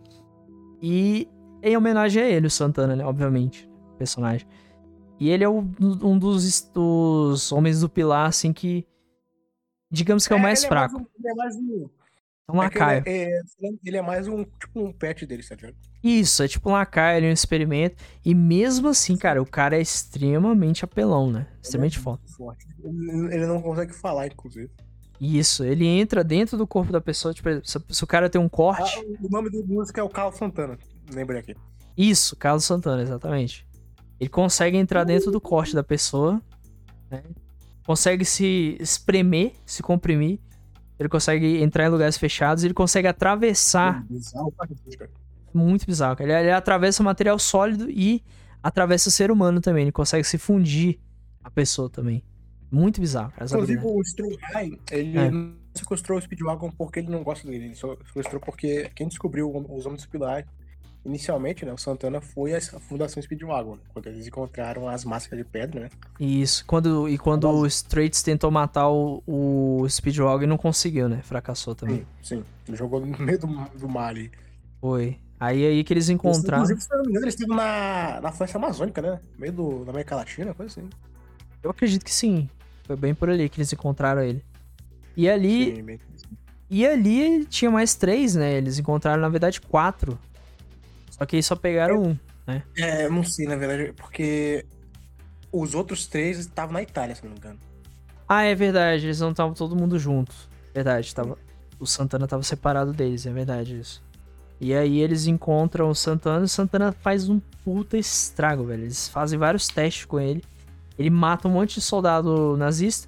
E em homenagem a ele, o Santana, né, obviamente, personagem. E ele é o- um dos, dos homens do pilar, assim, que digamos que é o mais ele fraco. É mais um, ele é mais um. É um É que ele lacaio. é, é- ele é mais um, tipo, um pet dele, tá ligado? Isso, é tipo um lacaio, ele é um experimento. E mesmo assim, cara, o cara é extremamente apelão, né? Extremamente Ele é foda. muito forte. Ele, ele não consegue falar, inclusive. Isso, ele entra dentro do corpo da pessoa, tipo, se, se o cara tem um Ah, corte. o nome da música é o Carlos Santana. Lembrei aqui. Isso, Carlos Santana, exatamente. Ele consegue entrar dentro do corte da pessoa, né? Consegue se espremer, se comprimir. Ele consegue entrar em lugares fechados, ele consegue atravessar. Bizarro pra cacete, cara. Muito bizarro, cara. Ele, ele atravessa o material sólido e atravessa o ser humano também. Ele consegue se fundir a pessoa também. Muito bizarro, cara. essa Inclusive, habilidade. o Stray High, ele É. não sequestrou o Speedwagon porque ele não gosta dele. Ele só sequestrou porque quem descobriu os homens do Speedwagon, inicialmente, né, o Santana foi a fundação Speedwagon, né, quando eles encontraram as máscaras de pedra, né? Isso. Quando, e quando o Straits tentou matar o, o Speedwagon, não conseguiu, né? Fracassou também. Sim, sim. Ele jogou no meio do, do mar ali. Foi. Aí aí que eles Eles, encontraram. inclusive, se eu não me engano, eles estavam na, na floresta amazônica, né? No meio do, da América Latina, coisa assim. Eu acredito que sim. Foi bem por ali que eles encontraram ele. E ali, Sim, bem... e ali tinha mais três, né? Eles encontraram, na verdade, quatro. Só que eles só pegaram um, né? É, eu não sei, na verdade, porque os outros três estavam na Itália, se não me engano. Ah, é verdade. Eles não estavam todo mundo junto. Verdade. Tava, o Santana tava separado deles, é verdade isso. E aí eles encontram o Santana e o Santana faz um puta estrago, velho. Eles fazem vários testes com ele. Ele mata um monte de soldado nazista.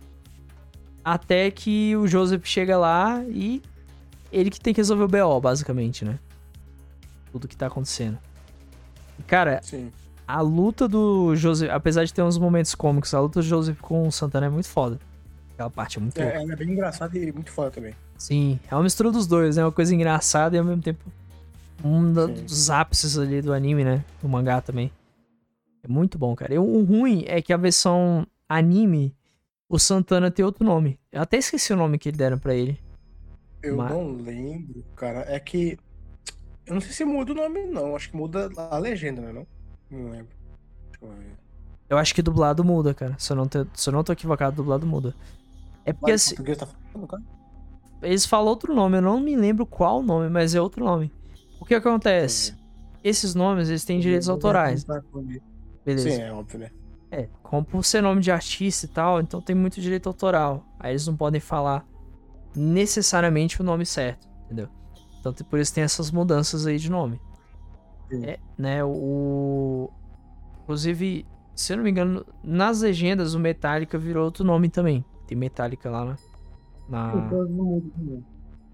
Até que o Joseph chega lá e ele que tem que resolver o B O, basicamente, né? Tudo que tá acontecendo. E, cara, Sim. a luta do Joseph, apesar de ter uns momentos cômicos, a luta do Joseph com o Santana é muito foda. Aquela parte é muito louca. É, ela é bem engraçada e muito foda também. Sim, é uma mistura dos dois, né? Uma coisa engraçada e ao mesmo tempo um da- Sim. dos ápices ali do anime, né? Do mangá também. É muito bom, cara. E o ruim é que a versão anime, o Santana tem outro nome. Eu até esqueci o nome que deram pra ele. Eu Mas- não lembro, cara. É que. Eu não sei se muda o nome, não. Acho que muda a legenda, né? Não, não lembro. Deixa eu ver. Eu acho que dublado muda, cara. Se eu não, te- se eu não tô equivocado, dublado muda. É porque Mas assim, português tá falando, cara? eles falam outro nome, eu não me lembro qual nome, mas é outro nome. O que acontece? Deixa Esses nomes, eles têm eu ver. direitos Eu vou autorais. perguntar pra ele. Beleza. Sim, é óbvio, né? É, como por ser nome de artista e tal, então tem muito direito autoral. Aí eles não podem falar necessariamente o nome certo, entendeu? Então tem- por isso tem essas mudanças aí de nome. Sim. É, né, o... Inclusive, se eu não me engano, nas legendas o Metallica virou outro nome também. Tem Metallica lá na, na, Então, não muda também.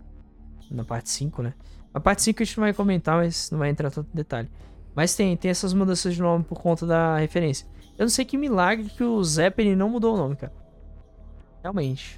na parte cinco, né? A parte cinco a gente não vai comentar, mas não vai entrar tanto em detalhe. Mas tem, tem essas mudanças de nome por conta da referência. Eu não sei que milagre que o Zeppelin não mudou o nome, cara. Realmente.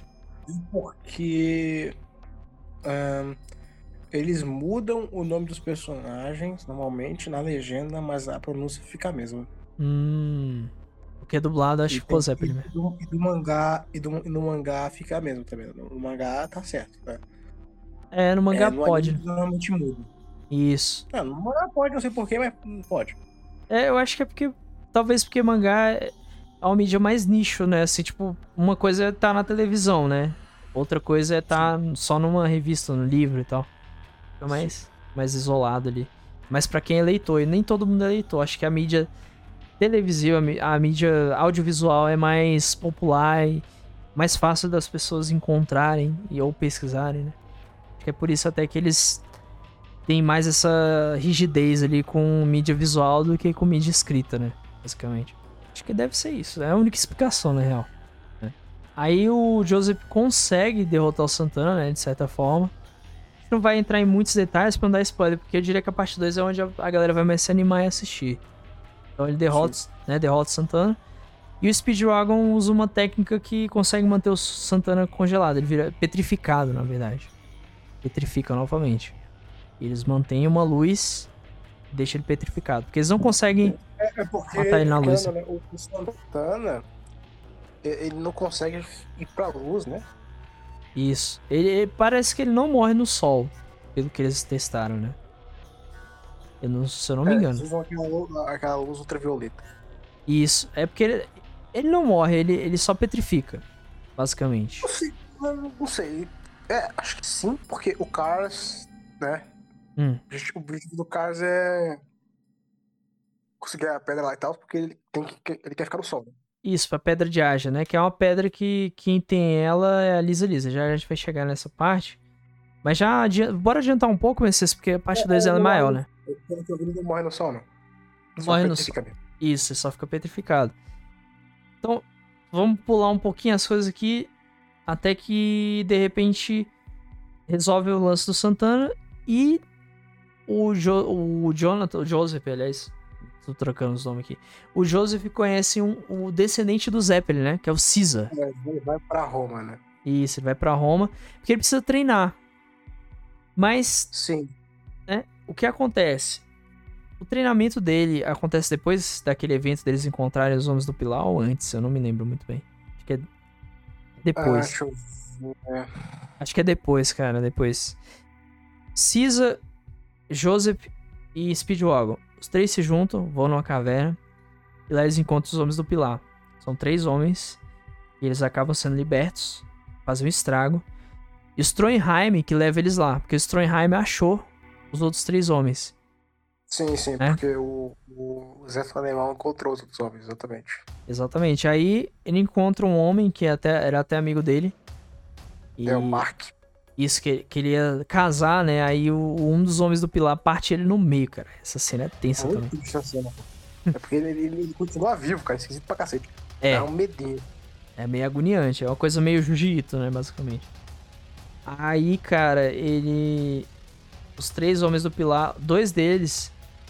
Porque. ahn, eles mudam o nome dos personagens, normalmente, na legenda, mas a pronúncia fica a mesma. Hum. Porque dublado acho E que ficou tem- Zeppelin e mesmo. do, e do mangá, e, do, e no mangá fica a mesma também. No mangá tá certo, tá? É, no mangá É, no pode. anime normalmente muda. Isso. Ah, no mangá pode, não sei porquê, mas pode. É, eu acho que é porque. Talvez porque mangá é uma mídia mais nicho, né? Assim, tipo, uma coisa é tá na televisão, né? Outra coisa é tá só numa revista, no livro e tal. Fica mais, mais isolado ali. Mas pra quem é leitor, e nem todo mundo é leitor, acho que a mídia televisiva, a mí- a mídia audiovisual é mais popular e mais fácil das pessoas encontrarem e ou pesquisarem, né? Acho que é por isso até que eles têm mais essa rigidez ali com mídia visual do que com mídia escrita, né? Basicamente. Acho que deve ser isso. É a única explicação, na real. né? Aí o Joseph consegue derrotar o Santana, né? De certa forma. A gente não vai entrar em muitos detalhes pra não dar spoiler, porque eu diria que a parte dois é onde a a galera vai mais se animar e assistir. Então ele derrota, né, derrota o Santana. E o Speedwagon usa uma técnica que consegue manter o Santana congelado. Ele vira petrificado, na verdade. Petrifica novamente. E eles mantêm uma luz e deixam ele petrificado. Porque eles não conseguem É, é porque, matar ele na luz. querendo, né, o, o Santana, e- ele não consegue ir pra luz, né? Isso. Ele, ele- parece que ele não morre no sol, pelo que eles testaram, né? Eu não, se eu não me É, eles engano. usam aquela, luz- aquela luz ultravioleta. Isso. É porque ele, ele não morre, ele, ele só petrifica, basicamente. Não sei, não, não sei. É, acho que sim, porque o Cars, né? Hum. O objetivo do Cars é conseguir a pedra lá e tal, porque ele, tem que, ele quer ficar no sol, né? Isso, pra Pedra de Aja, né? Que é uma pedra que quem tem ela é a Lisa Lisa. Já a gente vai chegar nessa parte. Mas já, adi- bora adiantar um pouco, Messias, porque a parte dois É, ela é não maior, morre, né? pelo que eu vi, ele não morre no sol, não. Só Morre no sol. petrifica mesmo. Isso, só fica petrificado. Então, vamos pular um pouquinho as coisas aqui, até que, de repente, resolve o lance do Santana e o, jo o Jonathan, o Joseph, aliás, tô trocando os nomes aqui. O Joseph conhece um, o descendente do Zeppelin, né? Que é o Caesar. É, ele vai pra Roma, né? Isso, ele vai pra Roma, porque ele precisa treinar. Mas, Sim. né, o que acontece? O treinamento dele acontece depois daquele evento deles encontrarem os homens do Pilar ou antes? Eu não me lembro muito bem. Acho que é Ah, depois. deixa eu ver. Acho que é depois, cara, depois. Caesar, Joseph e Speedwagon. Os três se juntam, vão numa caverna e lá eles encontram os homens do Pilar. São três homens e eles acabam sendo libertos, fazem um estrago. E o Stroheim que leva eles lá, porque o Stroheim achou os outros três homens. Sim, sim, É? porque o, o Zé Alemão encontrou os outros homens, exatamente. Exatamente. Aí ele encontra um homem que até, era até amigo dele. E É o Mark. isso, que, que ele ia casar, né? Aí o, um dos homens do Pilar parte ele no meio, cara. Essa cena é tensa também. Muito triste a cena. É porque ele, ele, ele continua vivo, cara. Esquisito pra cacete. É, Dá um medinho. é meio agoniante. É uma coisa meio jiu-jitsu, né? Basicamente. Aí, cara, ele... Os três homens do Pilar, dois deles,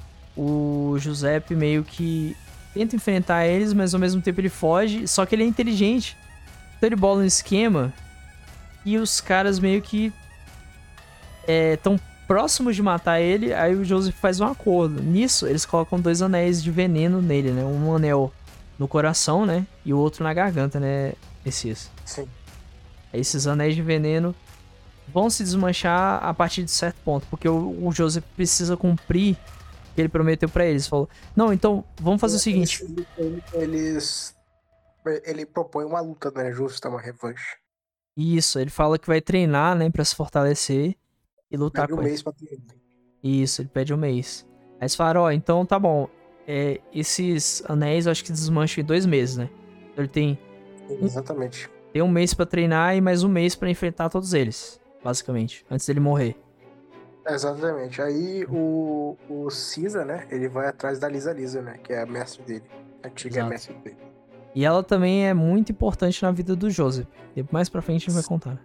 o Giuseppe meio que tenta enfrentar eles, mas ao mesmo tempo ele foge. Só que ele é inteligente. Então ele bola um esquema e os caras meio que estão próximos de matar ele. Aí o Joseph faz um acordo. Nisso, eles colocam dois anéis de veneno nele, né? Um anel no coração, né? E o outro na garganta, né, Messias? Sim. Esses anéis de veneno vão se desmanchar a partir de certo ponto, porque o, o Joseph precisa cumprir o que ele prometeu pra eles. Falou, não, então vamos fazer o seguinte. Eles, eles. Ele propõe uma luta, né? Justa, uma revanche. Isso, ele fala que vai treinar, né, pra se fortalecer e lutar Pede um com ele. mês pra treinar. Isso, ele pede um mês. Aí eles falaram, ó, então tá bom. É, esses anéis eu acho que desmancham em dois meses, né? Então ele tem, Exatamente. tem um mês pra treinar e mais um mês pra enfrentar todos eles, basicamente, antes dele morrer. Exatamente. Aí o, o Caesar, né? Ele vai atrás da Lisa Lisa, né? Que é a mestre dele. A antiga Exato. mestre dele. E ela também é muito importante na vida do Joseph. E mais pra frente a gente vai contar.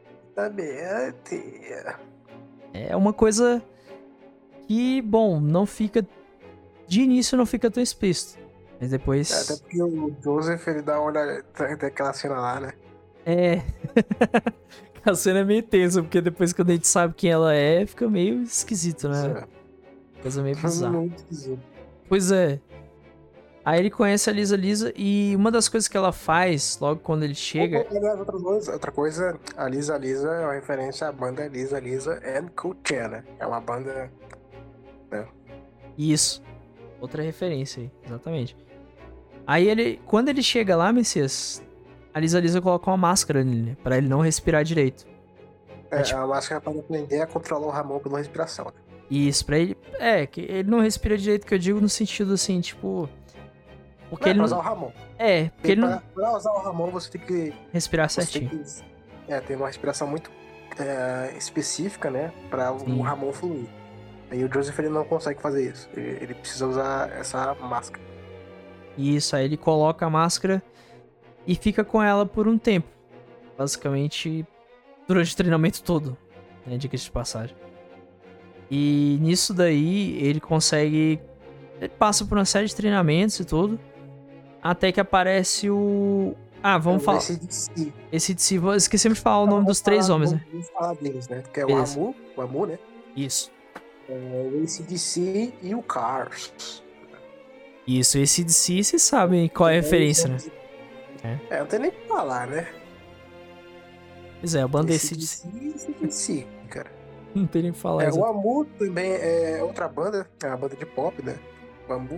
Exatamente. É uma coisa que, bom, não fica... De início não fica tão explícito. Mas depois... Até porque o Joseph, ele dá uma olhada, tem aquela cena lá, né? É... A cena é meio tensa, porque depois que a gente sabe quem ela é, fica meio esquisito, né? Coisa meio bizarra. Muito esquisito. Pois é. Aí ele conhece a Lisa Lisa e uma das coisas que ela faz logo quando ele chega... Aliás, outra coisa, outra coisa, a Lisa Lisa é uma referência à banda Lisa Lisa and Cool né? É uma banda... Né? Isso. Outra referência aí, exatamente. Aí ele, quando ele chega lá, Messias, a Lisa Lisa coloca uma máscara nele, né? Pra ele não respirar direito. É, É, tipo- a máscara para aprender a controlar o Ramon pela respiração. Né? Isso, pra ele... É, que ele não respira direito, que eu digo no sentido assim, tipo... Porque Não, ele pra não... usar o Ramon. É, porque Tem ele pra, não... pra usar o Ramon, você tem que... Respirar Você certinho. tem que... É, tem uma respiração muito é, específica, né? Pra Sim. o Ramon fluir. Aí o Joseph, ele não consegue fazer isso. Ele, ele precisa usar essa máscara. Isso, aí ele coloca a máscara e fica com ela por um tempo. Basicamente, durante o treinamento todo, né? Diga-se de passagem. E nisso daí, ele consegue... Ele passa por uma série de treinamentos e tudo. Até que aparece o... Ah, vamos falar. Esse de si. Esse de si, esquecemos de falar o nome dos três homens, né? Vamos falar deles, né? Que é o Beleza. Amu, o Amu, né? Isso. É, o A C D C e o Cars. Isso, esse D C, vocês sabem qual é a referência, né? É, não tem nem o que falar, né? Pois é, a banda Esse A C D C, esse D C, cara. não tem nem o que falar. É, o exatamente. Amu também é outra banda, é uma banda de pop, né? O Amu.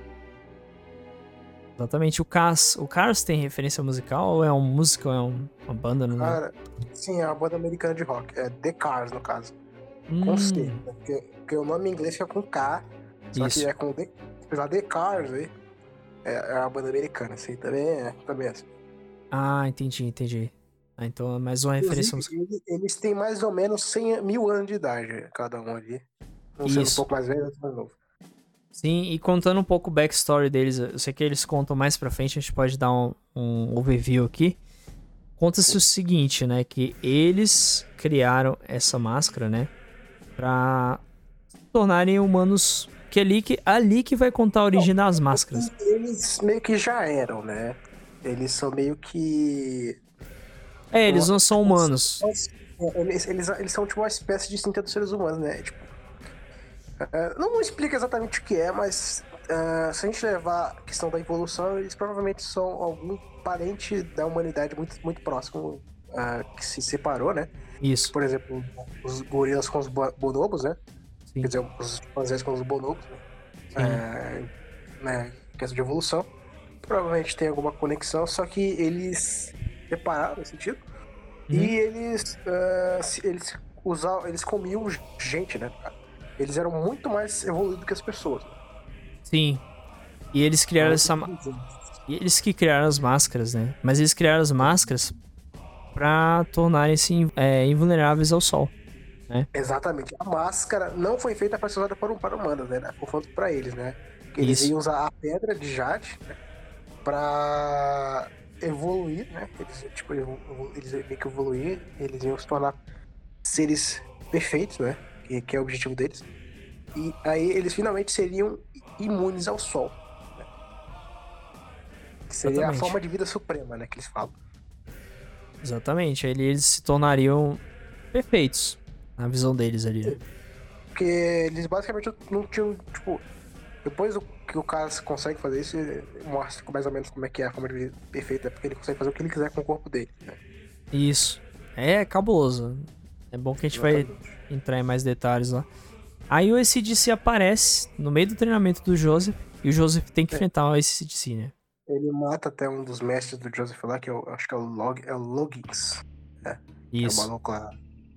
Exatamente. O Cars, o Cars tem referência musical ou é um músico ou é um- uma banda? Não lembro. Cara, sim, é uma banda americana de rock. É The Cars, no caso. Com C, Hum, né? Porque, porque o nome em inglês fica com K, só que isso. é com The, apesar de The Cars aí. É, é uma banda americana, assim, também é, também é assim. Ah, entendi, entendi. Ah, então é mais uma referência Inclusive, musical. ele- eles têm mais ou menos cem mil anos de idade, cada um ali. Um sendo um Isso. pouco mais velho, outro mais novo. Sim, e contando um pouco o backstory deles, eu sei que eles contam mais pra frente, a gente pode dar um, um overview aqui. Conta-se o seguinte, né, que eles criaram essa máscara, né, pra se tornarem humanos, que é ali que, ali que vai contar a origem das máscaras. Eles meio que já eram, né? Eles são meio que. É, eles uma- não são humanos. Eles, eles, eles são tipo uma espécie distinta dos seres humanos, né? Tipo, é, não explica exatamente o que é, mas é, se a gente levar a questão da evolução, eles provavelmente são algum parente da humanidade muito, muito próximo é, que se separou, né? Isso, Por exemplo, os gorilas com os bo- bonobos, né? sim, Quer dizer, os chimpanzés com os bonobos, né? sim. É, né? Questão de evolução. Provavelmente tem alguma conexão, só que eles separaram nesse sentido. Uhum. E eles, ah, se- eles usavam, eles comiam gente, né? Eles eram muito mais evoluídos que as pessoas. Sim. E eles criaram Muito essa. ma- inteligentes. E eles que criaram as máscaras, né? Mas eles criaram as máscaras pra tornarem-se in- é, invulneráveis ao sol. Exatamente. A máscara não foi feita para ser usada por, para humanos, né? Foi feita para eles, né? Eles Isso. iam usar a pedra de jade, né? Pra evoluir, né? Eles, tipo, evolu- eles iam meio que evoluir, eles iam se tornar seres perfeitos, né? Que, que é o objetivo deles. E aí eles finalmente seriam imunes ao sol. Né? Que seria Exatamente. a forma de vida suprema, né? Que eles falam. Exatamente. Aí eles se tornariam perfeitos. Na visão deles ali. né? Porque eles basicamente não tinham, tipo... Depois que o cara consegue fazer isso, ele mostra mais ou menos como é que é a forma de vida perfeita. Porque ele consegue fazer o que ele quiser com o corpo dele, né? Isso. É cabuloso. É bom que a gente vai Exatamente. entrar em mais detalhes lá. Aí o A C D C aparece no meio do treinamento do Joseph. E o Joseph tem que É. enfrentar o A C D C, né? Ele mata até um dos mestres do Joseph lá, que eu acho que é o Log, é o Loggins. É, que é o Isso. maluco lá.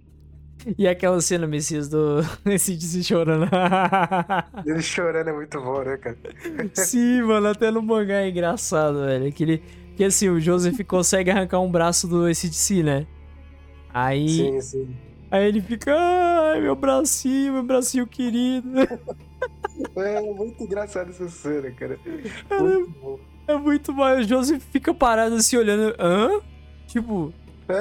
E aquela cena, Messias, do A C D C chorando. Ele chorando é muito bom, né, cara? Sim, mano, até no mangá é engraçado, velho. Aquele, que assim, o Joseph consegue arrancar um braço do A C D C, né? Aí, Sim, sim. aí ele fica, ai, meu bracinho, meu bracinho querido. É muito engraçado essa cena, cara. Muito bom. É muito mal. O Joseph fica parado assim, olhando, hã? Tipo,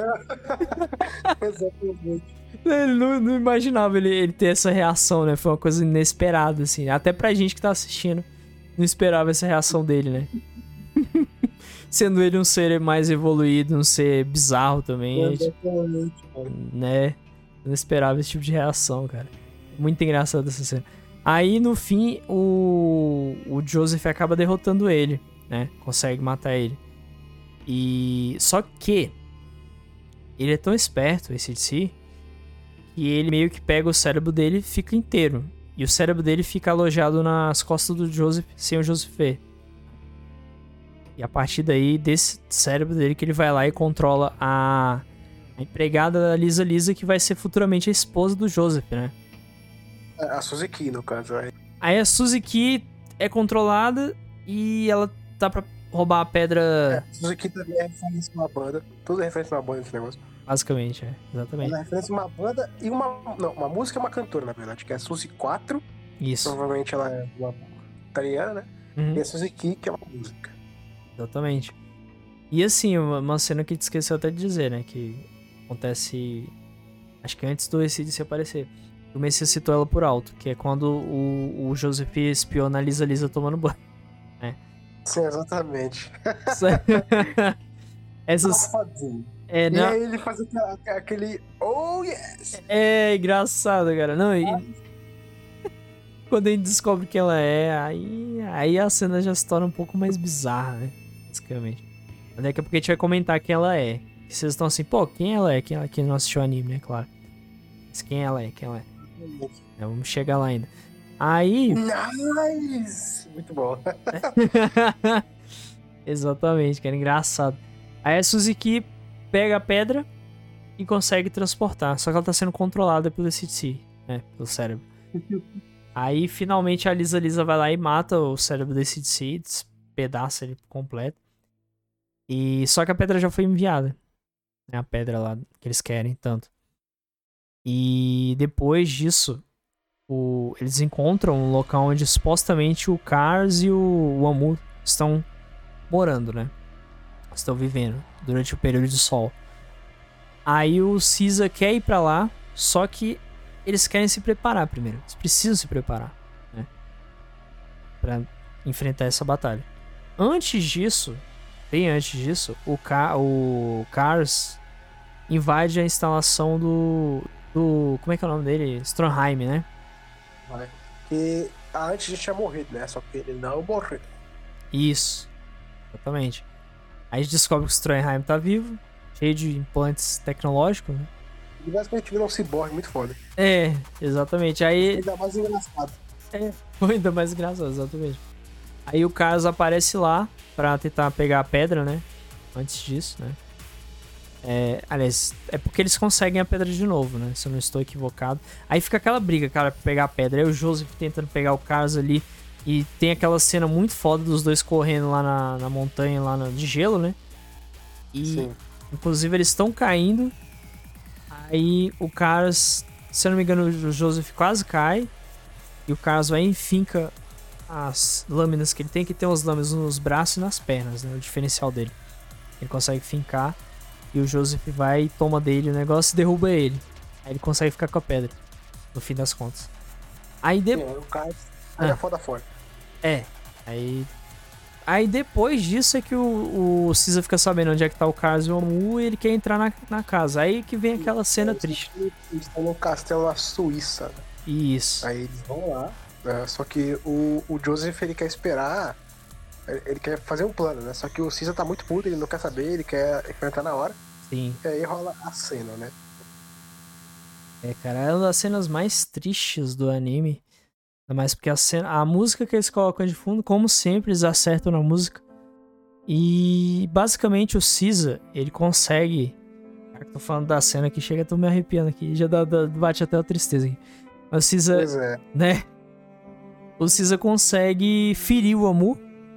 Exatamente. ele não, não imaginava ele, ele ter essa reação, né? Foi uma coisa inesperada, assim. Até pra gente que tá assistindo, não esperava essa reação dele, né? Sendo ele um ser mais evoluído, um ser bizarro também, a gente, Exatamente, cara. né? Não esperava esse tipo de reação, cara. Muito engraçado essa cena. Aí, no fim, o, o Joseph acaba derrotando ele, né? Consegue matar ele. E... Só que... Ele é tão esperto, esse de si, que ele meio que pega o cérebro dele e fica inteiro. E o cérebro dele fica alojado nas costas do Joseph, sem o Joseph ver. E a partir daí, desse cérebro dele, que ele vai lá e controla a, a empregada da Lisa Lisa, que vai ser futuramente a esposa do Joseph, né? A Suzuki, no caso. Aí. Aí a Suzuki é controlada e ela tá pra roubar a pedra, É, Suzuki também é referência a uma banda. Tudo é referência a uma banda esse negócio. basicamente, é. Exatamente. Ela é referência a uma banda e uma. Não, uma música e uma cantora, na verdade, que é a Suzy quatro. Isso. Provavelmente ela é uma italiana, né? Uhum. E a Suzuki, que é uma música. Exatamente. E assim, uma, uma cena que a gente esqueceu até de dizer, né? Que acontece. Acho que antes do A C D C aparecer. O Messias citou ela por alto, que é quando o, o Joseph espiona a Lisa Lisa tomando banho. Sim, exatamente. Essas. Safadinho. É, E não, aí ele faz aquela- aquele. Oh, yes! é engraçado, cara. Não, e, Quando a gente descobre quem ela é, aí, aí a cena já se torna um pouco mais bizarra, né? Basicamente. Mas daqui a pouco a gente vai comentar quem ela é. E vocês estão assim, pô, quem ela é? Quem ela quem não assistiu o anime, né? Claro. Mas quem ela é? Quem ela é? É, vamos chegar lá ainda. Aí. Nice! Muito bom. Exatamente, que era engraçado. Aí a Suzuki pega a pedra e consegue transportar. Só que ela tá sendo controlada pelo C T C, né? Pelo cérebro. Aí finalmente a Lisa Lisa vai lá e mata o cérebro desse C T C, despedaça ele completo. E só que a pedra já foi enviada. Né? A pedra lá que eles querem tanto. E depois disso, o... eles encontram um local onde supostamente o Cars e o, o Amu estão morando, né? Estão vivendo durante o período de sol. Aí o Caesar quer ir pra lá, só que eles querem se preparar primeiro. Eles precisam se preparar, né? Pra enfrentar essa batalha. Antes disso, bem antes disso, o, Ca o Cars invade a instalação do, do... Como é que é o nome dele? Stronheim, né? Que antes já tinha morrido, né? Só que ele não morreu. Isso. Exatamente. Aí a gente descobre que o Stronheim tá vivo, cheio de implantes tecnológicos, né? E basicamente virou um ciborgue muito foda. É, exatamente. Aí... Ainda mais engraçado. É, foi ainda mais engraçado, exatamente. Aí o Carlos aparece lá pra tentar pegar a pedra, né? Antes disso, né? É, aliás, é porque eles conseguem a pedra de novo, né? Se eu não estou equivocado. Aí fica aquela briga, cara, pra pegar a pedra. Aí o Joseph tentando pegar o Carlos ali. E tem aquela cena muito foda dos dois correndo lá na, na montanha, lá na, de gelo, né? E, sim, inclusive, eles estão caindo. Aí o Carlos, se eu não me engano, o Joseph quase cai. E o Carlos vai e finca as lâminas que ele tem, que tem as lâminas nos braços e nas pernas, né? O diferencial dele. Ele consegue fincar. E o Joseph vai e toma dele o negócio e derruba ele. Aí ele consegue ficar com a pedra. No fim das contas. Aí depois. É, o Carlos é foda fora. É. Aí. Aí depois disso é que o, o Caesar fica sabendo onde é que tá o Carlos e o Amu e ele quer entrar na, na casa. Aí que vem aquela cena triste. Eles estão no castelo na Suíça. Isso. Aí eles vão lá. Né? Só que o, o Joseph ele quer esperar. Ele quer fazer um plano, né? Só que o Caesar tá muito puto, ele não quer saber, ele quer enfrentar na hora. Sim. E aí rola a cena, né? É, cara, é uma das cenas mais tristes do anime. Mas porque a, cena, a música que eles colocam de fundo, como sempre, eles acertam na música. E basicamente o Caesar, ele consegue. Cara, tô falando da cena que chega, tô me arrepiando aqui. Já dá, dá, bate até a tristeza aqui. Mas o Caesar, pois é. né? O Caesar consegue ferir o Amu.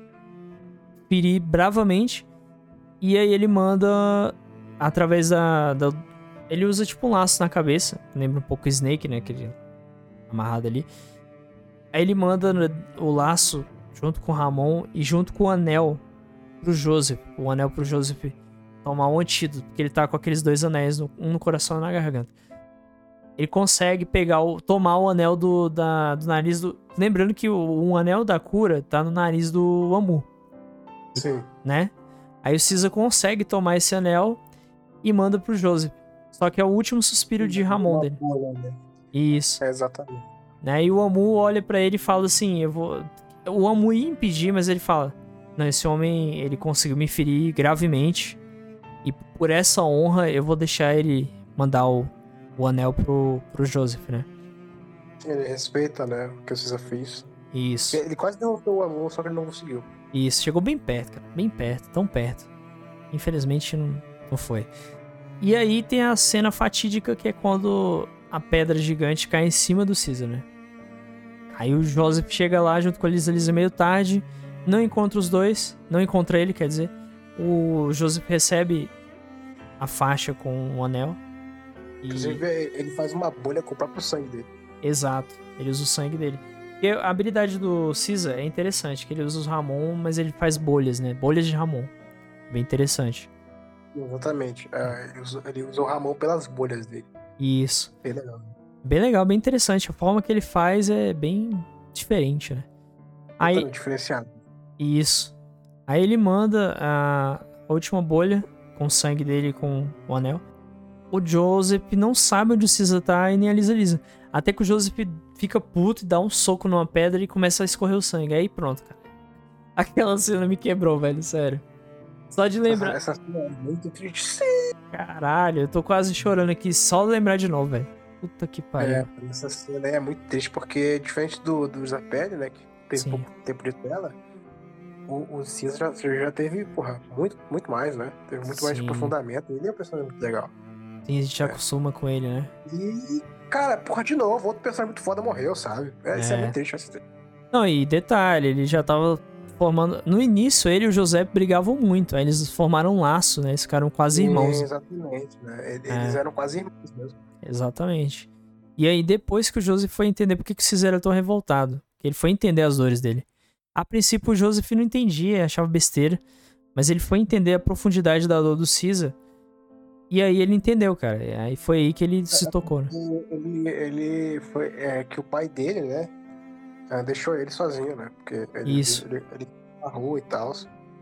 Ferir bravamente. E aí ele manda através da, da... Ele usa tipo um laço na cabeça. Lembra um pouco o Snake, né? Aquele amarrado ali. Aí ele manda o laço junto com o Ramon e junto com o anel pro Joseph. O anel pro Joseph tomar um antídoto. Porque ele tá com aqueles dois anéis, um no coração e na garganta. Ele consegue pegar o, tomar o anel do, da, do nariz do... Lembrando que o, um anel da cura tá no nariz do Amu. Sim. Né? Aí o Caesar consegue tomar esse anel e manda pro Joseph. Só que é o último suspiro de Ramon dele. Isso. É, exatamente. Né? E o Amu olha pra ele e fala assim, eu vou... O Amu ia impedir, mas ele fala, não, esse homem, ele conseguiu me ferir gravemente e por essa honra eu vou deixar ele mandar o, o anel pro, pro Joseph, né? Ele respeita, né, o que o Caesar fez. Isso. Ele quase derrotou o Amu, só que ele não conseguiu. Isso, chegou bem perto, cara. Bem perto, tão perto. Infelizmente não, não foi. E aí tem a cena fatídica que é quando a pedra gigante cai em cima do Caesar, né? Aí o Joseph chega lá junto com a Lisa Lisa meio tarde, não encontra os dois, não encontra ele, quer dizer. O Joseph recebe a faixa com o anel. E... Inclusive, ele faz uma bolha com o próprio sangue dele. Exato, ele usa o sangue dele. E a habilidade do Caesar é interessante, que ele usa os Ramon, mas ele faz bolhas, né? Bolhas de Ramon. Bem interessante. Exatamente. É, ele, usa, ele usa o Ramon pelas bolhas dele. Isso. Bem legal. Bem legal, bem interessante. A forma que ele faz é bem diferente, né? Aí, diferenciado. Isso. Aí ele manda a última bolha com o sangue dele com o anel. o Joseph não sabe onde o Caesar tá e nem a Lisa Lisa. Até que o Joseph fica puto e dá um soco numa pedra e começa a escorrer o sangue. Aí pronto, cara. Aquela cena me quebrou, velho, sério. Só de lembrar. Essa cena é muito triste. Caralho, eu tô quase chorando aqui só de lembrar de novo, velho. Puta que pariu. É, essa cena é muito triste, porque diferente do, do Zapelli, né, que teve Sim. pouco tempo de tela, o, o Caesar já, já teve, porra, muito, muito mais, né? Teve muito mais Sim. aprofundamento. Ele é um personagem muito legal. Sim, a gente já É. acostuma com ele, né? E, cara, porra, de novo, outro personagem muito foda morreu, sabe? É, Isso é É. muito triste. Isso é- Não, e detalhe, ele já tava formando... No início, ele e o José brigavam muito. Aí eles formaram um laço, né? Eles ficaram quase irmãos. É, exatamente, né? Eles É. eram quase irmãos mesmo. Exatamente. E aí, depois que o Joseph foi entender por que, que o Caesar era tão revoltado, que ele foi entender as dores dele. A princípio, o Joseph não entendia, achava besteira, mas ele foi entender a profundidade da dor do Caesar. E aí ele entendeu, cara. E aí foi aí que ele se tocou, né? Ele, ele foi. É que o pai dele, né? ah, Deixou ele sozinho, né? Porque ele, Isso. ele, ele na rua e tal.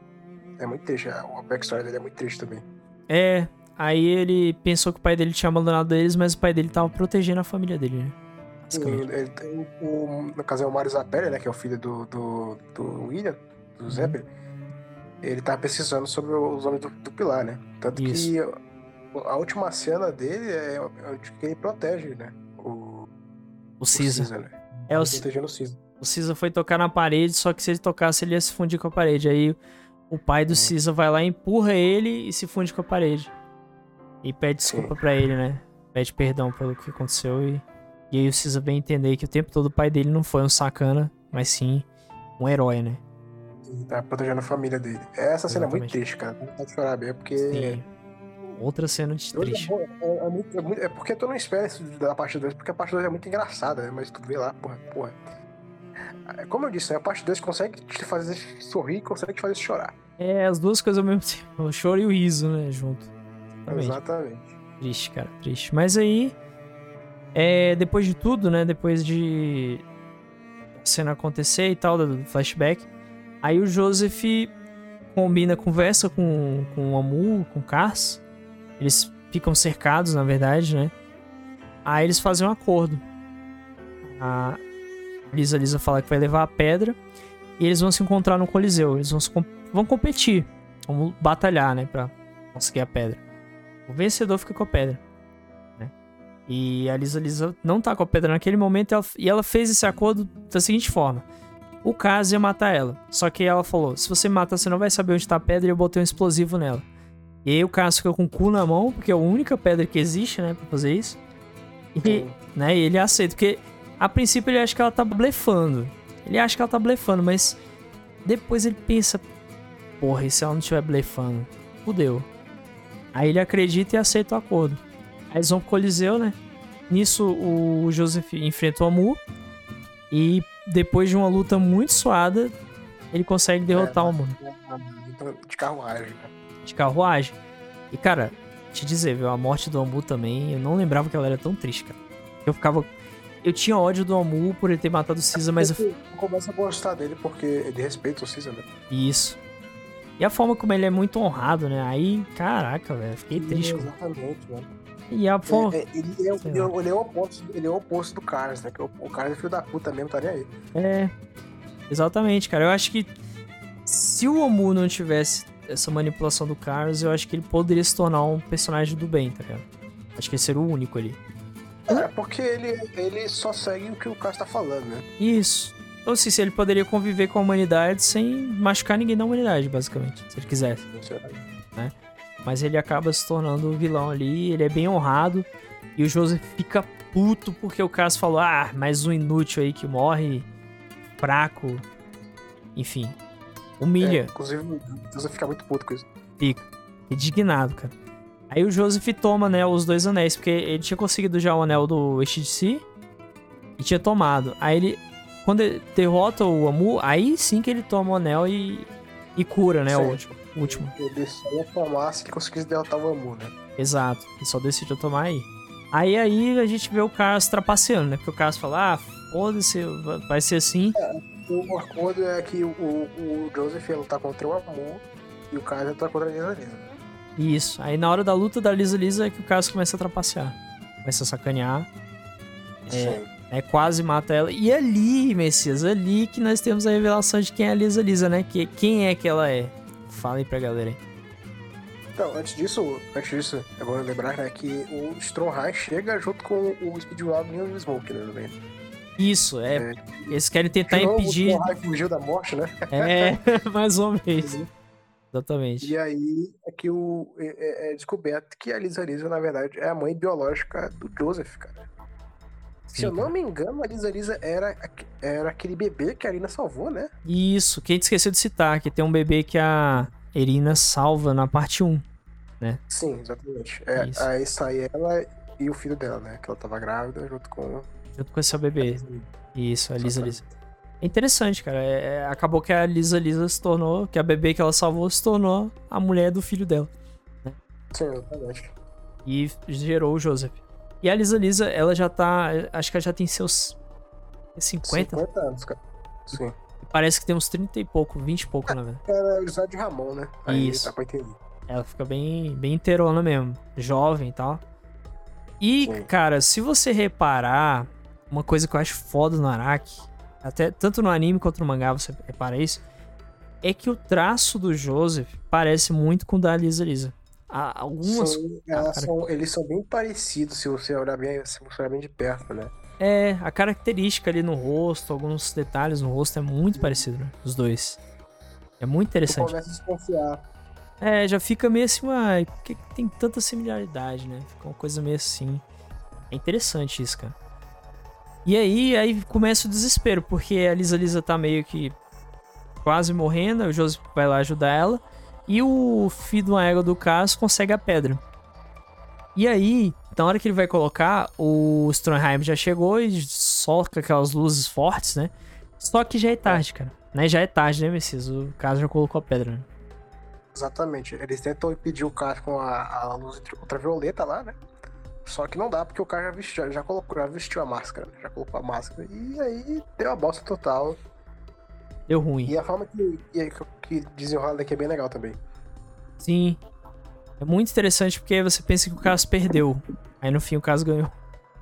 É muito triste. A backstory dele é muito triste também. É, aí ele pensou que o pai dele tinha abandonado eles, mas o pai dele tava protegendo a família dele, né? Basicamente. Ele tem o, no caso é o Mário Zapelli, né? Que é o filho do, do, do William, do Uhum. Zeppelin. Ele tava pesquisando sobre os homens do, do Pilar, né? Tanto Isso. que a última cena dele é onde que ele protege, né? O, O o Caesar. Caesar, né? É, o, Ele protegendo o Caesar. o Caesar foi tocar na parede, só que se ele tocasse, ele ia se fundir com a parede. Aí o pai do Sim. Caesar vai lá, empurra ele e se funde com a parede. E pede desculpa Sim. pra ele, né? Pede perdão pelo que aconteceu. E, e aí o Caesar vem entender que o tempo todo o pai dele não foi um sacana, mas sim um herói, né? Ele tá protegendo a família dele. Essa cena é muito Exatamente. triste, cara. Não pode chorar bem, porque. Sim. Outra cena de Hoje triste. É, bom, é, é muito, é, muito- é porque tu não espera isso da parte dois, porque a parte dois é muito engraçada, né? Mas tu vê lá, porra, porra. É, Como eu disse, né? A parte dois consegue te fazer sorrir e consegue te fazer chorar. É, as duas coisas ao mesmo tempo. O choro e o riso, né? Junto. Exatamente. Exatamente. Triste, cara, triste. Mas aí, é, depois de tudo, né? Depois de a cena acontecer e tal, do flashback, aí o Joseph combina, conversa com, com o Amu, com o Kars. Eles ficam cercados, na verdade, né? Aí eles fazem um acordo. A Lisa Lisa fala que vai levar a pedra e eles vão se encontrar no Coliseu. Eles vão, se com- vão competir, vão batalhar, né? Pra conseguir a pedra. O vencedor fica com a pedra, né? E a Lisa Lisa não tá com a pedra naquele momento ela- e ela fez esse acordo da seguinte forma. O Kaz ia matar ela, só que ela falou, se você mata, você não vai saber onde tá a pedra e eu botei um explosivo nela. E aí o Kaz fica com o cu na mão, porque é a única pedra que existe, né, pra fazer isso. E, Sim. né, e ele aceita, porque a princípio ele acha que ela tá blefando. Ele acha que ela tá blefando, mas depois ele pensa, porra, e se ela não estiver blefando? Fudeu. Aí ele acredita e aceita o acordo. Aí eles vão pro Coliseu, né? Nisso o Joseph enfrenta o Amu. E depois de uma luta muito suada, ele consegue derrotar o Amu Então, de carruagem, né? de carruagem. E cara, te dizer, viu, a morte do Amu também, eu não lembrava que ela era tão triste, cara. Eu ficava. Eu tinha ódio do Amu por ele ter matado o Caesar, mas. Eu começo a gostar dele porque ele respeita o Caesar, né? Isso. E a forma como ele é muito honrado, né? Aí, caraca, velho, fiquei triste. com- Exatamente, né? E a forma. É, é, ele, é, Sei ele, é, lá. ele é o oposto, ele é o oposto do Carlos, né? Que o, o Carlos é filho da puta mesmo, tá nem aí. É, exatamente, cara. Eu acho que se o Amu não tivesse essa manipulação do Carlos, eu acho que ele poderia se tornar um personagem do bem, tá ligado? Acho que ele seria o único ali. É, porque ele, ele só segue o que o Carlos tá falando, né? Isso. Então, assim, se ele poderia conviver com a humanidade sem machucar ninguém da humanidade, basicamente, se ele quisesse. Sinceramente. Mas ele acaba se tornando o vilão ali, ele é bem honrado. E o Joseph fica puto porque o Carlos falou: ah, mais um inútil aí que morre, fraco. Enfim, É, humilha. inclusive, o Joseph fica muito puto com isso. Fica. Indignado, cara. Aí o Joseph toma, né, os dois anéis, porque ele tinha conseguido já o anel do H D C e tinha tomado. Aí ele, quando ele derrota o Amu, aí sim que ele toma o anel e, e cura, né, o Sim. último. o último. Ele só ia tomar se ele conseguisse derrotar o Amu, né? Exato. Ele só decidiu tomar aí. Aí aí a gente vê o Carlos trapaceando, né, porque o Carlos fala, ah, foda-se, vai ser assim. O acordo é que o, o, o Joseph ia lutar contra o Amu e o Carlos ia lutar contra a Lisa Lisa. Isso. Aí na hora da luta da Lisa Lisa é que o Cass começa a trapacear. Começa a sacanear. É, é, quase mata ela. E ali, Messias, ali que nós temos a revelação de quem é a Lisa Lisa, né? Que, quem é que ela é? Fala aí pra galera aí. Então, antes disso, antes disso, é bom lembrar, né, que o Stromheim chega junto com o Speedwagon e o Smoke, né, também. Isso, é, é. Eles querem tentar novo, impedir. O Stromheim fugiu da morte, né? É, mais ou menos. Uhum. Exatamente. E aí é que o, é, é descoberto que a Lisa Lisa, na verdade, é a mãe biológica do Joseph, cara. Sim, Se eu cara. não me engano, a Lisa Lisa era, era aquele bebê que a Irina salvou, né? Isso, quem esqueceu de citar, que tem um bebê que a Irina salva na parte um, né? Sim, exatamente. É, aí sai ela e o filho dela, né? Que ela tava grávida junto com... Junto com esse bebê. Isso, a Lisa Lisa. É interessante, cara. É, é, acabou que a Lisa Lisa se tornou, que a bebê que ela salvou se tornou a mulher do filho dela. Né? Sim, exatamente. E gerou o Joseph. E a Lisa Lisa, ela já tá, acho que ela já tem seus cinquenta? cinquenta anos, cara. Sim. Parece que tem uns trinta e pouco, vinte e pouco, na verdade. Era usar de Ramon, né? Aí Isso. Dá pra entender. Ela fica bem, bem inteirona mesmo. Jovem e tal. E, Sim. cara, se você reparar, uma coisa que eu acho foda no Araki, até tanto no anime quanto no mangá você repara isso, é que o traço do Joseph parece muito com o da Lisa Lisa. Há algumas... Sim, elas ah, são, eles são bem parecidos se você olhar bem, se você olhar bem de perto, né? É, a característica ali no rosto, alguns detalhes no rosto é muito Sim. parecido, né? Os dois. É muito interessante. Tu começa a desconfiar. É, já fica meio assim, uai, por que tem tanta similaridade, né? Fica uma coisa meio assim. É interessante isso, cara. E aí, aí começa o desespero, porque a Lisa Lisa tá meio que quase morrendo, o Joseph vai lá ajudar ela, e o filho de uma égua do Cass consegue a pedra. E aí, na hora que ele vai colocar, o Stromheim já chegou e soca aquelas luzes fortes, né? Só que já é tarde, cara. Né? Já é tarde, né, Messias? O Cass já colocou a pedra, né? Exatamente. Eles tentam impedir o Cass com a, a luz ultravioleta lá, né? Só que não dá, porque o cara já vestiu, já, já colocou, já vestiu a máscara, né? Já colocou a máscara. E aí deu a bosta total. Deu ruim. E a forma que, que desenrola daqui é bem legal também. Sim. É muito interessante porque você pensa que o Cass perdeu. Aí no fim o Cass ganhou.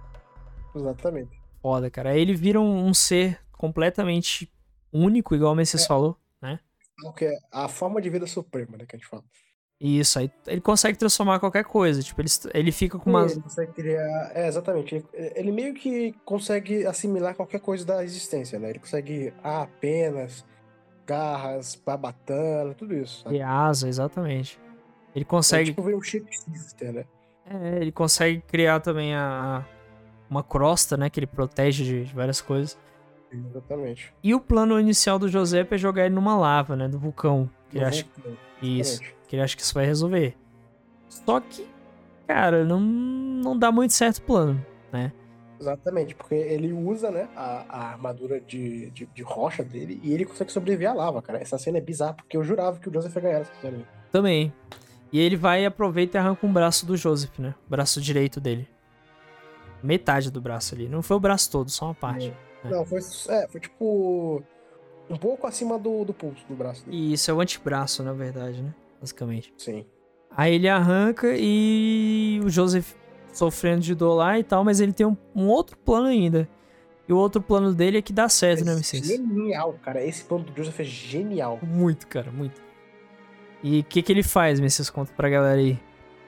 Exatamente. Foda, cara. Aí ele vira um, um ser completamente único, igual o Messias é. falou, né? Porque é a forma de vida suprema, né, que a gente fala. Isso, aí ele consegue transformar qualquer coisa, tipo, ele, ele fica com umas... Ele consegue criar... É, exatamente. Ele, ele meio que consegue assimilar qualquer coisa da existência, né? Ele consegue ah, penas, garras, babatana, tudo isso. Sabe? E asa, exatamente. Ele consegue... É tipo ver um shapeshifter, né? É, ele consegue criar também a, a uma crosta, né, que ele protege de, de várias coisas. Exatamente. E o plano inicial do Joseph é jogar ele numa lava, né, do vulcão. Que ele acha... Isso. Que ele acha que isso vai resolver. Só que, cara, não, não dá muito certo o plano, né? Exatamente, porque ele usa, né, a, a armadura de, de, de rocha dele e ele consegue sobreviver à lava, cara. Essa cena é bizarra, porque eu jurava que o Joseph ia ganhar essa cena. Também. E ele vai e aproveita e arranca um braço do Joseph, né? O braço direito dele. Metade do braço ali. Não foi o braço todo, só uma parte. É. Não, foi, é, foi tipo... um pouco acima do, do pulso do braço dele. E isso é o antebraço, na verdade, né? Basicamente. Sim. Aí ele arranca e o Joseph sofrendo de dor lá e tal, mas ele tem um, um outro plano ainda. E o outro plano dele é que dá certo, é né, Messias? Genial, cara. Esse plano do Joseph é genial. Muito, cara, muito. E o que que ele faz, Messias? Conta pra galera aí.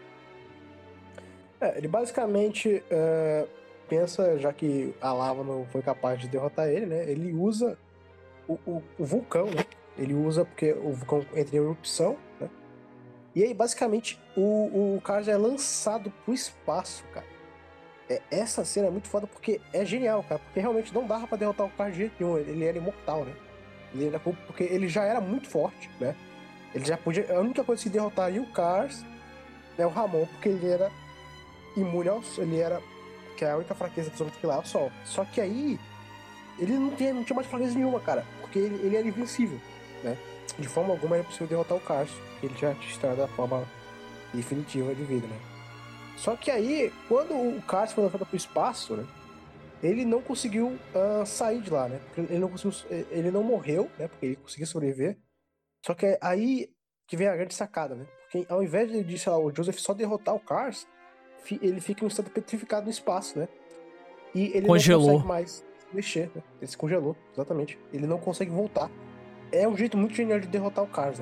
É, ele basicamente uh, pensa, já que a lava não foi capaz de derrotar ele, né? Ele usa o, o, o vulcão, né? Ele usa porque o vulcão entra em erupção, né? E aí, basicamente, o, o cara já é lançado pro espaço, cara. É, essa cena é muito foda porque é genial, cara. Porque realmente não dava pra derrotar o cara de jeito nenhum. Ele era imortal, né? Ele era, porque ele já era muito forte, né? Ele já podia... A única coisa que derrotaria o Cars é o Ramon, porque ele era imune ao sol. Ele era... Que é a única fraqueza do Sonic que lá é o sol. Só que aí... Ele não tinha, não tinha mais fraqueza nenhuma, cara. Porque ele, ele era invencível, né? De forma alguma era possível derrotar o Cars. Ele já tinha estragado a forma definitiva de vida, né? Só que aí, quando o Cars foi lançado pro espaço, né? Ele não conseguiu uh, sair de lá, né? Porque ele não conseguiu... Ele não morreu, né? Porque ele conseguiu sobreviver. Só que aí que vem a grande sacada, né? porque ao invés de, sei lá, o Joseph só derrotar o Cars, ele fica em um estado petrificado no espaço, né? E ele Congelou. não consegue mais mexer, né? Ele se congelou, exatamente. Ele não consegue voltar. É um jeito muito genial de derrotar o Cars, né?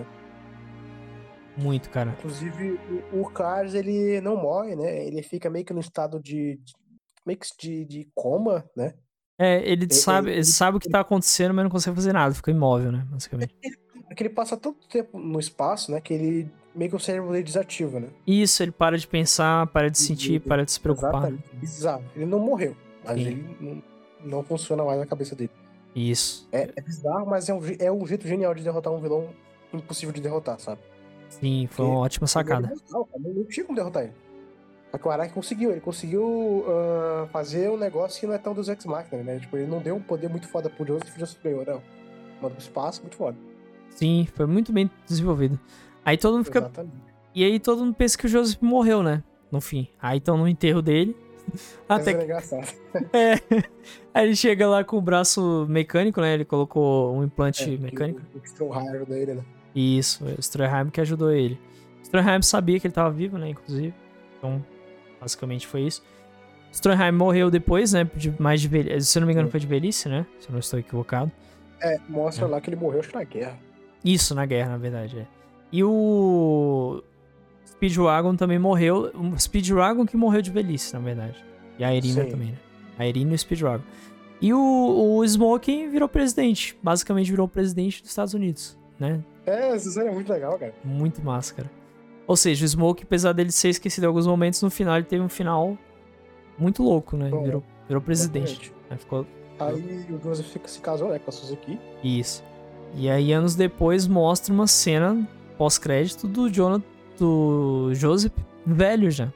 Muito, cara. Inclusive, o, o Cars, ele não morre, né? Ele fica meio que no estado de... de meio que de, de coma, né? É, ele É, sabe, é, ele sabe o que tá acontecendo, mas não consegue fazer nada. Fica imóvel, né? Basicamente. É que ele passa tanto tempo no espaço, né? Que ele... meio que o cérebro dele desativa, né? Isso, ele para de pensar, para de sentir, para de se preocupar. Exatamente. Bizarro. Ele não morreu, mas Sim. ele não, não funciona mais na cabeça dele. Isso. É, é bizarro, mas é um, é um jeito genial de derrotar um vilão impossível de derrotar, sabe? Sim, foi Porque uma ótima sacada. Ele é mortal, cara, não tinha como derrotar ele. Só que o Araki conseguiu, ele conseguiu uh, fazer um negócio que não é tão dos Ex-Machina, né? Tipo, ele não deu um poder muito foda pro Joseph e Joseph ganhou, não. Manda pro espaço, muito foda. Sim, foi muito bem desenvolvido. Aí todo mundo fica... Exatamente. E aí todo mundo pensa que o Joseph morreu, né? No fim. Aí estão no enterro dele. Até Isso que... é engraçado. É. Aí ele chega lá com o braço mecânico, né? Ele colocou um implante É, mecânico. O, o Stroheim ajuda ele, né? Isso, o Stroheim que ajudou ele. O Stroheim sabia que ele tava vivo, né? Inclusive. Então, basicamente foi isso. O Stroheim morreu depois, né? De mais de velhice. Se eu não me engano, foi de velhice, né? Se eu não estou equivocado. É, mostra É. lá que ele morreu, acho que na guerra. Isso, na guerra, na verdade, é. E o Speedwagon também morreu. O Speedwagon que morreu de velhice, na verdade. E a Irina Sim. também, né? A Irina e o Speedwagon. E o, o Smoking virou presidente. Basicamente virou presidente dos Estados Unidos, né? É, essa cena é muito legal, cara. Muito massa, cara. Ou seja, o Smoke, apesar dele ser esquecido em alguns momentos, no final ele teve um final muito louco, né? Bom, Virou, virou presidente. exatamente. Aí ficou Aí o Joseph fica- se casou, né, com a Suzuki. isso. E aí, anos depois, mostra uma cena pós-crédito do Jonathan, do Joseph, velho já.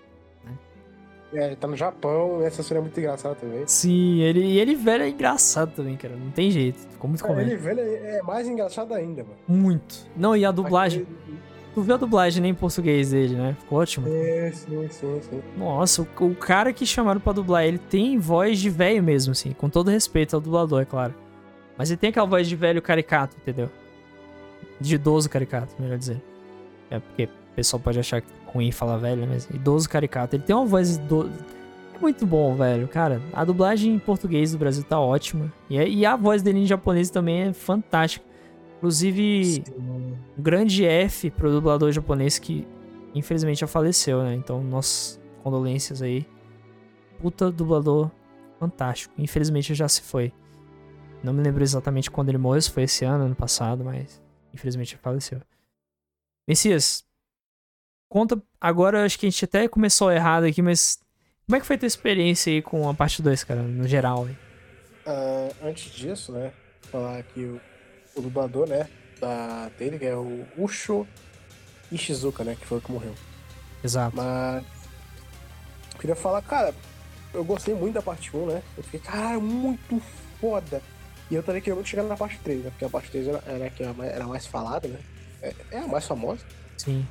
É, ele tá no Japão, e essa cena é muito engraçada também. Sim, ele, e ele velho é engraçado também, cara. Não tem jeito. Ficou muito É, comédia. ele velho é é mais engraçado ainda, mano. Muito. Não, e a dublagem. Aquele- Tu viu a dublagem, né, em português dele, né? Ficou ótimo. É, sim, sim, sim. Nossa, o, o cara que chamaram pra dublar ele tem voz de velho mesmo, assim. Com todo respeito ao dublador, é claro. Mas ele tem aquela voz de velho caricato, entendeu? De idoso caricato, melhor dizer. É porque o pessoal pode achar ruim falar velho, mas idoso caricato. Ele tem uma voz idoso. É muito bom, velho. Cara, a dublagem em português do Brasil tá ótima. E, é- e a voz dele em japonês também é fantástica. Inclusive, um grande F pro dublador japonês que infelizmente já faleceu, né? Então, nossas condolências aí. Puta dublador fantástico. Infelizmente já se foi. Não me lembro exatamente quando ele morreu, se foi esse ano, ano passado, mas infelizmente ele faleceu. Messias, conta agora, acho que a gente até começou errado aqui, mas como é que foi a tua experiência aí com a parte dois, cara, no geral? Aí? Ah, antes disso, né, falar que o, o dublador, né, da, dele, que é o Usho Ishizuka, né, que foi o que morreu. Exato. Mas eu queria falar, cara, eu gostei muito da parte um, né? Eu fiquei, cara, muito foda. E eu também queria muito chegar na parte três, né? Porque a parte três era, era, a que era, mais, era a mais falada, né? É, é a mais famosa. Sim.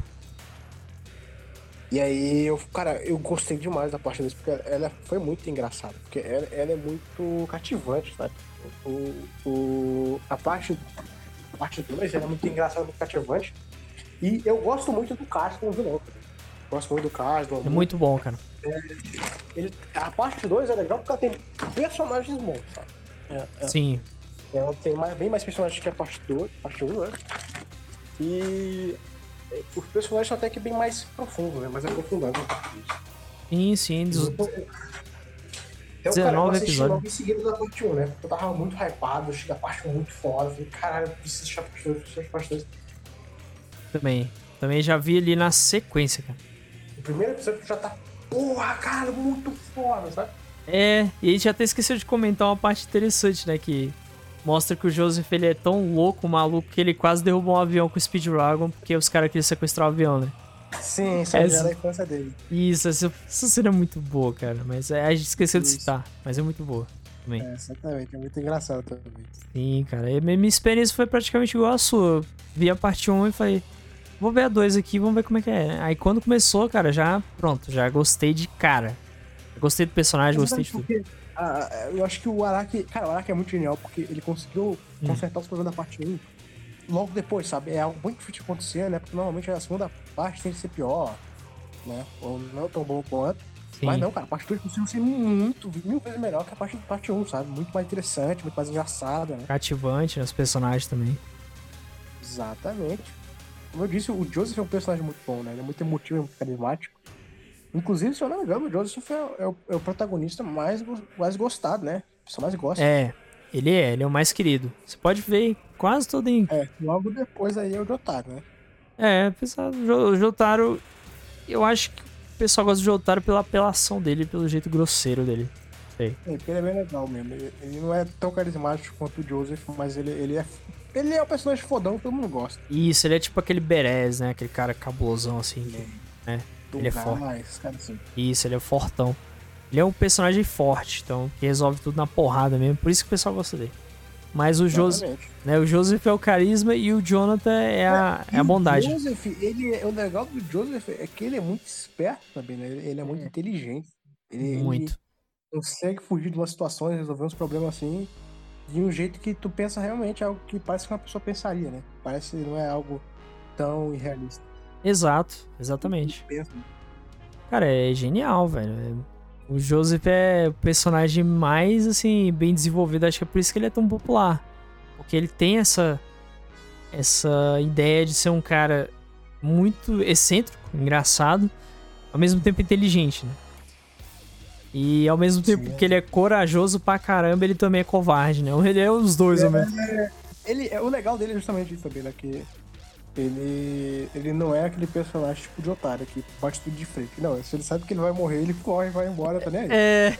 E aí, eu, cara, eu gostei demais da parte dois, porque ela foi muito engraçada. Porque ela, ela é muito cativante, sabe? O, o, a parte a parte dois ela é muito engraçada, muito cativante. E eu gosto muito do Cars como vilão, cara. Gosto muito do Cars, do É muito bom, cara. Ele, a parte dois é legal porque ela tem personagens bons, sabe? É, é, Sim. ela tem mais, bem mais personagens que a parte dois, parte um, né? E é, os personagens são até que bem mais profundos, né? Mais aprofundados na parte dois. Sim, sim. Des... Então, dezenove cara, eu assisti episódios. logo em seguida da parte um, né? Porque eu tava muito hypado, achei a parte um muito foda. Falei, caralho, eu preciso assistir a parte dois, preciso assistir a parte dois. Também. Também já vi ali na sequência, cara. O primeiro episódio já tá, porra, cara, muito foda, sabe? É, e a gente até esqueceu de comentar uma parte interessante, né? Que mostra que o Joseph ele é tão louco, maluco, que ele quase derrubou um avião com o Speedwagon porque os caras queriam sequestrar o avião, né? Sim, isso Essa- já era a infância dele. Isso, essa, essa cena é muito boa, cara. Mas é, a gente esqueceu de Isso. citar, mas é muito boa também. É, exatamente, é muito engraçado também. Sim, cara. E minha minha experiência foi praticamente igual a sua. Eu vi a parte um e falei, vou ver a dois aqui, vamos ver como é que é. Aí quando começou, cara, já, pronto, já gostei de cara. Gostei do personagem, gostei de tudo. Porque, ah, eu acho que o Araki, cara, o Araki é muito genial porque ele conseguiu consertar os problemas da parte um logo depois, sabe? É algo muito difícil de acontecer, né? Porque normalmente a segunda parte tem que ser pior, né? Ou não tão bom quanto. Sim. Mas não, cara, a parte dois conseguiu ser muito, mil vezes melhor que a parte, parte um, sabe? Muito mais interessante, muito mais engraçada, né? Cativante, né? Os personagens também. Exatamente. Como eu disse, o Joseph é um personagem muito bom, né? Ele é muito emotivo, é muito carismático. Inclusive, se eu não me engano, o Joseph é, é, o, é o protagonista mais, mais gostado, né? A pessoa mais gosta. É, ele é, ele é o mais querido. Você pode ver quase todo em... É, logo depois aí é o Jotaro, né? É, apesar do Jotaro, eu acho que o pessoal gosta do Jotaro pela apelação dele, pelo jeito grosseiro dele. Sei. É, porque ele é bem legal mesmo. Ele, ele não é tão carismático quanto o Joseph, mas ele, ele é... Ele é o personagem fodão que todo mundo gosta. Isso, ele é tipo aquele Berez, né? Aquele cara cabulosão assim. Ele é, né? Ele é forte. Mais, cara, assim. Isso, ele é fortão. Ele é um personagem forte, então, que resolve tudo na porrada mesmo. Por isso que o pessoal gosta dele. Mas o Joseph, né? O Joseph é o carisma e o Jonathan é a, é, é a bondade. O Joseph, ele é, o legal do Joseph é que ele é muito esperto também, né? Ele, ele é muito é. inteligente. Ele, muito. Ele consegue fugir de uma situação e resolver uns problemas assim de um jeito que tu pensa realmente algo que parece que uma pessoa pensaria, né? Parece que não é algo tão irrealista. Exato, exatamente. Cara, é genial, velho. O Joseph é o personagem mais, assim, bem desenvolvido. Acho que é por isso que ele é tão popular. Porque ele tem essa, essa ideia de ser um cara muito excêntrico, engraçado, ao mesmo tempo inteligente, né? E ao mesmo tempo Sim. que ele é corajoso pra caramba, ele também é covarde, né? Ele é os dois, é, né? É, ele, é, o legal dele é justamente isso também, né? Que ele, ele não é aquele personagem tipo de otário que bate tudo de frente. Não, se ele sabe que ele vai morrer, ele corre e vai embora, tá nem aí. É.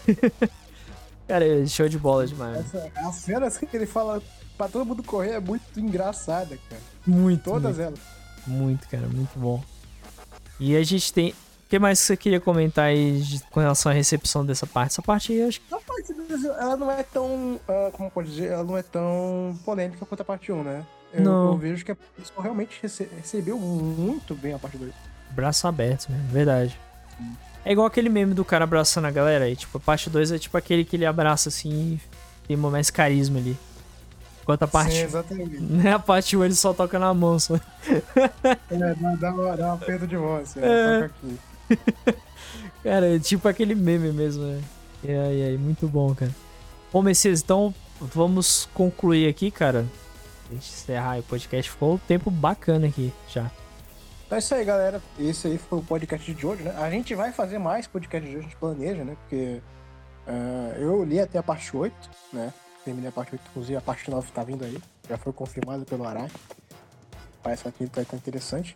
Cara, show de bola demais. Essa, as cenas que ele fala pra todo mundo correr é muito engraçada, cara. Muito. Todas muito. elas. Muito, cara, muito bom. E a gente tem... O que mais que você queria comentar aí de, com relação à recepção dessa parte? Essa parte aí, eu acho que... A parte ela não é tão... Uh, como pode dizer? Ela não é tão polêmica quanto a parte um, né? Eu, não. eu vejo que a pessoa realmente rece recebeu muito bem a parte dois. Braço aberto mesmo, verdade. Hum. É igual aquele meme do cara abraçando a galera aí. Tipo, a parte dois é tipo aquele que ele abraça assim e tem mais carisma ali. Enquanto a parte... Sim, exatamente. Né, a parte um ele só toca na mão, só. É, dá, dá, uma, dá uma aperto de mão, assim, é. Toca aqui. Cara, é tipo aquele meme mesmo, né? E aí, aí, muito bom, cara. Bom, Messias, então vamos concluir aqui, cara. Deixa eu encerrar o podcast. Ficou um tempo bacana aqui já. Então é isso aí, galera. Esse aí foi o podcast de hoje, né? A gente vai fazer mais podcast de hoje, a gente planeja, né? Porque uh, eu li até a parte oito, né? Terminei a parte oito, inclusive a parte nove tá vindo aí. Já foi confirmado pelo Araki. Parece que aqui tá, tá interessante.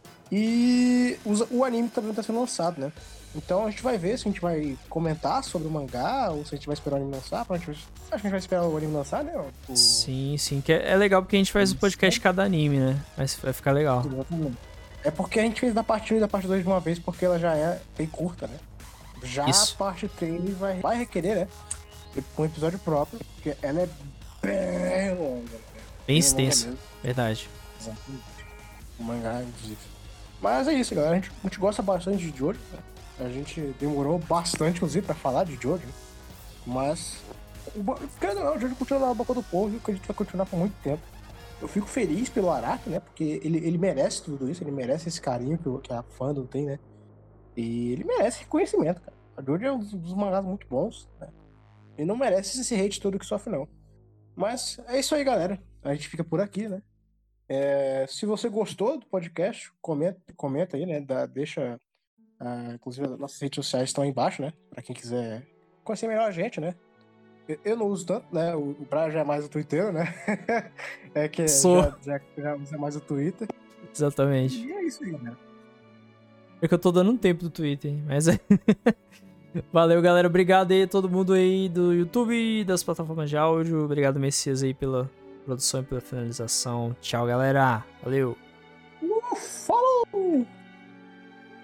E o, o anime também tá sendo lançado, né? Então a gente vai ver se a gente vai comentar sobre o mangá ou se a gente vai esperar o anime lançar. A gente vai, acho que a gente vai esperar o anime lançar, né? O... Sim, sim. Que é, é legal porque a gente faz o podcast de cada anime, né? Mas vai ficar legal. Exatamente. É porque a gente fez da parte um e da parte dois de uma vez porque ela já é bem curta, né? Já Isso. a parte três vai, vai requerer, né? Um episódio próprio, porque ela é bem longa. Né? Bem extensa, verdade. Exatamente. O mangá, inclusive. Mas é isso, galera. A gente, a gente gosta bastante de Jojo, né? A gente demorou bastante, inclusive, pra falar de Jojo. Mas, querendo ou não, o Jojo continua na boca do povo e a gente vai continuar por muito tempo. Eu fico feliz pelo Araki, né? Porque ele, ele merece tudo isso, ele merece esse carinho que, que a fandom tem, né? E ele merece reconhecimento, cara. A Jojo é um dos mangás muito bons, né? Ele não merece esse hate todo que sofre, não. Mas é isso aí, galera. A gente fica por aqui, né? É, se você gostou do podcast, comenta, comenta aí, né? Dá, deixa. Uh, inclusive, as nossas redes sociais estão aí embaixo, né? Pra quem quiser conhecer melhor a gente, né? Eu, eu não uso tanto, né? O, o Brian já é mais o Twitter, né? É que Sou. Já, já, já usa mais o Twitter. Exatamente. E é isso aí, né? É que eu tô dando um tempo do Twitter, hein? Mas é. Valeu, galera. Obrigado aí a todo mundo aí do YouTube e das plataformas de áudio. Obrigado, Messias, aí pela produção e pela finalização. Tchau, galera. Valeu. Uh, falou!